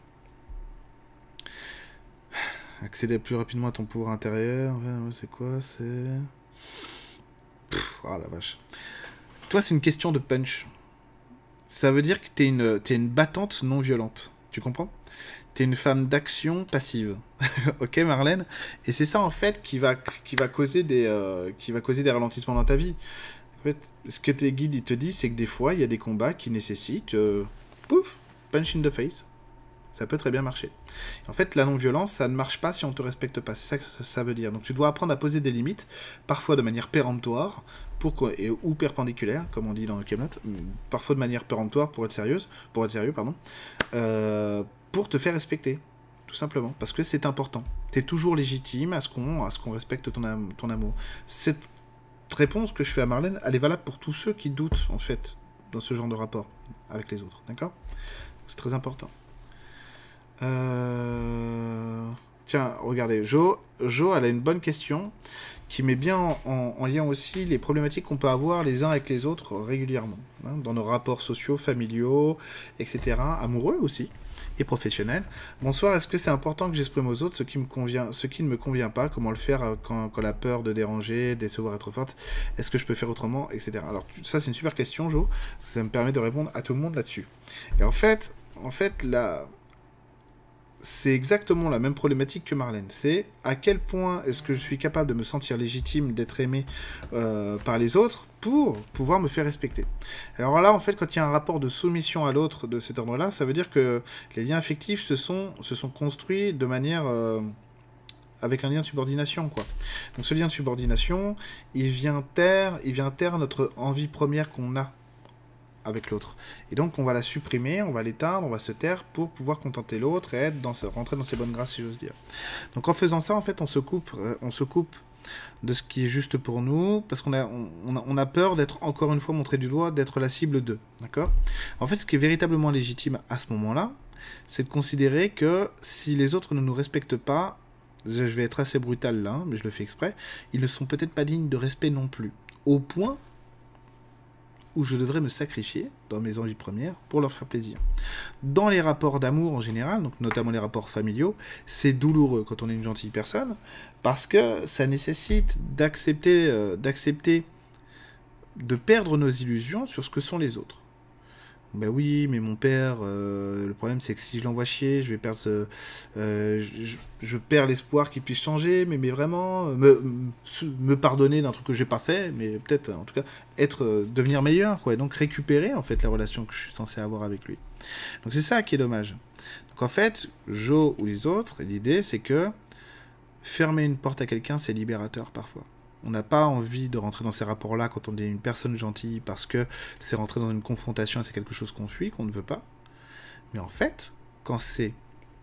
Accéder plus rapidement à ton pouvoir intérieur, c'est quoi? C'est... Oh la vache. Toi, c'est une question de punch. Ça veut dire que t'es une, t'es une battante non violente. Tu comprends? T'es une femme d'action passive. Ok, Marlène? Et c'est ça, en fait, qui va, qui va causer des, euh, qui va causer des ralentissements dans ta vie. En fait, ce que tes guides ils te disent, c'est que des fois, il y a des combats qui nécessitent... Euh, pouf, punch in the face. Ça peut très bien marcher. En fait, la non-violence, ça ne marche pas si on ne te respecte pas. C'est ça que ça veut dire. Donc tu dois apprendre à poser des limites, parfois de manière péremptoire, pour que, et, ou perpendiculaire, comme on dit dans le Camelot, parfois de manière péremptoire pour être sérieuse, pour être sérieux, pardon, euh, pour te faire respecter, tout simplement, parce que c'est important. Tu es toujours légitime à ce qu'on à ce qu'on respecte ton, am ton amour. Cette réponse que je fais à Marlène, elle est valable pour tous ceux qui doutent, en fait, dans ce genre de rapport avec les autres, d'accord? C'est très important. Euh... Tiens, regardez, Jo, Jo, elle a une bonne question qui met bien en, en, en lien aussi les problématiques qu'on peut avoir les uns avec les autres régulièrement, hein, dans nos rapports sociaux, familiaux, et cetera, amoureux aussi, et professionnels. Bonsoir, est-ce que c'est important que j'exprime aux autres ce qui, me convient, ce qui ne me convient pas? Comment le faire quand, quand la peur de déranger, décevoir est trop forte? Est-ce que je peux faire autrement, et cetera. Alors, ça, c'est une super question, Jo. Ça me permet de répondre à tout le monde là-dessus. Et en fait, en fait, la... c'est exactement la même problématique que Marlène. C'est à quel point est-ce que je suis capable de me sentir légitime, d'être aimé euh, par les autres pour pouvoir me faire respecter. Alors là, en fait, quand il y a un rapport de soumission à l'autre de cet ordre-là, ça veut dire que les liens affectifs se sont, se sont construits de manière... Euh, avec un lien de subordination, quoi. Donc ce lien de subordination, il vient taire, il vient taire notre envie première qu'on a avec l'autre. Et donc on va la supprimer, on va l'éteindre, on va se taire pour pouvoir contenter l'autre et être dans ce, rentrer dans ses bonnes grâces, si j'ose dire. Donc en faisant ça, en fait, on se coupe, euh, on se coupe de ce qui est juste pour nous, parce qu'on a, on, a, on a peur d'être encore une fois montré du doigt, d'être la cible d'eux. D'accord? En fait, ce qui est véritablement légitime à ce moment-là, c'est de considérer que si les autres ne nous respectent pas, je vais être assez brutal là, mais je le fais exprès, ils ne sont peut-être pas dignes de respect non plus. Au point où je devrais me sacrifier dans mes envies premières pour leur faire plaisir. Dans les rapports d'amour en général, donc notamment les rapports familiaux, c'est douloureux quand on est une gentille personne, parce que ça nécessite d'accepter, euh, d'accepter de perdre nos illusions sur ce que sont les autres. Ben oui, mais mon père, euh, le problème c'est que si je l'envoie chier, je vais perdre ce, euh, je, je perds l'espoir qu'il puisse changer, mais, mais vraiment me, me pardonner d'un truc que j'ai pas fait, mais peut-être en tout cas être, euh, devenir meilleur, quoi, et donc récupérer en fait la relation que je suis censé avoir avec lui. Donc c'est ça qui est dommage. Donc en fait, Jo ou les autres, l'idée c'est que fermer une porte à quelqu'un c'est libérateur parfois. On n'a pas envie de rentrer dans ces rapports-là quand on est une personne gentille parce que c'est rentrer dans une confrontation et c'est quelque chose qu'on fuit, qu'on ne veut pas. Mais en fait, quand c'est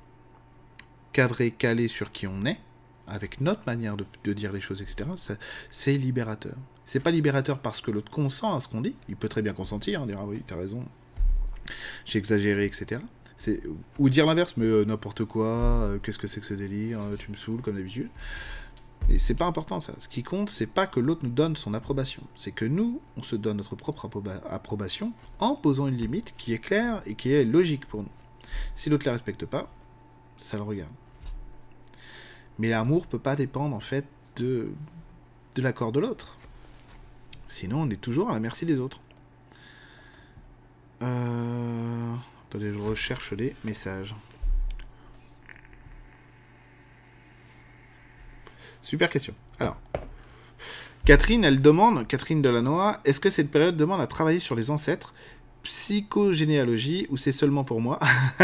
cadré, calé sur qui on est, avec notre manière de, de dire les choses, et cetera, c'est libérateur. C'est pas libérateur parce que l'autre consent à ce qu'on dit. Il peut très bien consentir, hein, dire « Ah oui, t'as raison, j'ai exagéré, et cetera » Ou dire l'inverse, mais euh, n'importe quoi, euh, qu'est-ce que c'est que ce délire, euh, tu me saoules comme d'habitude. Et c'est pas important ça. Ce qui compte, c'est pas que l'autre nous donne son approbation. C'est que nous, on se donne notre propre approbation en posant une limite qui est claire et qui est logique pour nous. Si l'autre la respecte pas, ça le regarde. Mais l'amour peut pas dépendre en fait de, de l'accord de l'autre. Sinon, on est toujours à la merci des autres. Euh... Attendez, je recherche les messages. Super question. Alors, Catherine, elle demande, Catherine Delanoë, est-ce que cette période demande à travailler sur les ancêtres, psychogénéalogie, ou c'est seulement pour moi?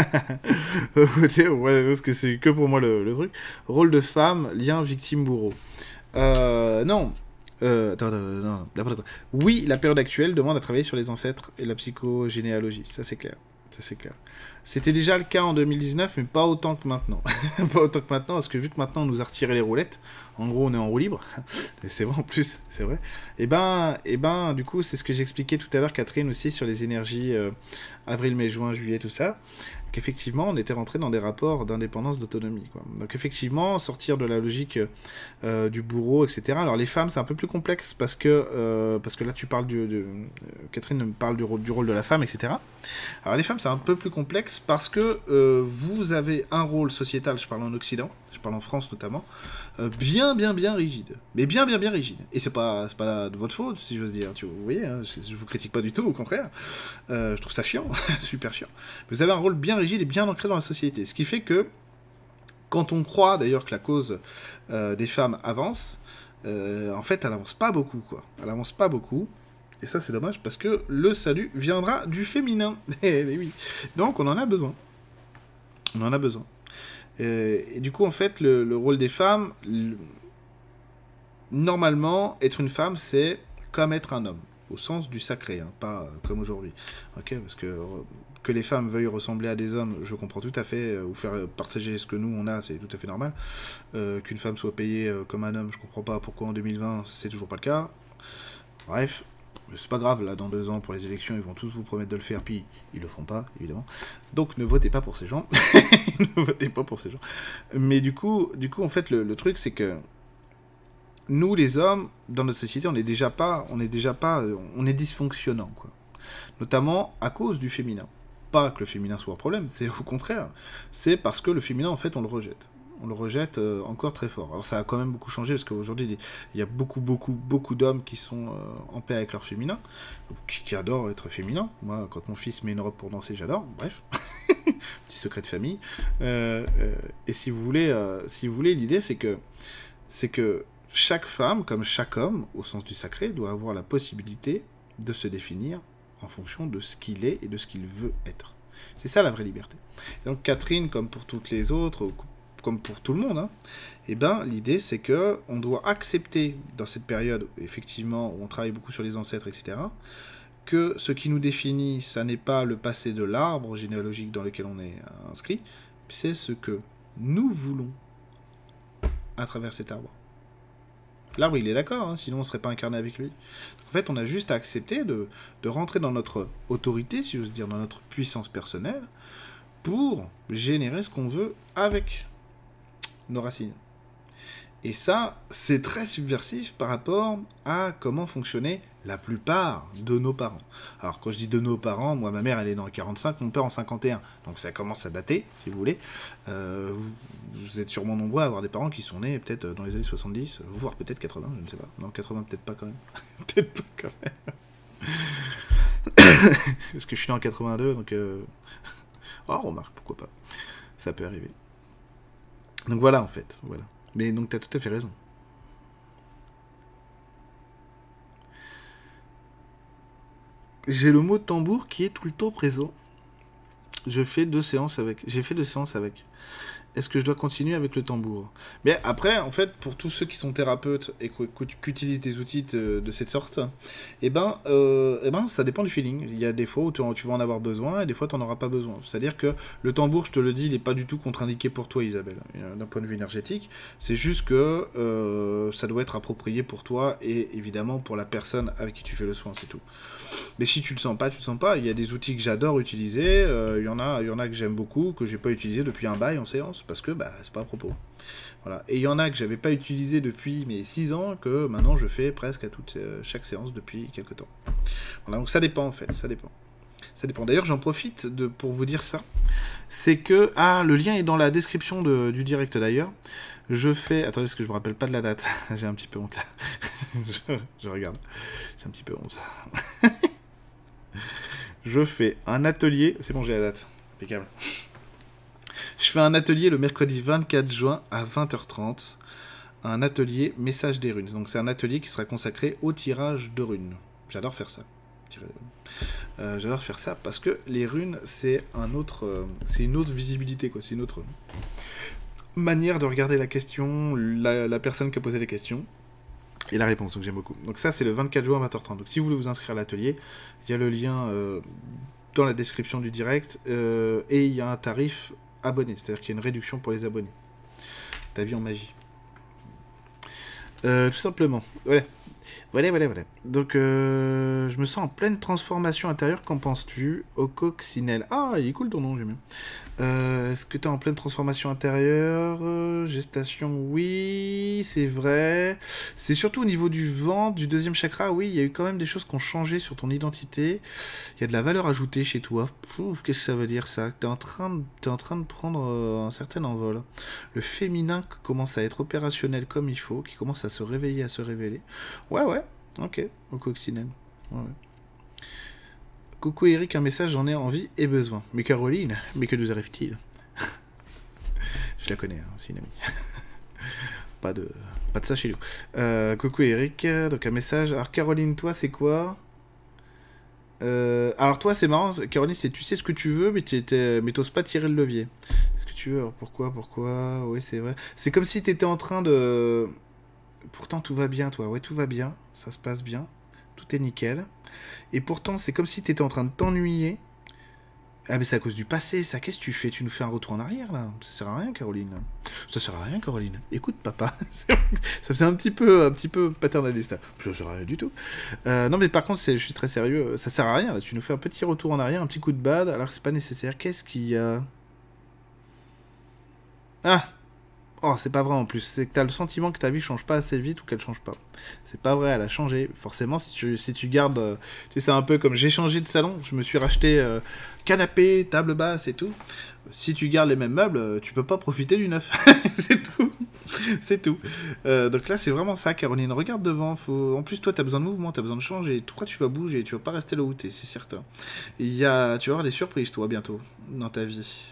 Ouais, parce que c'est que pour moi le, le truc. Rôle de femme, lien victime-bourreau. Euh, non. Euh, attends, attends, non, n'importe quoi. Oui, la période actuelle demande à travailler sur les ancêtres et la psychogénéalogie. Ça, c'est clair. Ça, c'est clair. C'était déjà le cas en deux mille dix-neuf, mais pas autant que maintenant. Pas autant que maintenant, parce que vu que maintenant on nous a retiré les roulettes, en gros on est en roue libre, c'est vrai en plus, c'est vrai, et ben, et ben du coup c'est ce que j'expliquais tout à l'heure, Catherine, aussi sur les énergies euh, avril, mai, juin, juillet, tout ça, qu'effectivement on était rentré dans des rapports d'indépendance, d'autonomie, quoi. Donc effectivement, sortir de la logique euh, du bourreau, et cetera. Alors les femmes c'est un peu plus complexe, parce que, euh, parce que là tu parles du... de, Catherine me parle du rôle, du rôle de la femme, et cetera. Alors les femmes c'est un peu plus complexe, parce que euh, vous avez un rôle sociétal, je parle en Occident, je parle en France notamment, euh, bien, bien, bien rigide. Mais bien, bien, bien rigide. Et c'est pas, c'est pas de votre faute, si j'ose dire. Tu, vous voyez, hein, je, je vous critique pas du tout, au contraire. Euh, je trouve ça chiant, super chiant. Vous avez un rôle bien rigide et bien ancré dans la société. Ce qui fait que, quand on croit d'ailleurs que la cause euh, des femmes avance, euh, en fait, elle avance pas beaucoup, quoi. Elle avance pas beaucoup. Et ça, c'est dommage, parce que le salut viendra du féminin. Et, et oui. Donc, on en a besoin. On en a besoin. Et, et du coup, en fait, le, le rôle des femmes, le... normalement, être une femme, c'est comme être un homme, au sens du sacré, hein, pas euh, comme aujourd'hui. Ok, parce que euh, que les femmes veuillent ressembler à des hommes, je comprends tout à fait, euh, ou faire partager ce que nous on a, c'est tout à fait normal. Euh, qu'une femme soit payée euh, comme un homme, je comprends pas pourquoi en deux mille vingt c'est toujours pas le cas. Bref. Mais c'est pas grave, là, dans deux ans, pour les élections, ils vont tous vous promettre de le faire, puis ils le feront pas, évidemment. Donc, ne votez pas pour ces gens. Ne votez pas pour ces gens. Mais du coup, du coup en fait, le, le truc, c'est que nous, les hommes, dans notre société, on est déjà pas, on est déjà pas, on est dysfonctionnant, quoi. Notamment à cause du féminin. Pas que le féminin soit un problème, c'est au contraire. C'est parce que le féminin, en fait, on le rejette. On le rejette euh, encore très fort. Alors ça a quand même beaucoup changé, parce qu'aujourd'hui, il y a beaucoup, beaucoup, beaucoup d'hommes qui sont euh, en paix avec leur féminin, qui, qui adorent être féminin. Moi, quand mon fils met une robe pour danser, j'adore. Bref, petit secret de famille. Euh, euh, et si vous voulez, euh, si vous voulez, l'idée, c'est que, c'est que chaque femme, comme chaque homme, au sens du sacré, doit avoir la possibilité de se définir en fonction de ce qu'il est et de ce qu'il veut être. C'est ça la vraie liberté. Et donc Catherine, comme pour toutes les autres, comme pour tout le monde, hein, eh ben, l'idée c'est que on doit accepter, dans cette période, effectivement, où on travaille beaucoup sur les ancêtres, et cetera, que ce qui nous définit, ça n'est pas le passé de l'arbre généalogique dans lequel on est inscrit, c'est ce que nous voulons à travers cet arbre. L'arbre, il est d'accord, hein, sinon on ne serait pas incarné avec lui. En fait, on a juste à accepter de, de rentrer dans notre autorité, si j'ose dire, dans notre puissance personnelle, pour générer ce qu'on veut avec nos racines. Et ça, c'est très subversif par rapport à comment fonctionnait la plupart de nos parents. Alors, quand je dis de nos parents, moi, ma mère, elle est dans le quarante-cinq, mon père en cinquante et un. Donc, ça commence à dater, si vous voulez. Euh, vous, vous êtes sûrement nombreux à avoir des parents qui sont nés peut-être dans les années soixante-dix, voire peut-être quatre-vingts, je ne sais pas. Non, quatre-vingts, peut-être pas quand même. Peut-être pas quand même. Parce que je suis né en quatre-vingt-deux, donc... Euh... Oh, remarque, pourquoi pas. Ça peut arriver. Donc voilà, en fait, voilà. Mais donc, tu as tout à fait raison. J'ai le mot tambour qui est tout le temps présent. Je fais deux séances avec. J'ai fait deux séances avec. Est-ce que je dois continuer avec le tambour? Mais après, en fait, pour tous ceux qui sont thérapeutes et qui utilisent des outils de, de cette sorte, eh ben, euh, eh ben, ça dépend du feeling. Il y a des fois où tu, tu vas en avoir besoin et des fois tu n'en auras pas besoin. C'est-à-dire que le tambour, je te le dis, il n'est pas du tout contre-indiqué pour toi, Isabelle, d'un point de vue énergétique. C'est juste que euh, ça doit être approprié pour toi et évidemment pour la personne avec qui tu fais le soin, c'est tout. Mais si tu le sens pas, tu le sens pas. Il y a des outils que j'adore utiliser. Euh, il y en a, il y en a que j'aime beaucoup, que j'ai pas utilisé depuis un bail en séance, parce que bah c'est pas à propos. Voilà. Et il y en a que j'avais pas utilisé depuis mes six ans, que maintenant je fais presque à toute euh, chaque séance depuis quelques temps. Voilà. Donc ça dépend en fait, ça dépend. Ça dépend. D'ailleurs, j'en profite de, pour vous dire ça. C'est que ah, le lien est dans la description de, du direct d'ailleurs. Je fais... Attendez, parce que je me rappelle pas de la date. J'ai un petit peu honte là. je, je regarde. J'ai un petit peu honte. Je fais un atelier... C'est bon, j'ai la date. Impeccable. Je fais un atelier le mercredi vingt-quatre juin à vingt heures trente. Un atelier message des runes. Donc c'est un atelier qui sera consacré au tirage de runes. J'adore faire ça. Euh, J'adore faire ça parce que les runes, c'est un autre... Euh, c'est une autre visibilité, quoi. C'est une autre... manière de regarder la question, la, la personne qui a posé les questions, et la réponse, donc j'aime beaucoup. Donc ça, c'est le vingt-quatre juin à vingt heures trente. Donc si vous voulez vous inscrire à l'atelier, il y a le lien euh, dans la description du direct, euh, et il y a un tarif abonné, c'est-à-dire qu'il y a une réduction pour les abonnés. Ta vie en magie. Euh, tout simplement, ouais. Voilà, voilà, voilà. Donc, euh, je me sens en pleine transformation intérieure. Qu'en penses-tu? Au coccinelle. Ah, il est cool ton nom, j'aime bien. Euh, Est-ce que tu es en pleine transformation intérieure? Euh, Gestation, oui, c'est vrai. C'est surtout au niveau du ventre, du deuxième chakra, oui, il y a eu quand même des choses qui ont changé sur ton identité. Il y a de la valeur ajoutée chez toi. Pouf, qu'est-ce que ça veut dire ça? Tu es en train de, t'es en train de prendre euh, un certain envol. Le féminin qui commence à être opérationnel comme il faut, qui commence à se réveiller, à se révéler. Ouais, ouais, ok, au coccinelle. Ouais, ouais. Coucou Eric, un message, j'en ai envie et besoin. Mais Caroline, mais que nous arrive-t-il? Je la connais, hein, c'est une amie. pas, de, pas de ça chez nous. Euh, coucou Eric, donc un message. Alors Caroline, toi c'est quoi? euh, Alors toi c'est marrant, Caroline, c'est tu sais ce que tu veux, mais t'oses pas tirer le levier. Ce que tu veux, alors pourquoi, pourquoi? Oui c'est vrai. C'est comme si t'étais en train de... Pourtant tout va bien toi, ouais tout va bien, ça se passe bien, tout est nickel. Et pourtant c'est comme si t'étais en train de t'ennuyer. Ah mais c'est à cause du passé, ça, qu'est-ce que tu fais? Tu nous fais un retour en arrière, là? Ça sert à rien, Caroline. Ça sert à rien, Caroline. Écoute, papa. Ça faisait un petit peu, un petit peu paternaliste, là. Ça sert à rien du tout. Euh, non mais par contre, je suis très sérieux, ça sert à rien, là. Tu nous fais un petit retour en arrière, un petit coup de bad, alors que c'est pas nécessaire. Qu'est-ce qu'il y a? Ah! Oh, c'est pas vrai en plus, c'est que t'as le sentiment que ta vie change pas assez vite ou qu'elle change pas. C'est pas vrai, elle a changé. Forcément, si tu, si tu gardes... Euh, tu sais, c'est un peu comme j'ai changé de salon, je me suis racheté euh, canapé, table basse et tout. Si tu gardes les mêmes meubles, euh, tu peux pas profiter du neuf. C'est tout. C'est tout. Euh, donc là, c'est vraiment ça, Caroline. Regarde devant. Faut... En plus, toi, t'as besoin de mouvement, t'as besoin de changer. Toi, tu vas bouger, tu vas pas rester là où t'es, c'est certain. Il y a... Tu vas avoir des surprises, toi, bientôt, dans ta vie.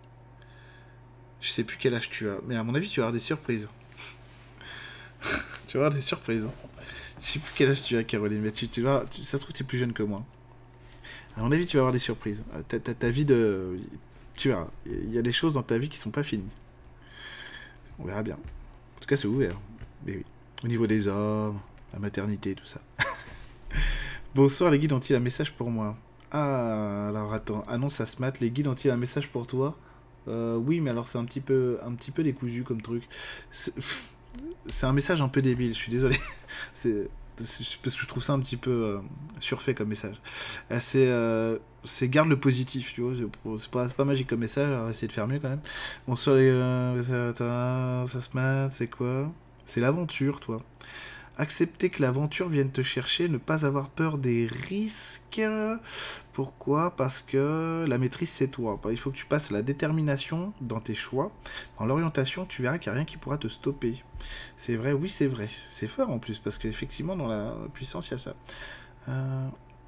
Je sais plus quel âge tu as, mais à mon avis, tu vas avoir des surprises. Tu vas avoir des surprises. Hein. Je sais plus quel âge tu as, Caroline, mais tu, tu vas, tu, ça se trouve, tu es plus jeune que moi. À mon avis, tu vas avoir des surprises. Ta, ta, ta vie de... Tu verras. Il y a des choses dans ta vie qui sont pas finies. On verra bien. En tout cas, c'est ouvert. Mais oui. Au niveau des hommes, la maternité, tout ça. Bonsoir, les guides ont-ils un message pour moi? Ah, alors attends. Annonce à Smat, les guides ont-ils un message pour toi? Euh, oui, mais alors c'est un petit peu, un petit peu décousu comme truc. C'est un message un peu débile, je suis désolé. C'est parce que je trouve ça un petit peu euh, surfait comme message. Euh, c'est euh, garde le positif, tu vois. C'est pas, pas magique comme message, on va essayer de faire mieux quand même. Bonsoir les gars, ça se mate, c'est quoi? C'est l'aventure, toi. Accepter que l'aventure vienne te chercher, ne pas avoir peur des risques. Pourquoi? Parce que la maîtrise, c'est toi. Il faut que tu passes à la détermination dans tes choix. Dans l'orientation, tu verras qu'il n'y a rien qui pourra te stopper. C'est vrai, oui, c'est vrai. C'est fort en plus, parce qu'effectivement, dans la puissance, il y a ça. Euh...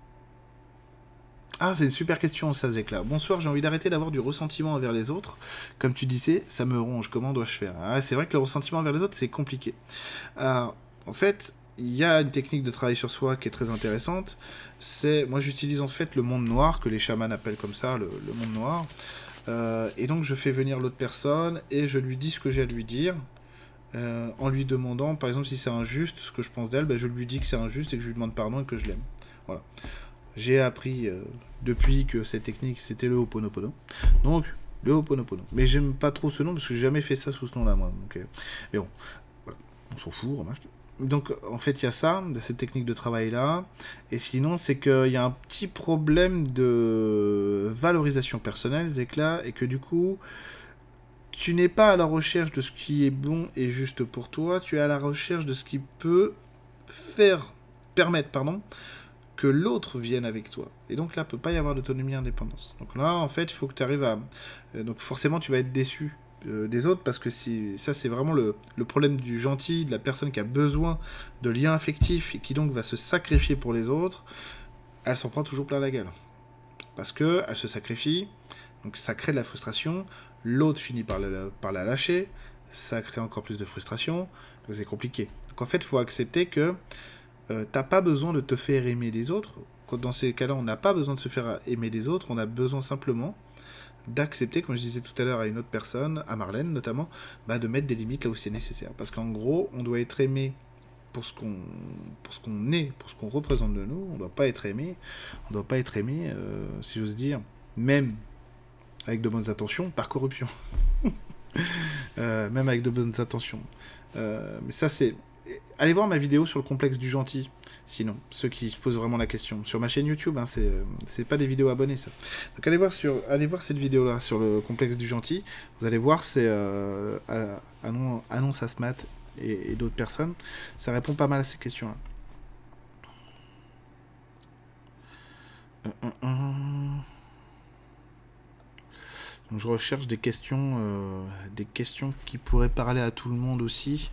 Ah, c'est une super question, ça, Zekla. Bonsoir, j'ai envie d'arrêter d'avoir du ressentiment envers les autres. Comme tu disais, ça me ronge. Comment dois-je faire? Ah, c'est vrai que le ressentiment envers les autres, c'est compliqué. Alors... En fait, il y a une technique de travail sur soi qui est très intéressante. C'est, moi, j'utilise en fait le monde noir, que les chamans appellent comme ça, le, le monde noir. Euh, et donc, je fais venir l'autre personne et je lui dis ce que j'ai à lui dire. Euh, en lui demandant, par exemple, si c'est injuste, ce que je pense d'elle, ben, je lui dis que c'est injuste et que je lui demande pardon et que je l'aime. Voilà. J'ai appris euh, depuis que cette technique, c'était le Ho'oponopono. Donc, le Ho'oponopono. Mais j'aime pas trop ce nom parce que j'ai jamais fait ça sous ce nom-là, moi. Donc, euh, mais bon, voilà. On s'en fout, remarque. Donc, en fait, il y a ça, cette technique de travail-là. Et sinon, c'est qu'il y a un petit problème de valorisation personnelle, Zekla, et que du coup, tu n'es pas à la recherche de ce qui est bon et juste pour toi, tu es à la recherche de ce qui peut faire, permettre, pardon, que l'autre vienne avec toi. Et donc là, il ne peut pas y avoir d'autonomie et indépendance. Donc là, en fait, il faut que tu arrives à... Donc forcément, tu vas être déçu des autres, parce que si, ça c'est vraiment le, le problème du gentil, de la personne qui a besoin de liens affectifs et qui donc va se sacrifier pour les autres. Elle s'en prend toujours plein la gueule parce que elle se sacrifie, donc ça crée de la frustration, l'autre finit par la, par la lâcher, ça crée encore plus de frustration, donc c'est compliqué. Donc en fait il faut accepter que euh, t'as pas besoin de te faire aimer des autres. Dans ces cas là on n'a pas besoin de se faire aimer des autres, on a besoin simplement d'accepter, comme je disais tout à l'heure à une autre personne, à Marlène notamment, bah de mettre des limites là où c'est nécessaire. Parce qu'en gros, on doit être aimé pour ce qu'on pour ce qu'on est, pour ce qu'on représente de nous. On ne doit pas être aimé, on doit pas être aimé, euh, si j'ose dire, même avec de bonnes intentions, par corruption. euh, même avec de bonnes intentions. Euh, mais ça, c'est allez voir ma vidéo sur le complexe du gentil, sinon, ceux qui se posent vraiment la question. Sur ma chaîne YouTube, hein, c'est, c'est pas des vidéos abonnées, ça. Donc allez voir, sur, allez voir cette vidéo-là sur le complexe du gentil. Vous allez voir, c'est euh, Annonce Asmat et, et d'autres personnes. Ça répond pas mal à ces questions-là. Euh, euh, euh... Donc je recherche des questions, euh, des questions qui pourraient parler à tout le monde aussi.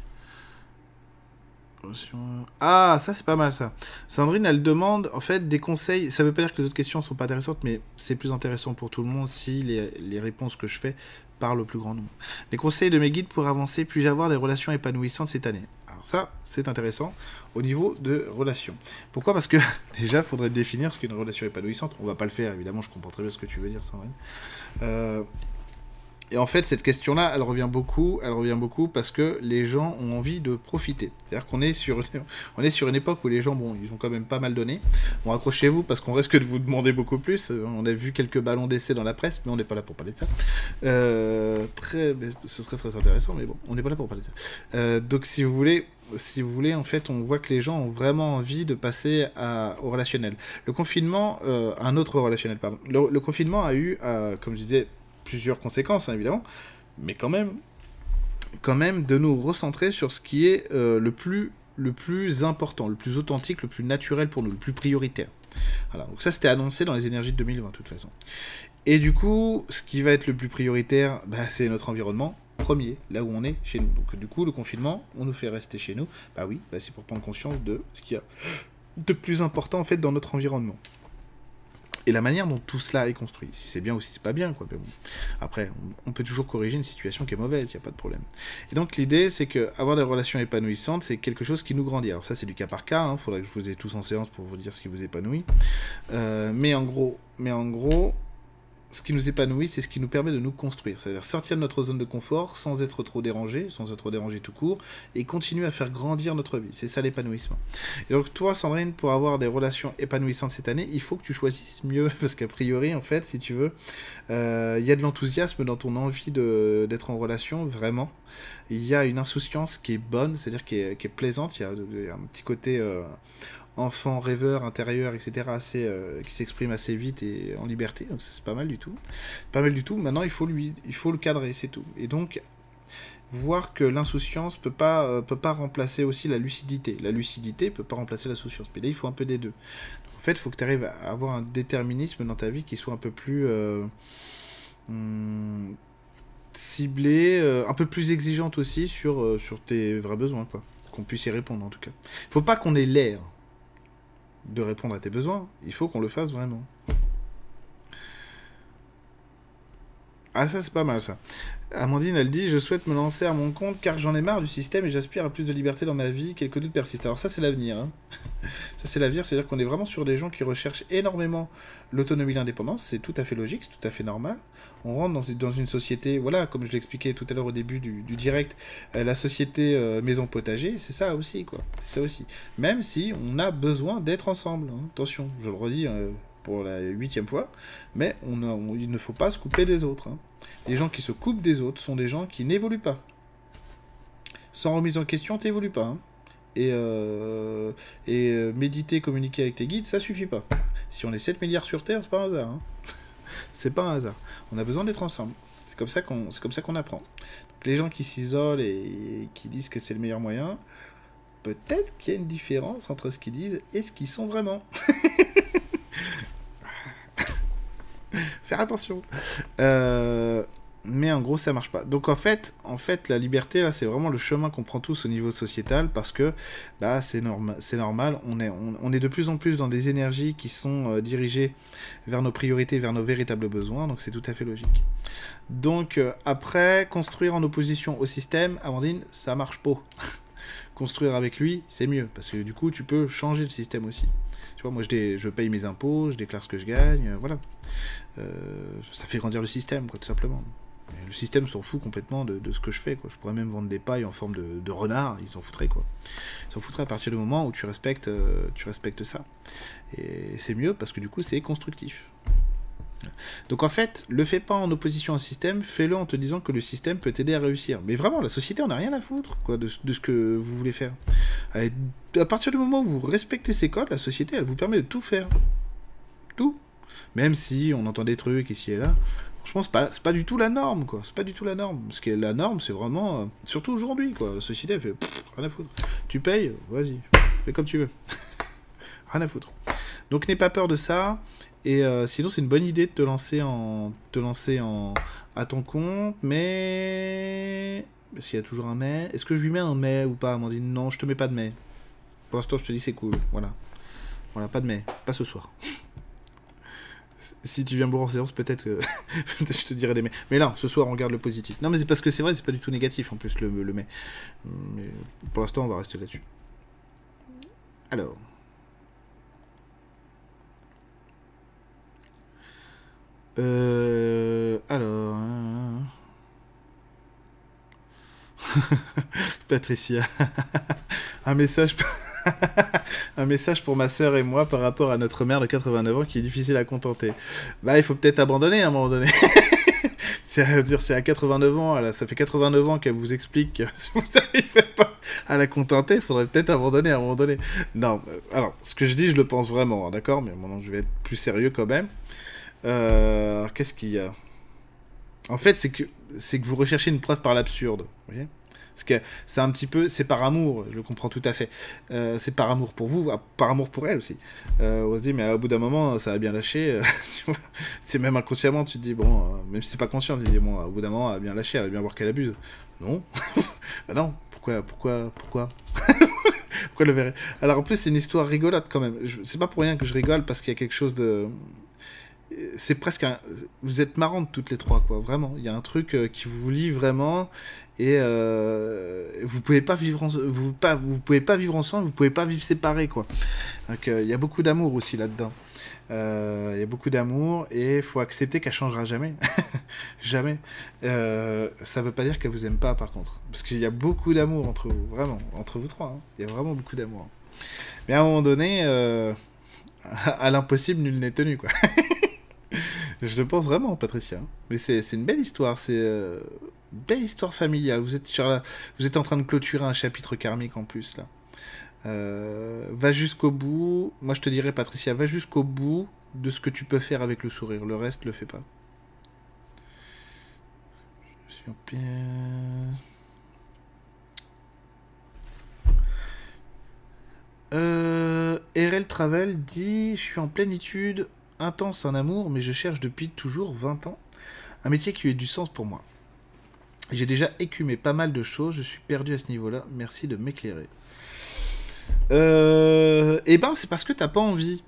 Ah, ça c'est pas mal ça. Sandrine, elle demande en fait des conseils. Ça veut pas dire que les autres questions sont pas intéressantes, mais c'est plus intéressant pour tout le monde si les, les réponses que je fais parlent au plus grand nombre. Les conseils de mes guides pour avancer, puis-je avoir des relations épanouissantes cette année? Alors ça, c'est intéressant au niveau de relations. Pourquoi? Parce que déjà, il faudrait définir ce qu'est une relation épanouissante. On va pas le faire, évidemment, je comprends très bien ce que tu veux dire, Sandrine. Euh... Et en fait, cette question-là, elle revient beaucoup, elle revient beaucoup parce que les gens ont envie de profiter. C'est-à-dire qu'on est sur, on est sur une époque où les gens, bon, ils ont quand même pas mal donné. Bon, accrochez-vous parce qu'on risque de vous demander beaucoup plus. On a vu quelques ballons d'essai dans la presse, mais on n'est pas là pour parler de ça. Euh, très, ce serait très intéressant, mais bon, on n'est pas là pour parler de ça. Euh, donc, si vous voulez, si vous voulez, en fait, on voit que les gens ont vraiment envie de passer à, au relationnel. Le confinement, euh, un autre relationnel, pardon. Le, le confinement a eu, euh, comme je disais, plusieurs conséquences, hein, évidemment, mais quand même, quand même de nous recentrer sur ce qui est euh, le, plus, le plus important, le plus authentique, le plus naturel pour nous, le plus prioritaire. Voilà, donc ça, c'était annoncé dans les énergies de deux mille vingt, de toute façon. Et du coup, ce qui va être le plus prioritaire, bah, c'est notre environnement premier, là où on est, chez nous. Donc du coup, le confinement, on nous fait rester chez nous. Bah oui, bah, c'est pour prendre conscience de ce qu'il y a de plus important, en fait, dans notre environnement. Et la manière dont tout cela est construit, si c'est bien ou si c'est pas bien, quoi. Mais bon. Après, on, on peut toujours corriger une situation qui est mauvaise, il n'y a pas de problème. Et donc l'idée, c'est que avoir des relations épanouissantes, c'est quelque chose qui nous grandit. Alors ça, c'est du cas par cas. Il hein, faudrait que je vous ai tous en séance pour vous dire ce qui vous épanouit. Euh, mais en gros, mais en gros, ce qui nous épanouit, c'est ce qui nous permet de nous construire. C'est-à-dire sortir de notre zone de confort sans être trop dérangé, sans être dérangé tout court, et continuer à faire grandir notre vie. C'est ça l'épanouissement. Et donc toi, Sandrine, pour avoir des relations épanouissantes cette année, il faut que tu choisisses mieux, parce qu'a priori, en fait, si tu veux, il euh, y a de l'enthousiasme dans ton envie de, d'être en relation, vraiment. Il y a une insouciance qui est bonne, c'est-à-dire qui est, qui est plaisante, il y a un petit côté... Euh, enfant, rêveur, intérieur, et cetera, assez, euh, qui s'exprime assez vite et en liberté, donc ça c'est pas mal du tout. Pas mal du tout, maintenant il faut, lui, il faut le cadrer, c'est tout. Et donc, voir que l'insouciance peut pas, euh, peut pas remplacer aussi la lucidité. La lucidité peut pas remplacer l'insouciance, mais là il faut un peu des deux. Donc, en fait, il faut que tu arrives à avoir un déterminisme dans ta vie qui soit un peu plus... Euh, hum, ciblé, euh, un peu plus exigeante aussi sur, euh, sur tes vrais besoins, quoi. Qu'on puisse y répondre en tout cas. Il faut pas qu'on ait l'air de répondre à tes besoins, il faut qu'on le fasse vraiment. Ah ça c'est pas mal ça. Amandine elle dit, je souhaite me lancer à mon compte car j'en ai marre du système et j'aspire à plus de liberté dans ma vie, quelques doutes persistent. Alors ça c'est l'avenir, hein. Ça c'est l'avenir, c'est-à-dire qu'on est vraiment sur des gens qui recherchent énormément l'autonomie et l'indépendance, c'est tout à fait logique, c'est tout à fait normal. On rentre dans, dans une société, voilà, comme je l'expliquais tout à l'heure au début du, du direct, euh, la société euh, maison potager, c'est ça aussi, quoi. C'est ça aussi. Même si on a besoin d'être ensemble, hein. Attention, je le redis euh, pour la huitième fois, mais on a, on, il ne faut pas se couper des autres, hein. Les gens qui se coupent des autres sont des gens qui n'évoluent pas. Sans remise en question, t'évolues pas, hein. Et, euh, et euh, méditer, communiquer avec tes guides, ça suffit pas. Si on est sept milliards sur Terre, c'est pas un hasard, hein. C'est pas un hasard. On a besoin d'être ensemble. C'est comme ça qu'on, c'est comme ça qu'on apprend. Donc les gens qui s'isolent et qui disent que c'est le meilleur moyen, peut-être qu'il y a une différence entre ce qu'ils disent et ce qu'ils sont vraiment. Faire attention. Euh... Mais en gros, ça marche pas. Donc en fait, en fait, la liberté, là, c'est vraiment le chemin qu'on prend tous au niveau sociétal, parce que bah, c'est norma- c'est normal, on est, on, on est de plus en plus dans des énergies qui sont euh, dirigées vers nos priorités, vers nos véritables besoins, donc c'est tout à fait logique. Donc euh, après, construire en opposition au système, Amandine, ça marche pas. Construire avec lui, c'est mieux, parce que du coup, tu peux changer le système aussi. Tu vois, moi, je, dé- je paye mes impôts, je déclare ce que je gagne, euh, voilà. Euh, ça fait grandir le système, quoi, tout simplement. Le système s'en fout complètement de, de ce que je fais, quoi. Je pourrais même vendre des pailles en forme de, de renard, ils s'en foutraient, quoi. Ils s'en foutraient à partir du moment où tu respectes, euh, tu respectes ça. Et c'est mieux parce que du coup, c'est constructif. Donc en fait, le fais pas en opposition à un système, fais-le en te disant que le système peut t'aider à réussir. Mais vraiment, la société, on n'a rien à foutre quoi, de, de ce que vous voulez faire. Allez, à partir du moment où vous respectez ces codes, la société, elle vous permet de tout faire. Tout. Même si on entend des trucs ici et là. Franchement, c'est pas, c'est pas du tout la norme, quoi. C'est pas du tout la norme. Ce qui est la norme, c'est vraiment... Euh, surtout aujourd'hui, quoi. La société, elle fait... Pff, rien à foutre. Tu payes, vas-y. Fais comme tu veux. Rien à foutre. Donc, n'aie pas peur de ça. Et euh, sinon, c'est une bonne idée de te lancer en... te lancer en... à ton compte. Mais... Parce qu'il y a toujours un mais. Est-ce que je lui mets un mais ou pas, Amandine? Non, je te mets pas de mais. Pour l'instant, je te dis c'est cool. Voilà. Voilà, pas de mais. Pas ce soir. Si tu viens boire en séance, peut-être que je te dirai des mais. Mais là, ce soir, on regarde le positif. Non, mais c'est parce que c'est vrai, c'est pas du tout négatif en plus, le, le mais. Mais pour l'instant, on va rester là-dessus. Alors. Euh. Alors. Hein... Patricia. Un message. Un message pour ma sœur et moi par rapport à notre mère de quatre-vingt-neuf ans qui est difficile à contenter. Bah, il faut peut-être abandonner à un moment donné. C'est à dire, c'est à quatre-vingt-neuf ans, là, ça fait quatre-vingt-neuf ans qu'elle vous explique que si vous n'arrivez pas à la contenter, il faudrait peut-être abandonner à un moment donné. Non, euh, alors, ce que je dis, je le pense vraiment, hein, d'accord, mais maintenant, je vais être plus sérieux quand même. Euh, alors, qu'est-ce qu'il y a? En fait, c'est que, c'est que vous recherchez une preuve par l'absurde, vous voyez? Parce que c'est un petit peu, c'est par amour, je le comprends tout à fait. Euh, c'est par amour pour vous, par amour pour elle aussi. Euh, on se dit, mais au bout d'un moment, ça va bien lâcher. C'est même inconsciemment, tu te dis, bon, euh, même si c'est pas conscient, tu te dis, bon, au bout d'un moment, elle va bien lâcher, elle va bien voir qu'elle abuse. Non. Bah non, pourquoi, pourquoi, pourquoi Pourquoi le verrait? Alors en plus, c'est une histoire rigolote quand même. C'est pas pour rien que je rigole, parce qu'il y a quelque chose de... C'est presque un... Vous êtes marrantes toutes les trois, quoi, vraiment. Il y a un truc euh, qui vous lie vraiment... Et euh, vous pouvez pas vivre en... vous pas vous pouvez pas vivre ensemble, vous pouvez pas vivre séparés quoi. Donc il euh, y a beaucoup d'amour aussi là-dedans. Il euh, y a beaucoup d'amour et il faut accepter qu'elle changera jamais, jamais. Euh, ça veut pas dire qu'elle vous aime pas par contre, parce qu'il y a beaucoup d'amour entre vous, vraiment entre vous trois. Il hein. Y a vraiment beaucoup d'amour. Mais à un moment donné, euh, à l'impossible nul n'est tenu quoi. Je le pense vraiment, Patricia. Mais c'est une belle histoire. C'est euh, belle histoire familiale. Vous êtes sur la... vous êtes en train de clôturer un chapitre karmique en plus là. Euh, va jusqu'au bout. Moi, je te dirais, Patricia, va jusqu'au bout de ce que tu peux faire avec le sourire. Le reste, le fais pas. Je suis en plein... Euh, R L Travel dit, je suis en plénitude. Intense en amour, mais je cherche depuis toujours vingt ans un métier qui ait du sens pour moi. J'ai déjà écumé pas mal de choses, je suis perdu à ce niveau-là, merci de m'éclairer. Euh... Eh ben, c'est parce que t'as pas envie.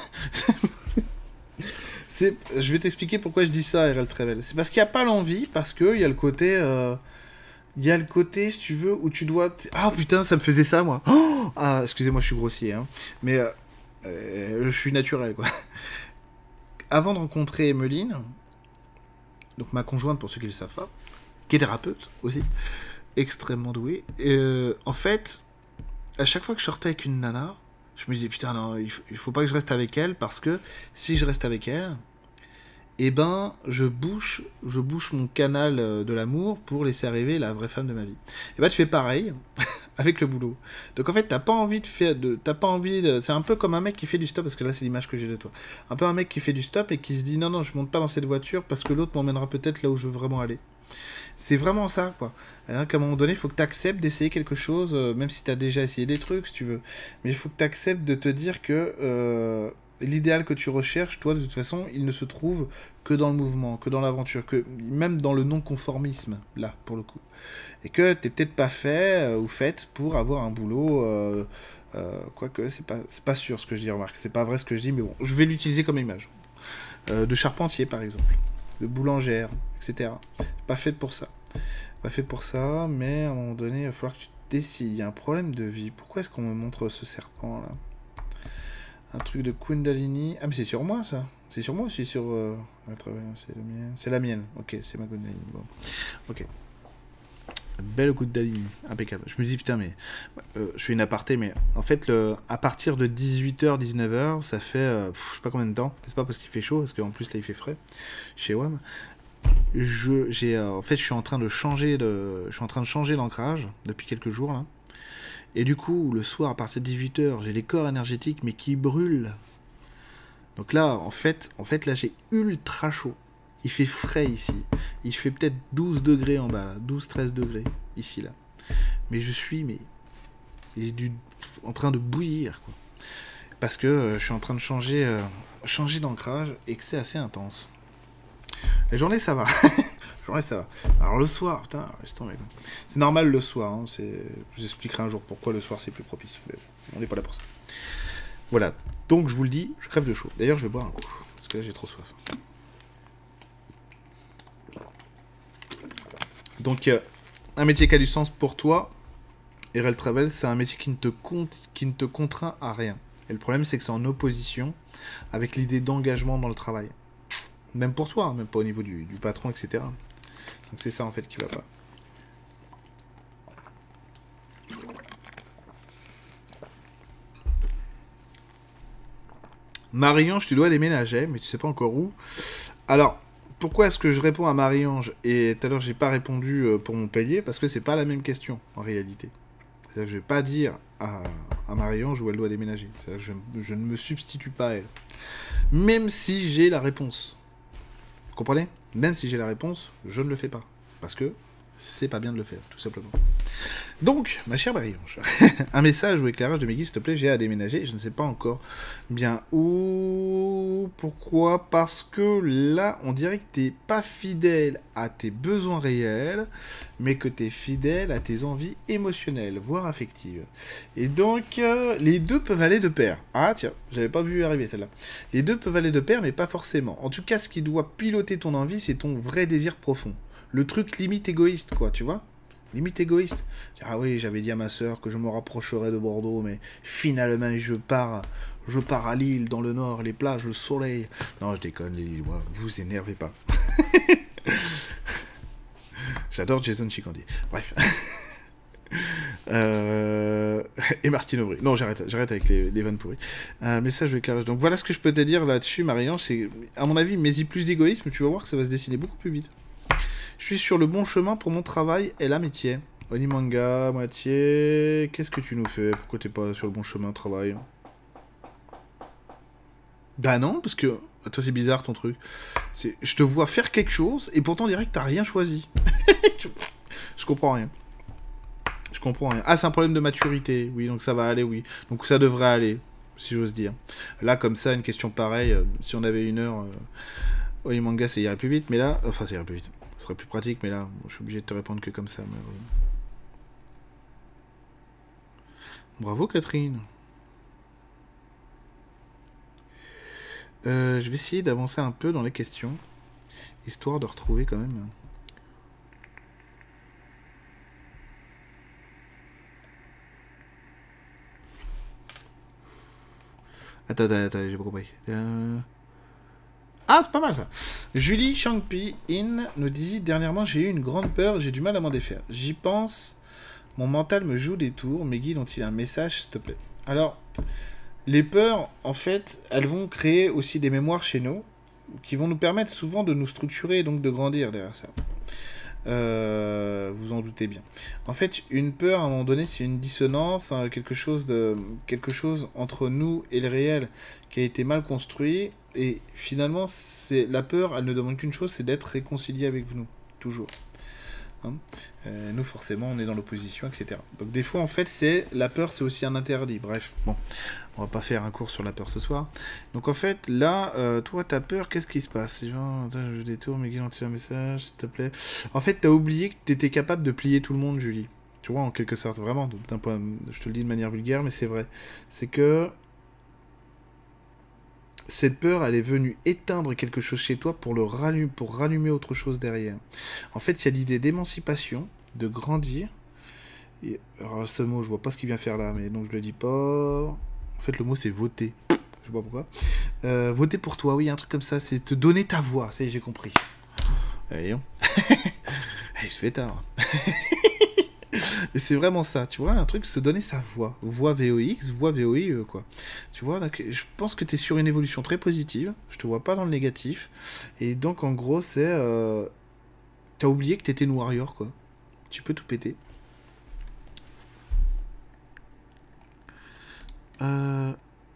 Je vais t'expliquer pourquoi je dis ça, R L Travel. C'est parce qu'il n'y a pas l'envie, parce qu'il y a le côté... Euh... Il y a le côté, si tu veux, où tu dois... Ah putain, ça me faisait ça, moi. Oh ah, excusez-moi, je suis grossier, hein. Mais euh... Euh... je suis naturel, quoi. Avant de rencontrer Emeline, donc ma conjointe pour ceux qui ne le savent pas, qui est thérapeute aussi, extrêmement douée, euh, en fait, à chaque fois que je sortais avec une nana, je me disais putain non, il faut, il faut pas que je reste avec elle parce que si je reste avec elle, eh ben je bouche, je bouche mon canal de l'amour pour laisser arriver la vraie femme de ma vie. Et ben tu fais pareil avec le boulot. Donc en fait t'as pas envie de faire, de, t'as pas envie de, c'est un peu comme un mec qui fait du stop parce que là c'est l'image que j'ai de toi. Un peu un mec qui fait du stop et qui se dit non non je monte pas dans cette voiture parce que l'autre m'emmènera peut-être là où je veux vraiment aller. C'est vraiment ça, quoi. Hein, qu'à un moment donné, il faut que tu acceptes d'essayer quelque chose, euh, même si tu as déjà essayé des trucs, si tu veux. Mais il faut que tu acceptes de te dire que euh, l'idéal que tu recherches, toi, de toute façon, il ne se trouve que dans le mouvement, que dans l'aventure, que même dans le non-conformisme, là, pour le coup. Et que tu n'es peut-être pas fait euh, ou faite pour avoir un boulot... Euh, euh, quoique, c'est pas, c'est pas sûr ce que je dis, remarque. C'est pas vrai ce que je dis, mais bon, je vais l'utiliser comme image. Euh, de charpentier, par exemple. De boulangère, et cetera. C'est pas fait pour ça. Pas fait pour ça, mais à un moment donné, il va falloir que tu te décides. Il y a un problème de vie. Pourquoi est-ce qu'on me montre ce serpent là? Un truc de Kundalini. Ah, mais c'est sur moi ça. C'est sur moi ou c'est sur. Euh... C'est la mienne. C'est la mienne. Ok, c'est ma Kundalini. Bon. Ok. Belle goutte d'aline, impeccable. Je me dis, putain, mais euh, je fais une aparté, mais en fait, le, à partir de dix-huit heures, dix-neuf heures, ça fait, euh, pff, je sais pas combien de temps, c'est pas parce qu'il fait chaud, parce qu'en plus, là, il fait frais, chez W A M. Je, j'ai, euh, en fait, je suis en train de changer de, je suis en train de changer l'ancrage depuis quelques jours, là. Et du coup, le soir, à partir de dix-huit heures, j'ai les corps énergétiques, mais qui brûlent. Donc là, en fait, en fait là, j'ai ultra chaud. Il fait frais ici. Il fait peut-être douze degrés en bas, là. douze treize degrés, ici, là. Mais je suis, mais... J'ai du... en train de bouillir, quoi. Parce que euh, je suis en train de changer, euh, changer d'ancrage et que c'est assez intense. La journée, ça va. La journée, ça va. Alors le soir, putain, laisse tomber. C'est normal le soir. Hein, c'est... Je vous expliquerai un jour pourquoi le soir, c'est plus propice. Mais on n'est pas là pour ça. Voilà. Donc, je vous le dis, je crève de chaud. D'ailleurs, je vais boire un coup. Parce que là, j'ai trop soif. Donc, euh, un métier qui a du sens pour toi, R L Travel, c'est un métier qui ne, te compte, qui ne te contraint à rien. Et le problème, c'est que c'est en opposition avec l'idée d'engagement dans le travail. Même pour toi, hein, même pas au niveau du, du patron, et cetera. Donc, c'est ça, en fait, qui va pas. Marie-Ange, tu dois déménager, mais tu sais pas encore où. Alors... Pourquoi est-ce que je réponds à Marie-Ange et tout à l'heure j'ai pas répondu pour Montpellier? Parce que c'est pas la même question en réalité. C'est-à-dire que je vais pas dire à, à Marie-Ange où elle doit déménager. C'est-à-dire que je, je ne me substitue pas à elle. Même si j'ai la réponse. Vous comprenez? Même si j'ai la réponse, je ne le fais pas. Parce que c'est pas bien de le faire, tout simplement. Donc, ma chère Marie-Ange, un message ou éclairage de Meggy, s'il te plaît, j'ai à déménager, je ne sais pas encore bien où, pourquoi, parce que là, on dirait que t'es pas fidèle à tes besoins réels, mais que t'es fidèle à tes envies émotionnelles, voire affectives. Et donc, euh, les deux peuvent aller de pair. Ah tiens, j'avais pas vu arriver celle-là. Les deux peuvent aller de pair, mais pas forcément. En tout cas, ce qui doit piloter ton envie, c'est ton vrai désir profond. Le truc limite égoïste, quoi, tu vois? Limite égoïste. Ah oui, j'avais dit à ma sœur que je me rapprocherais de Bordeaux, mais finalement, je pars, je pars à Lille, dans le nord, les plages, le soleil. Non, je déconne, les Lillois, vous énervez pas. J'adore Jason Chikandi. Bref. euh... Et Martine Aubry. Non, j'arrête, j'arrête avec les, les vannes pourries. Euh, message de éclairage. Donc voilà ce que je peux te dire là-dessus, Marie-Ange. C'est, à mon avis, mets-y plus d'égoïsme, tu vas voir que ça va se dessiner beaucoup plus vite. Je suis sur le bon chemin pour mon travail et l'amitié. Onimanga, moitié... Qu'est-ce que tu nous fais? Pourquoi t'es pas sur le bon chemin de travail? Bah non, parce que... Attends, c'est bizarre ton truc. C'est... Je te vois faire quelque chose, et pourtant on dirait que t'as rien choisi. Je comprends rien. Je comprends rien. Ah, c'est un problème de maturité. Oui, donc ça va aller, oui. Donc ça devrait aller, si j'ose dire. Là, comme ça, une question pareille, euh, si on avait une heure... Euh... Onimanga, ça irait plus vite, mais là... Enfin, ça irait plus vite. Ce serait plus pratique, mais là, bon, je suis obligé de te répondre que comme ça. Mais... Bravo, Catherine. Euh, je vais essayer d'avancer un peu dans les questions, histoire de retrouver quand même... Attends, attends, attends, j'ai pas compris. Euh... Ah, c'est pas mal ça. Julie Changpi In nous dit: dernièrement, j'ai eu une grande peur, j'ai du mal à m'en défaire. J'y pense, mon mental me joue des tours. Meggy, dont-il a un message, s'il te plaît. Alors, les peurs, en fait, elles vont créer aussi des mémoires chez nous, qui vont nous permettre souvent de nous structurer et donc de grandir derrière ça. Euh, vous en doutez bien. En fait, une peur, à un moment donné, c'est une dissonance, hein, quelque chose de, quelque chose entre nous et le réel qui a été mal construit. Et finalement, c'est la peur, elle ne demande qu'une chose, c'est d'être réconcilié avec nous, toujours. Hein euh, nous, forcément, on est dans l'opposition, et cetera. Donc des fois, en fait, c'est la peur, c'est aussi un interdit. Bref, bon, on va pas faire un cours sur la peur ce soir. Donc en fait, là, euh, toi, ta peur, qu'est-ce qui se passe? Genre, attends, je détourne, mais qui un message, s'il te plaît. En fait, t'as oublié que t'étais capable de plier tout le monde, Julie. Tu vois, en quelque sorte, vraiment, d'un point, je te le dis de manière vulgaire, mais c'est vrai. C'est que cette peur, elle est venue éteindre quelque chose chez toi pour, le rallumer, pour rallumer autre chose derrière. En fait, il y a l'idée d'émancipation, de grandir. Et, alors, ce mot, je vois pas ce qu'il vient faire là, mais donc je le dis pas. En fait, le mot, c'est voter. Je sais pas pourquoi. Euh, voter pour toi, oui, un truc comme ça, c'est te donner ta voix. Ça y est, j'ai compris. Allez, on. Il se fait tard. Et c'est vraiment ça, tu vois, un truc, se donner sa voix. Voix V O X, voix V O I, euh, quoi. Tu vois, donc je pense que tu es sur une évolution très positive, je te vois pas dans le négatif. Et donc, en gros, c'est... Euh... T'as oublié que t'étais une warrior, quoi. Tu peux tout péter. Euh...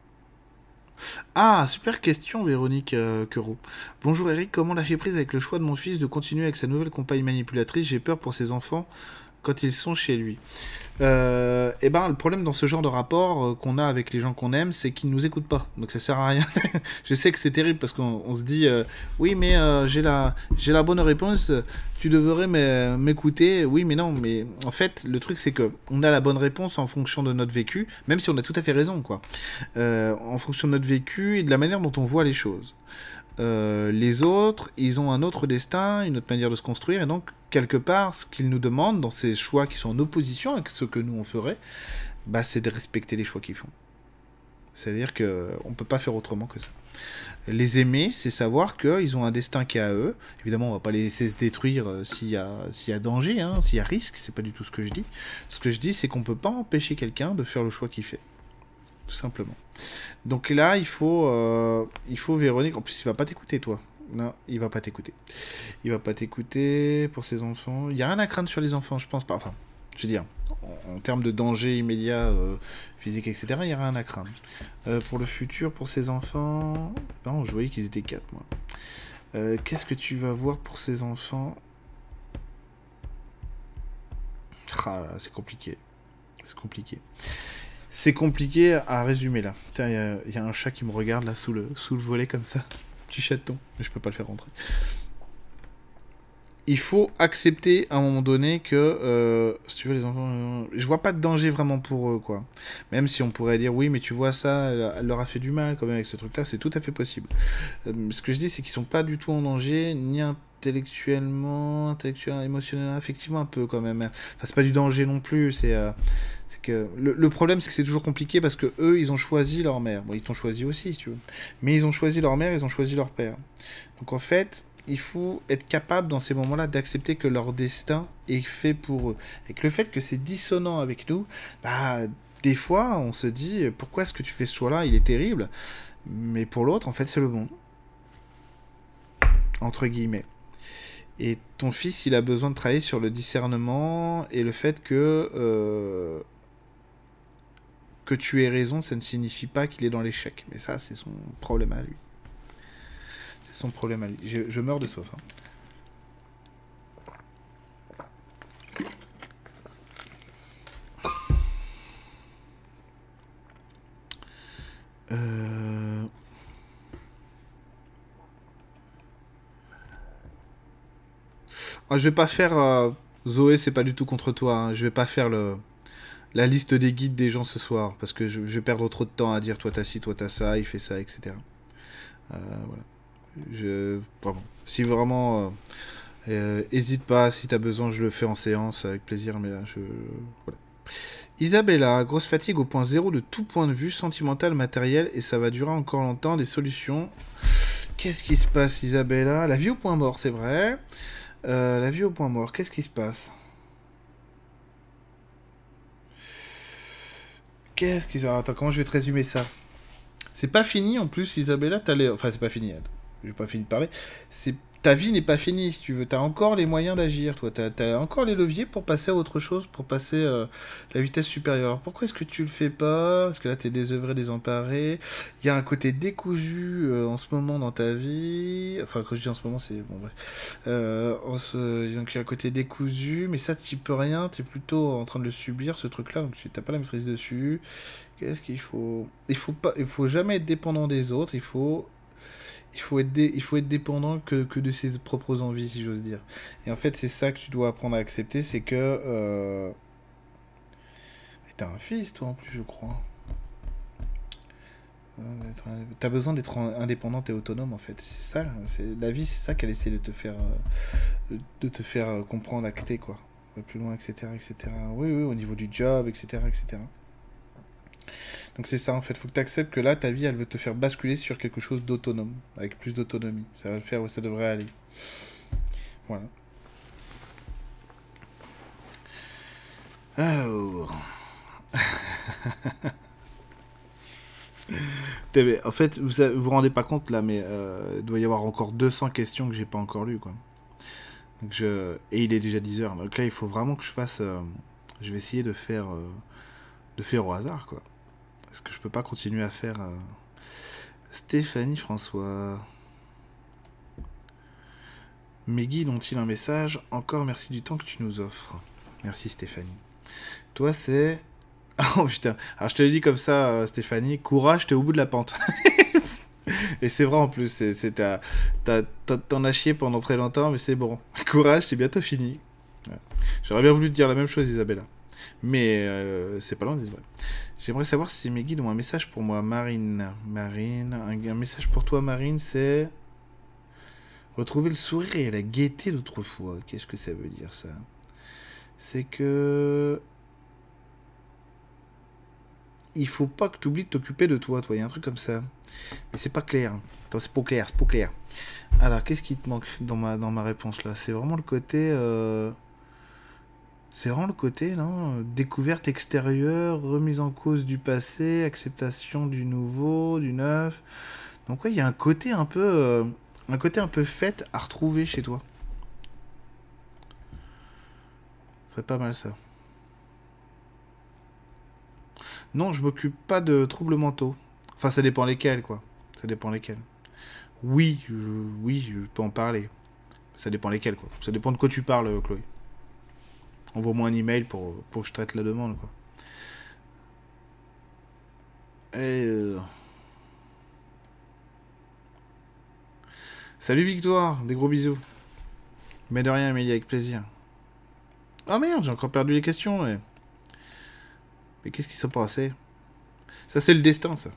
Ah, super question, Véronique euh, Quereau. Bonjour Eric, comment lâcher prise avec le choix de mon fils de continuer avec sa nouvelle compagne manipulatrice? J'ai peur pour ses enfants quand ils sont chez lui. Euh, et ben, le problème dans ce genre de rapport euh, qu'on a avec les gens qu'on aime, c'est qu'ils nous écoutent pas. Donc ça sert à rien. Je sais que c'est terrible parce qu'on on se dit euh, oui, mais euh, j'ai la j'ai la bonne réponse. Tu devrais m'é- m'écouter. Oui, mais non. Mais en fait, le truc c'est que on a la bonne réponse en fonction de notre vécu, même si on a tout à fait raison, quoi. Euh, en fonction de notre vécu et de la manière dont on voit les choses. Euh, les autres, ils ont un autre destin, une autre manière de se construire, et donc, quelque part, ce qu'ils nous demandent dans ces choix qui sont en opposition avec ce que nous on ferait, bah, c'est de respecter les choix qu'ils font. C'est-à-dire qu'on ne peut pas faire autrement que ça. Les aimer, c'est savoir qu'ils ont un destin qui est à eux. Évidemment, on ne va pas les laisser se détruire euh, s'il y a, s'il y a danger, hein, s'il y a risque, c'est pas du tout ce que je dis. Ce que je dis, c'est qu'on ne peut pas empêcher quelqu'un de faire le choix qu'il fait. Tout simplement. Donc là, il faut, euh, il faut Véronique. En plus, il va pas t'écouter, toi. Non, il va pas t'écouter. Il va pas t'écouter pour ses enfants. Il y a rien à craindre sur les enfants, je pense pas. Enfin, je veux dire, en, en termes de danger immédiat, euh, physique, et cetera, il y a rien à craindre. Euh, pour le futur, pour ses enfants... Non, je voyais qu'ils étaient quatre, moi. Euh, Qu'est-ce que tu vas voir pour ses enfants? Ah, c'est compliqué. C'est compliqué. C'est compliqué à résumer là. Il y, y a un chat qui me regarde là sous le, sous le volet comme ça. Petit chaton, mais je peux pas le faire rentrer. Il faut accepter à un moment donné que, euh, si tu veux, les enfants, euh, je vois pas de danger vraiment pour eux, quoi. Même si on pourrait dire, oui, mais tu vois ça, elle, elle leur a fait du mal quand même avec ce truc-là, c'est tout à fait possible. Euh, ce que je dis, c'est qu'ils sont pas du tout en danger, ni intellectuellement, intellectuellement, émotionnellement, effectivement un peu quand même. Enfin, c'est pas du danger non plus, c'est... Euh, c'est que le, le problème, c'est que c'est toujours compliqué parce que eux, ils ont choisi leur mère. Bon, ils t'ont choisi aussi, si tu veux. Mais ils ont choisi leur mère, ils ont choisi leur père. Donc en fait, il faut être capable dans ces moments-là d'accepter que leur destin est fait pour eux. Et que le fait que c'est dissonant avec nous, bah, des fois, on se dit, pourquoi est-ce que tu fais ce choix-là? Il est terrible. Mais pour l'autre, en fait, c'est le bon. Entre guillemets. Et ton fils, il a besoin de travailler sur le discernement et le fait que... Euh, que tu aies raison, ça ne signifie pas qu'il est dans l'échec. Mais ça, c'est son problème à lui. C'est son problème à lui. Je, je meurs de soif. Hein. Euh... Ah, je vais pas faire... Euh... Zoé, c'est pas du tout contre toi. Hein. Je vais pas faire le... la liste des guides des gens ce soir. Parce que je, je vais perdre trop de temps à dire toi t'as ci, toi t'as ça, il fait ça, et cetera. Euh, voilà. Je... Pardon. Si vraiment... Euh... Euh, hésite pas, si t'as besoin, je le fais en séance avec plaisir, mais là, je... Voilà. Isabella, grosse fatigue au point zéro de tout point de vue, sentimental, matériel, et ça va durer encore longtemps, des solutions. Qu'est-ce qui se passe, Isabella? La vie au point mort, c'est vrai. Euh, la vie au point mort, qu'est-ce qui se passe? Qu'est-ce qui se passe? Attends, comment je vais te résumer ça? C'est pas fini, en plus, Isabella, t'as les... Enfin, c'est pas fini, j'ai pas fini de parler. C'est ta vie n'est pas finie, si tu veux. T'as encore les moyens d'agir, toi. T'as as encore les leviers pour passer à autre chose, pour passer euh, la vitesse supérieure. Alors pourquoi est-ce que tu le fais pas? Parce que là, t'es désœuvré, désemparé. Il y a un côté décousu euh, en ce moment dans ta vie. Enfin, quand je dis en ce moment, c'est... Bon, bref. Euh, se... Donc, il y a un côté décousu, mais ça, tu peux rien. T'es plutôt en train de le subir, ce truc-là. Donc, tu t'as pas la maîtrise dessus. Qu'est-ce qu'il faut... Il faut pas... Il faut jamais être dépendant des autres. Il faut... Il faut, être dé... il faut être dépendant que, que de ses propres envies, si j'ose dire. Et en fait, c'est ça que tu dois apprendre à accepter, c'est que... Euh... T'as un fils, toi, en plus, je crois. T'as besoin d'être indépendante et autonome, en fait. C'est ça, la vie, c'est ça qu'elle essaie de te faire, de te faire comprendre, acter, quoi. Plus loin, et cetera, et cetera. Oui, oui, au niveau du job, et cetera, et cetera. Donc c'est ça en fait, faut que tu acceptes que là ta vie elle veut te faire basculer sur quelque chose d'autonome, avec plus d'autonomie. Ça va le faire où ça devrait aller. Voilà. Alors... En fait, vous vous, vous rendez pas compte là, mais euh, il doit y avoir encore deux cents questions que j'ai pas encore lues, quoi. Donc je... Et il est déjà dix heures. Donc là, il faut vraiment que je fasse... Euh... Je vais essayer de faire... Euh... de faire au hasard, quoi. Parce que je peux pas continuer à faire... Euh... Stéphanie François... Mes guides ont-ils un message? Encore merci du temps que tu nous offres. Merci Stéphanie. Toi, c'est... Oh putain. Alors je te l'ai dit comme ça, euh, Stéphanie. Courage, t'es au bout de la pente. Et c'est vrai en plus. C'est, t'en as chié pendant très longtemps, mais c'est bon. Courage, c'est bientôt fini. Ouais. J'aurais bien voulu te dire la même chose, Isabella. Mais euh, c'est pas loin d'être vrai. J'aimerais savoir si mes guides ont un message pour moi. Marine. Marine. Un, un message pour toi, Marine, c'est... Retrouver le sourire et la gaieté d'autrefois. Qu'est-ce que ça veut dire, ça? C'est que... Il faut pas que tu oublies de t'occuper de toi, toi. Il y a un truc comme ça. Mais c'est pas clair. Attends, c'est pas clair, c'est pas clair. Alors, qu'est-ce qui te manque dans ma, dans ma réponse, là? C'est vraiment le côté... Euh... C'est vraiment le côté, non? Découverte extérieure, remise en cause du passé, acceptation du nouveau, du neuf. Donc, ouais, il y a un côté un peu... Euh... Un côté un peu fête à retrouver chez toi. Ce serait pas mal, ça. Non, je m'occupe pas de troubles mentaux. Enfin, ça dépend lesquels, quoi. Ça dépend lesquels. Oui, je, oui, je peux en parler. Ça dépend lesquels, quoi. Ça dépend de quoi tu parles, Chloé. Envoie-moi un email pour, pour que je traite la demande, quoi. Et euh... Salut Victoire, des gros bisous. Mais de rien, Amélie, avec plaisir. Ah merde, j'ai encore perdu les questions, mais... Mais qu'est-ce qui s'est passé? Ça, c'est le destin, ça.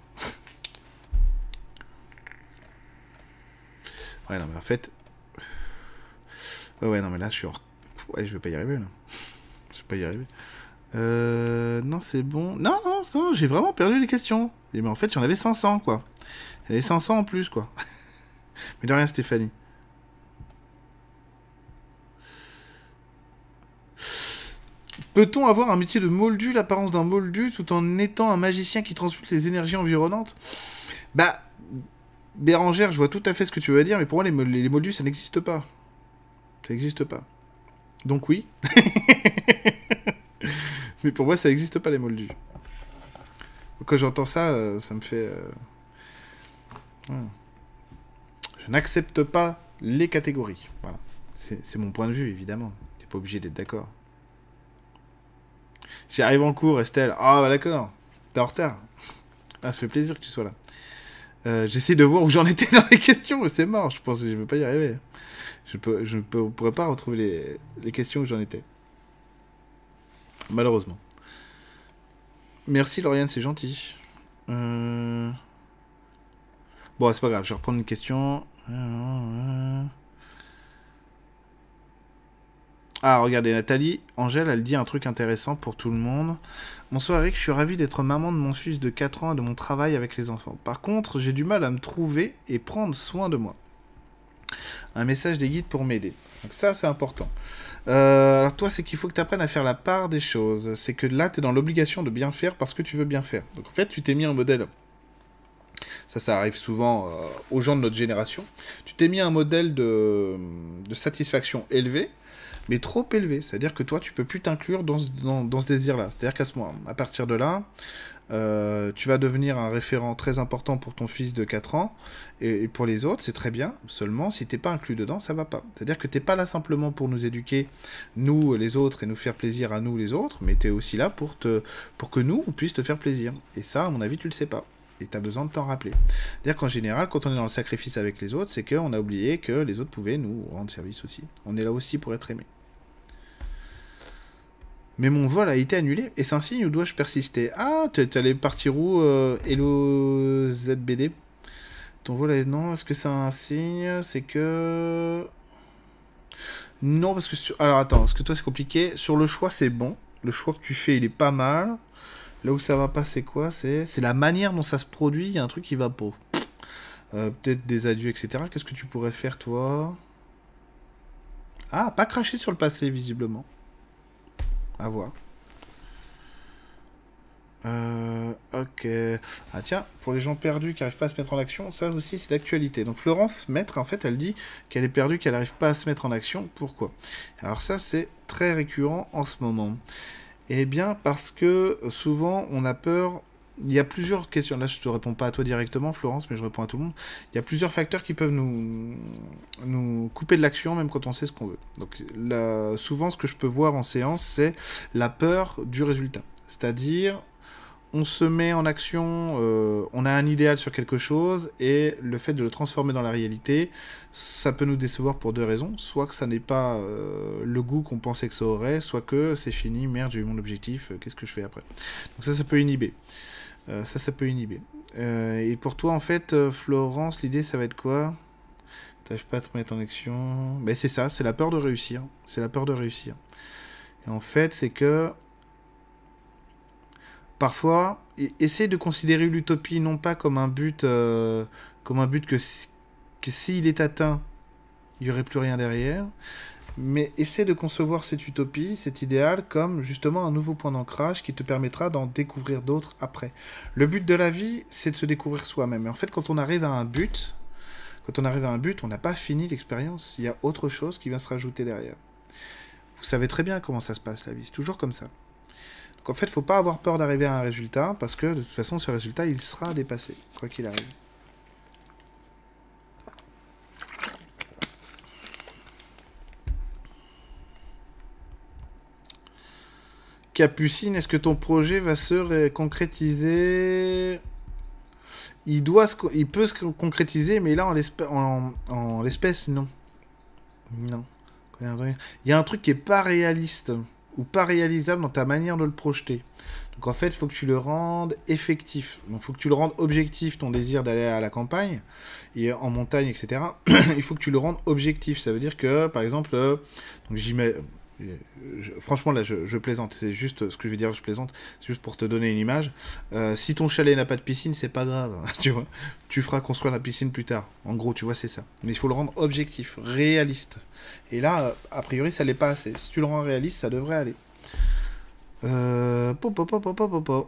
Ouais, non, mais en fait... Ouais, ouais, non, mais là, je suis en... Ouais, je vais pas y arriver, là. Je vais pas y arriver. Euh... Non, c'est bon. Non, non, non, j'ai vraiment perdu les questions. Et mais en fait, j'en avais cinq cents, quoi. Il y avait cinq cents en plus, quoi. Mais de rien, Stéphanie. Peut-on avoir un métier de moldu, l'apparence d'un moldu, tout en étant un magicien qui transmute les énergies environnantes? Bah, Bérangère, je vois tout à fait ce que tu veux dire, mais pour moi, les, les, les moldus, ça n'existe pas. Ça n'existe pas. Donc oui. Mais pour moi, ça n'existe pas, les moldus. Quand j'entends ça, euh, ça me fait... Euh... Hmm. Je n'accepte pas les catégories. Voilà. C'est mon point de vue, évidemment. T'es pas obligé d'être d'accord. J'arrive en cours, Estelle. Ah, bah d'accord. T'es en retard. Ah, ça fait plaisir que tu sois là. Euh, J'essaie de voir où j'en étais dans les questions, mais c'est mort. Je pense que je ne vais pas y arriver. Je peux, je ne peux, pourrais pas retrouver les, les questions où j'en étais. Malheureusement. Merci, Lauriane, c'est gentil. Euh... Bon, c'est pas grave, je vais reprendre une question. Ah, regardez, Nathalie, Angèle, elle dit un truc intéressant pour tout le monde. Bonsoir Eric, je suis ravi d'être maman de mon fils de quatre ans et de mon travail avec les enfants. Par contre, j'ai du mal à me trouver et prendre soin de moi. Un message des guides pour m'aider. Donc ça, c'est important. Euh, alors toi, c'est qu'il faut que tu apprennes à faire la part des choses. C'est que là, tu es dans l'obligation de bien faire parce que tu veux bien faire. Donc en fait, tu t'es mis un modèle... Ça, ça arrive souvent euh, aux gens de notre génération. Tu t'es mis un modèle de, de satisfaction élevé, mais trop élevé. C'est-à-dire que toi, tu peux plus t'inclure dans, dans, dans ce désir-là. C'est-à-dire qu'à ce moment, à partir de là, euh, tu vas devenir un référent très important pour ton fils de quatre ans, et, et pour les autres, c'est très bien. Seulement, si t'es pas inclus dedans, ça va pas. C'est-à-dire que t'es pas là simplement pour nous éduquer, nous les autres, et nous faire plaisir à nous les autres, mais tu es aussi là pour, te, pour que nous, on puisse te faire plaisir. Et ça, à mon avis, tu le sais pas. Et tu as besoin de t'en rappeler. C'est-à-dire qu'en général, quand on est dans le sacrifice avec les autres, c'est qu'on a oublié que les autres pouvaient nous rendre service aussi. On est là aussi pour être aimé. Mais mon vol a été annulé. Est-ce un signe ou dois-je persister? Ah, tu allais partir où, euh, Hello Z B D? Ton vol est... Non, est-ce que c'est un signe? C'est que... Non, parce que... Sur... Alors attends, parce que toi c'est compliqué. Sur le choix, c'est bon. Le choix que tu fais, il est pas mal. Là où ça va pas, c'est quoi? C'est la manière dont ça se produit. Il y a un truc qui va pas. Euh, Peut-être des adieux, et cetera. Qu'est-ce que tu pourrais faire, toi? Ah, pas cracher sur le passé, visiblement. À voir. Euh, ok. Ah tiens, pour les gens perdus qui n'arrivent pas à se mettre en action, ça aussi c'est d'actualité. Donc Florence, maître, en fait, elle dit qu'elle est perdue, qu'elle n'arrive pas à se mettre en action. Pourquoi? Alors ça, c'est très récurrent en ce moment. Eh bien, parce que euh, souvent, on a peur. Il y a plusieurs questions. Là, je ne te réponds pas à toi directement, Florence, mais je réponds à tout le monde. Il y a plusieurs facteurs qui peuvent nous, nous couper de l'action, même quand on sait ce qu'on veut. Donc, là, souvent, ce que je peux voir en séance, c'est la peur du résultat. C'est-à-dire, on se met en action, euh, on a un idéal sur quelque chose, et le fait de le transformer dans la réalité, ça peut nous décevoir pour deux raisons. Soit que ça n'est pas euh, le goût qu'on pensait que ça aurait, soit que c'est fini, merde, j'ai eu mon objectif, euh, qu'est-ce que je fais après? Donc ça, ça peut inhiber. Euh, ça, ça peut inhiber. Euh, et pour toi, en fait, euh, Florence, l'idée, ça va être quoi? T'arrives pas à te mettre en action? Ben, c'est ça, c'est la peur de réussir. C'est la peur de réussir. Et en fait, c'est que parfois, essayer de considérer l'utopie non pas comme un but, euh, comme un but que, si, que s'il est atteint, il n'y aurait plus rien derrière, mais essaie de concevoir cette utopie, cet idéal, comme justement un nouveau point d'ancrage qui te permettra d'en découvrir d'autres après. Le but de la vie, c'est de se découvrir soi-même. Et en fait, quand on arrive à un but, quand on arrive à un but, on n'a pas fini l'expérience. Il y a autre chose qui vient se rajouter derrière. Vous savez très bien comment ça se passe, la vie. C'est toujours comme ça. Donc en fait, il ne faut pas avoir peur d'arriver à un résultat, parce que de toute façon, ce résultat, il sera dépassé, quoi qu'il arrive. Capucine, est-ce que ton projet va se concrétiser? Il doit se... il peut se concrétiser, mais là, en l'espèce, en... en l'espèce, non. Non. Il y a un truc qui est pas réaliste, ou pas réalisable dans ta manière de le projeter. Donc en fait, il faut que tu le rendes effectif. Donc il faut que tu le rendes objectif, ton désir d'aller à la campagne, et en montagne, et cetera. Il faut que tu le rendes objectif. Ça veut dire que, par exemple, euh, donc j'y mets... Je, franchement, là, je, je plaisante. C'est juste ce que je vais dire, je plaisante. C'est juste pour te donner une image. Euh, si ton chalet n'a pas de piscine, c'est pas grave. Tu vois, tu feras construire la piscine plus tard. En gros, tu vois, c'est ça. Mais il faut le rendre objectif, réaliste. Et là, a priori, ça l'est pas assez. Si tu le rends réaliste, ça devrait aller. Euh... Po, po, po, po, po, po, po.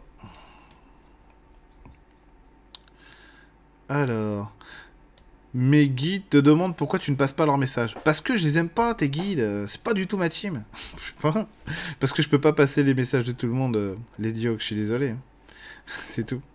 Alors... Mes guides te demandent pourquoi tu ne passes pas leurs messages. Parce que je les aime pas, tes guides. C'est pas du tout ma team. Parce que je peux pas passer les messages de tout le monde. Les diocs, je suis désolé. C'est tout.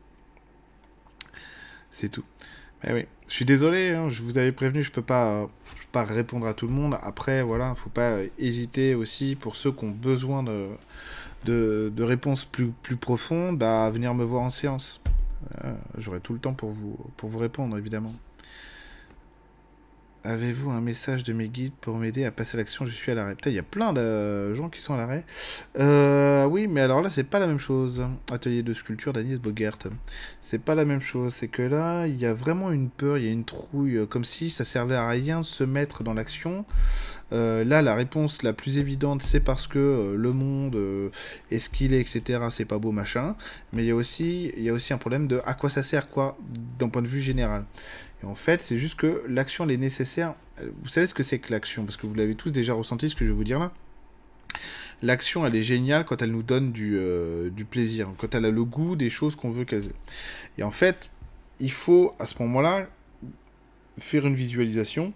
C'est tout. Mais oui, je suis désolé, hein, je vous avais prévenu, je peux pas, je peux pas répondre à tout le monde. Après, voilà, faut pas hésiter aussi, pour ceux qui ont besoin de, de, de réponses plus, plus profondes, bah, à venir me voir en séance. Euh, J'aurai tout le temps pour vous, pour vous répondre, évidemment. Avez-vous un message de mes guides pour m'aider à passer à l'action? Je suis à l'arrêt. Putain, il y a plein de gens qui sont à l'arrêt. Euh, oui, mais alors là, c'est pas la même chose. Atelier de sculpture d'Agnès Bogert. C'est pas la même chose. C'est que là, il y a vraiment une peur, il y a une trouille, comme si ça servait à rien de se mettre dans l'action. Euh, là, la réponse la plus évidente, c'est parce que euh, le monde euh, est ce qu'il est, et cetera. C'est pas beau, machin. Mais il y a aussi, il y a aussi un problème de à quoi ça sert, quoi, d'un point de vue général. Et en fait, c'est juste que l'action, elle est nécessaire. Vous savez ce que c'est que l'action? Parce que vous l'avez tous déjà ressenti, ce que je vais vous dire là. L'action, elle est géniale quand elle nous donne du, euh, du plaisir, quand elle a le goût des choses qu'on veut qu'elle ait. Et en fait, il faut, à ce moment-là, faire une visualisation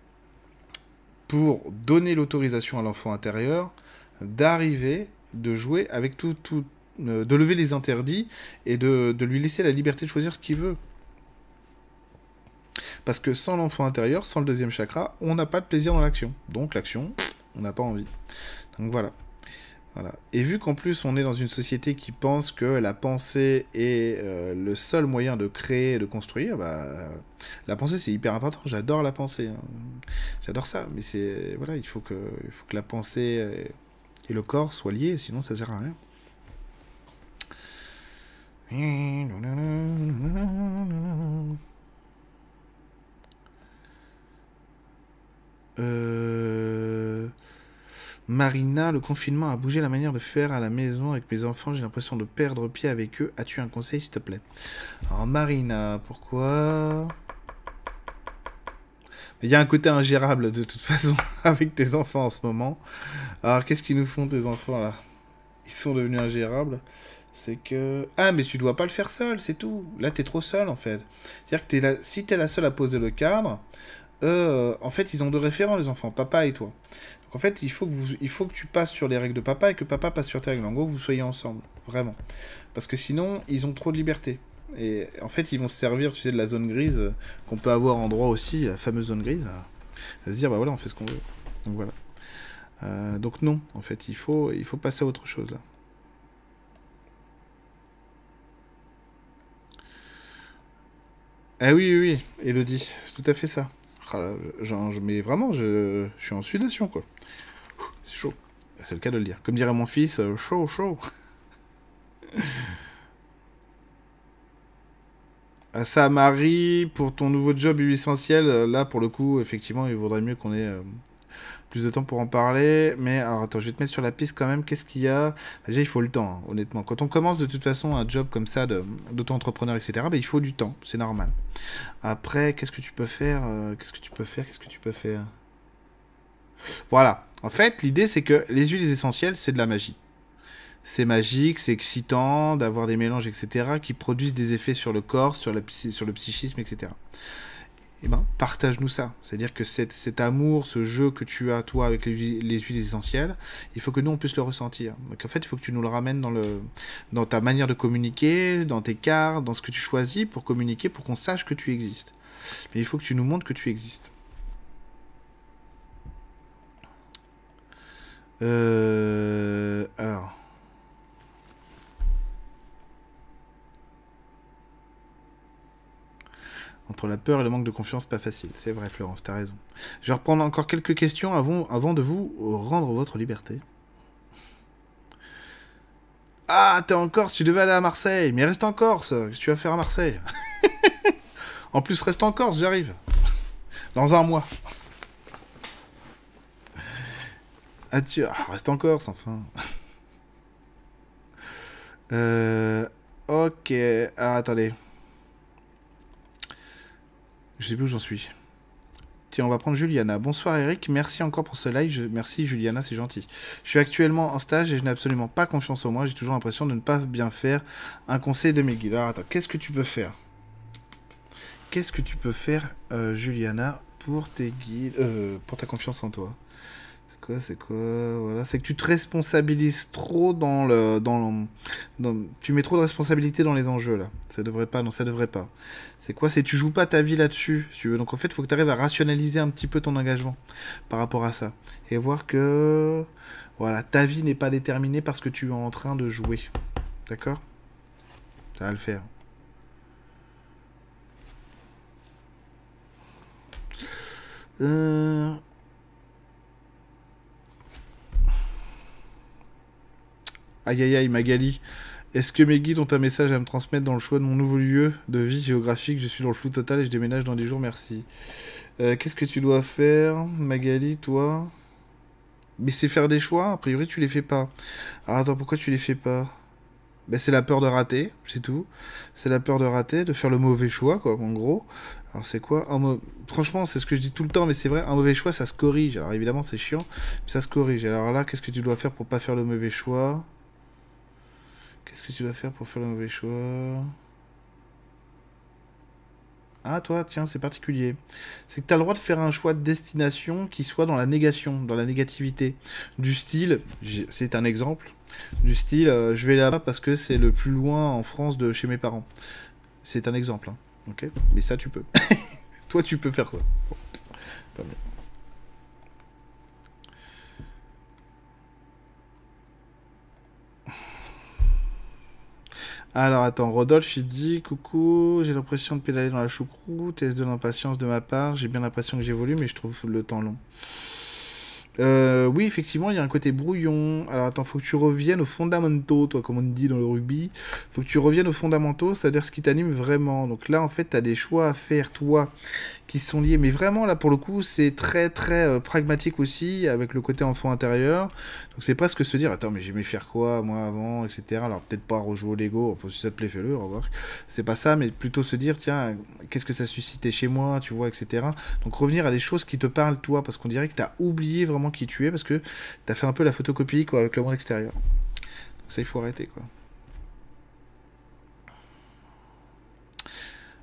pour donner l'autorisation à l'enfant intérieur d'arriver, de jouer avec tout, tout euh, de lever les interdits et de, de lui laisser la liberté de choisir ce qu'il veut. Parce que sans l'enfant intérieur, sans le deuxième chakra, on n'a pas de plaisir dans l'action. Donc l'action, on n'a pas envie. Donc voilà. Voilà. Et vu qu'en plus on est dans une société qui pense que la pensée est euh, le seul moyen de créer et de construire, bah, euh, la pensée c'est hyper important. J'adore la pensée. Hein. J'adore ça. Mais c'est voilà, il faut que, il faut que la pensée et le corps soient liés, sinon ça sert à rien. Euh... Marina, le confinement a bougé la manière de faire à la maison avec mes enfants. J'ai l'impression de perdre pied avec eux. As-tu un conseil, s'il te plaît? Alors, Marina, pourquoi? Il y a un côté ingérable, de toute façon, avec tes enfants en ce moment. Alors, qu'est-ce qu'ils nous font, tes enfants, là? Ils sont devenus ingérables. C'est que... Ah, mais tu dois pas le faire seul, c'est tout. Là, t'es trop seul, en fait. C'est-à-dire que t'es la... si t'es la seule à poser le cadre, eux, en fait, ils ont deux référents, les enfants, papa et toi. Donc, en fait, il faut, que vous... il faut que tu passes sur les règles de papa et que papa passe sur tes règles. En gros, que vous soyez ensemble, vraiment. Parce que sinon, ils ont trop de liberté. Et en fait, ils vont se servir, tu sais, de la zone grise euh, qu'on peut avoir en droit aussi, la fameuse zone grise, à, à se dire, bah voilà, on fait ce qu'on veut. Donc voilà. Euh, donc non, en fait, il faut, il faut passer à autre chose, là. Ah oui, oui, oui, Elodie, c'est tout à fait ça. Ah là, genre, je- mais vraiment, je, je suis en sudation, quoi. C'est chaud. C'est le cas de le dire. Comme dirait mon fils, euh, chaud, chaud. Ah, ça, Marie, pour ton nouveau job essentiel, euh, là, pour le coup, effectivement, il vaudrait mieux qu'on ait euh, plus de temps pour en parler. Mais alors, attends, je vais te mettre sur la piste quand même. Qu'est-ce qu'il y a? Déjà, il faut le temps, hein, honnêtement. Quand on commence de toute façon un job comme ça, de- d'auto-entrepreneur, et cetera, ben, il faut du temps. C'est normal. Après, qu'est-ce que tu peux faire euh, Qu'est-ce que tu peux faire Qu'est-ce que tu peux faire Voilà. En fait, l'idée, c'est que les huiles essentielles, c'est de la magie. C'est magique, c'est excitant d'avoir des mélanges, et cetera, qui produisent des effets sur le corps, sur, la psy- sur le psychisme, et cetera. Eh ben, partage-nous ça. C'est-à-dire que cet, cet amour, ce jeu que tu as, toi, avec les, huiles- les huiles essentielles, il faut que nous, on puisse le ressentir. Donc, en fait, il faut que tu nous le ramènes dans, le, dans ta manière de communiquer, dans tes cartes, dans ce que tu choisis pour communiquer, pour qu'on sache que tu existes. Mais il faut que tu nous montres que tu existes. Euh... Alors... Entre la peur et le manque de confiance, pas facile. C'est vrai, Florence, t'as raison. Je vais reprendre encore quelques questions avant, avant de vous rendre votre liberté. Ah, t'es en Corse, tu devais aller à Marseille. Mais reste en Corse. Qu'est-ce que tu vas faire à Marseille? En plus, reste en Corse, j'arrive. Dans un mois. Ah, tu... ah, reste en Corse, enfin. euh... Ok. Ah, attendez. Je sais plus où j'en suis. Tiens, on va prendre Juliana. Bonsoir Eric, merci encore pour ce live. Je... Merci Juliana, c'est gentil. Je suis actuellement en stage et je n'ai absolument pas confiance en moi. J'ai toujours l'impression de ne pas bien faire. Un conseil de mes guides. Alors attends, qu'est-ce que tu peux faire? Qu'est-ce que tu peux faire, euh, Juliana, pour tes guides, euh, pour ta confiance en toi? C'est quoi, c'est quoi? Voilà, c'est que tu te responsabilises trop dans le, dans, dans- tu mets trop de responsabilité dans les enjeux là. Ça devrait pas, non, ça devrait pas. C'est quoi? C'est tu joues pas ta vie là-dessus, si tu veux. Donc en fait, il faut que tu arrives à rationaliser un petit peu ton engagement par rapport à ça et voir que, voilà, ta vie n'est pas déterminée parce que tu es en train de jouer. D'accord? Ça va le faire. Euh... Aïe aïe aïe, Magali. Est-ce que mes guides ont un message à me transmettre dans le choix de mon nouveau lieu de vie géographique? Je suis dans le flou total et je déménage dans des jours, merci. Euh, Qu'est-ce que tu dois faire, Magali, toi? Mais c'est faire des choix, a priori tu les fais pas. Alors attends, pourquoi tu les fais pas? Ben, c'est la peur de rater, c'est tout. C'est la peur de rater, de faire le mauvais choix, quoi, en gros. Alors c'est quoi un mau- Franchement, c'est ce que je dis tout le temps, mais c'est vrai, un mauvais choix, ça se corrige. Alors évidemment, c'est chiant, mais ça se corrige. Alors là, qu'est-ce que tu dois faire pour pas faire le mauvais choix? Qu'est-ce que tu dois faire pour faire le mauvais choix? Ah, toi, tiens, c'est particulier. C'est que tu as le droit de faire un choix de destination qui soit dans la négation, dans la négativité. Du style, j'ai- c'est un exemple, du style, euh, je vais là-bas parce que c'est le plus loin en France de chez mes parents. C'est un exemple, hein, ok? Mais ça, tu peux. Toi, tu peux faire ça. Bon, tant mieux. Alors attends, Rodolphe il dit coucou, j'ai l'impression de pédaler dans la choucroute, est-ce de l'impatience de ma part? J'ai bien l'impression que j'évolue, mais je trouve le temps long. Euh, oui, effectivement, il y a un côté brouillon. Alors attends, faut que tu reviennes aux fondamentaux, toi, comme on dit dans le rugby. Faut que tu reviennes aux fondamentaux, c'est-à-dire ce qui t'anime vraiment. Donc là, en fait, t'as des choix à faire, toi, qui sont liés. Mais vraiment, là, pour le coup, c'est très, très euh, pragmatique aussi, avec le côté enfant intérieur. Donc c'est presque se dire, attends, mais j'aimais faire quoi, moi, avant, et cetera. Alors peut-être pas rejouer au Lego, enfin, si ça te plaît, fais-le, au revoir. C'est pas ça, mais plutôt se dire, tiens, qu'est-ce que ça suscitait chez moi, tu vois, et cetera. Donc revenir à des choses qui te parlent, toi, parce qu'on dirait que t'as oublié vraiment qui tu es, parce que t'as fait un peu la photocopie, quoi, avec le monde extérieur. Donc ça, il faut arrêter, quoi.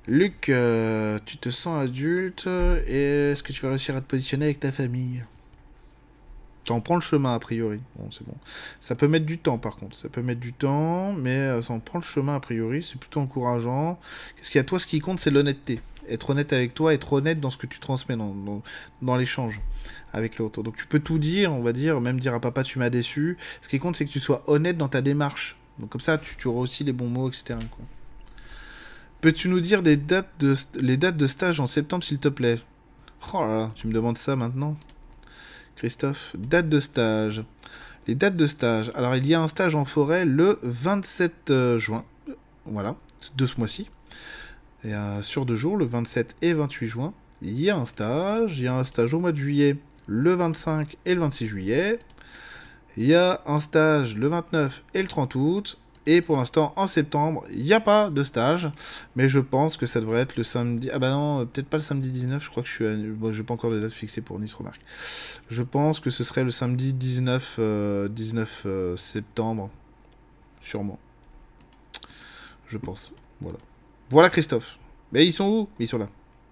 Luc, euh, tu te sens adulte et est-ce que tu vas réussir à te positionner avec ta famille? Ça en prend le chemin a priori. Bon, c'est bon. Ça peut mettre du temps par contre. Ça peut mettre du temps, mais euh, ça en prend le chemin a priori. C'est plutôt encourageant. Qu'est-ce qu'il y a? Toi, ce qui compte, c'est l'honnêteté. Être honnête avec toi, être honnête dans ce que tu transmets dans, dans, dans l'échange avec l'autre. Donc tu peux tout dire, on va dire, même dire à papa tu m'as déçu. Ce qui compte, c'est que tu sois honnête dans ta démarche. Donc comme ça, tu, tu auras aussi les bons mots, et cetera quoi. Peux-tu nous dire des dates de, les dates de stage en septembre, s'il te plaît? Oh là là, tu me demandes ça maintenant, Christophe? Date de stage. Les dates de stage. Alors, il y a un stage en forêt le vingt-sept juin. Voilà, de ce mois-ci. Et euh, sur deux jours, le vingt-sept et vingt-huit juin. Il y a un stage. Il y a un stage au mois de juillet, le vingt-cinq et le vingt-six juillet. Il y a un stage le vingt-neuf et le trente août. Et pour l'instant, en septembre, il n'y a pas de stage. Mais je pense que ça devrait être le samedi... Ah bah non, peut-être pas le samedi dix-neuf. Je crois que je suis... À... Bon, je n'ai pas encore de date fixée pour Nice, remarque. Je pense que ce serait le samedi dix-neuf, euh, dix-neuf euh, septembre. Sûrement. Je pense. Voilà. Voilà Christophe. Mais ils sont où? Ils sont là.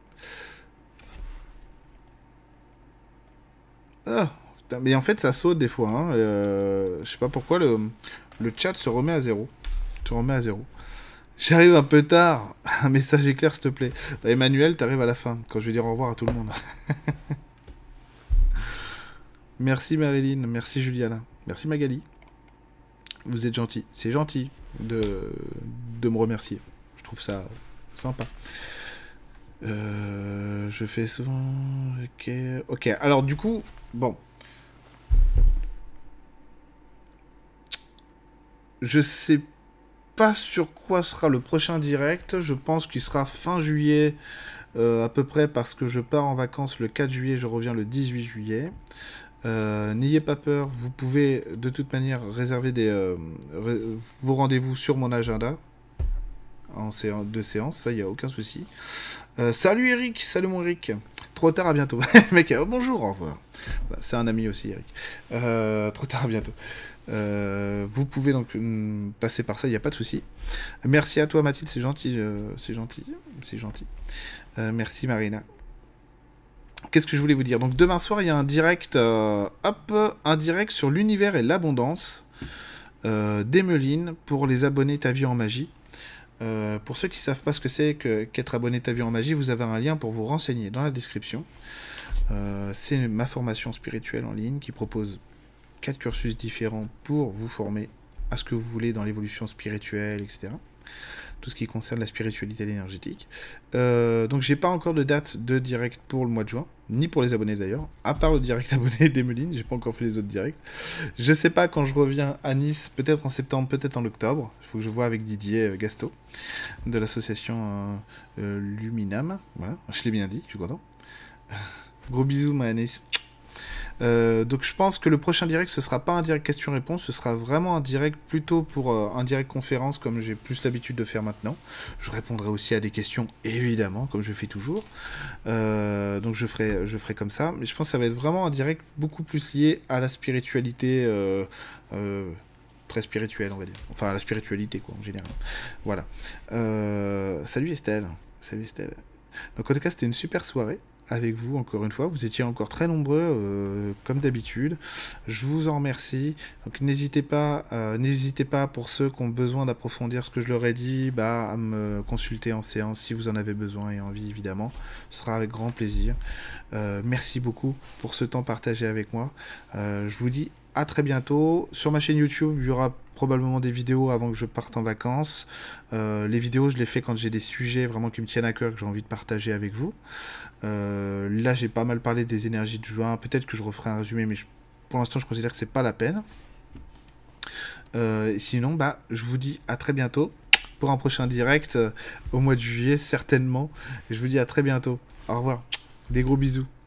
Ah, putain, mais en fait, ça saute des fois. Hein. Euh, je sais pas pourquoi le... Le chat se remet à zéro. Se remet à zéro. J'arrive un peu tard. Un message éclair, s'il te plaît. Bah, Emmanuel, t'arrives à la fin, quand je vais dire au revoir à tout le monde. Merci Marilyn, merci Juliana, merci Magali. Vous êtes gentil. C'est gentil de, de me remercier. Je trouve ça sympa. Euh, je fais souvent... Ok, ok. Alors du coup, bon... Je sais pas sur quoi sera le prochain direct. Je pense qu'il sera fin juillet euh, à peu près parce que je pars en vacances le quatre juillet, je reviens le dix-huit juillet. Euh, N'ayez pas peur, vous pouvez de toute manière réserver des, euh, ré vos rendez-vous sur mon agenda en séance, de séance, ça, il n'y a aucun souci. Euh, salut Eric, salut mon Eric. Trop tard, à bientôt. Mec, oh, bonjour, au revoir. Voilà, c'est un ami aussi, Eric. Euh, trop tard, à bientôt. Euh, vous pouvez donc mm, passer par ça, il n'y a pas de souci. Merci à toi Mathilde, c'est gentil, euh, c'est gentil, c'est gentil. Euh, merci Marina. Qu'est-ce que je voulais vous dire? Donc demain soir, il y a un direct, euh, hop, un direct sur l'univers et l'abondance euh, d'Emeline pour les abonnés Ta Vie en Magie. Euh, pour ceux qui ne savent pas ce que c'est que, qu'être abonné Ta Vie en Magie, vous avez un lien pour vous renseigner dans la description. Euh, c'est ma formation spirituelle en ligne qui propose quatre cursus différents pour vous former à ce que vous voulez dans l'évolution spirituelle, et cetera. Tout ce qui concerne la spiritualité énergétique. Euh, donc j'ai pas encore de date de direct pour le mois de juin, ni pour les abonnés d'ailleurs, à part le direct abonné d'Emeline, j'ai pas encore fait les autres directs. Je sais pas quand je reviens à Nice, peut-être en septembre, peut-être en octobre. Il faut que je vois avec Didier euh, Gasto, de l'association euh, euh, Luminam. Voilà, je l'ai bien dit, je suis content. Gros bisous, ma Nice. Euh, donc je pense que le prochain direct ce sera pas un direct question-réponse, ce sera vraiment un direct plutôt pour euh, un direct conférence comme j'ai plus l'habitude de faire maintenant. Je répondrai aussi à des questions évidemment comme je fais toujours. Euh, donc je ferai, je ferai comme ça, mais je pense que ça va être vraiment un direct beaucoup plus lié à la spiritualité, euh, euh, très spirituelle on va dire, enfin à la spiritualité quoi en général. Voilà. Euh, salut Estelle, salut Estelle. Donc en tout cas c'était une super soirée avec vous encore une fois, vous étiez encore très nombreux euh, comme d'habitude, je vous en remercie. Donc n'hésitez pas, euh, n'hésitez pas pour ceux qui ont besoin d'approfondir ce que je leur ai dit, bah, à me consulter en séance si vous en avez besoin et envie évidemment, ce sera avec grand plaisir. Euh, merci beaucoup pour ce temps partagé avec moi, euh, je vous dis à très bientôt. Sur ma chaîne YouTube il y aura probablement des vidéos avant que je parte en vacances. Euh, les vidéos je les fais quand j'ai des sujets vraiment qui me tiennent à cœur, que j'ai envie de partager avec vous. Euh, là j'ai pas mal parlé des énergies de juin, peut-être que je referai un résumé, mais je, pour l'instant je considère que c'est pas la peine. Euh, sinon bah je vous dis à très bientôt pour un prochain direct euh, au mois de juillet certainement, et je vous dis à très bientôt, au revoir, des gros bisous.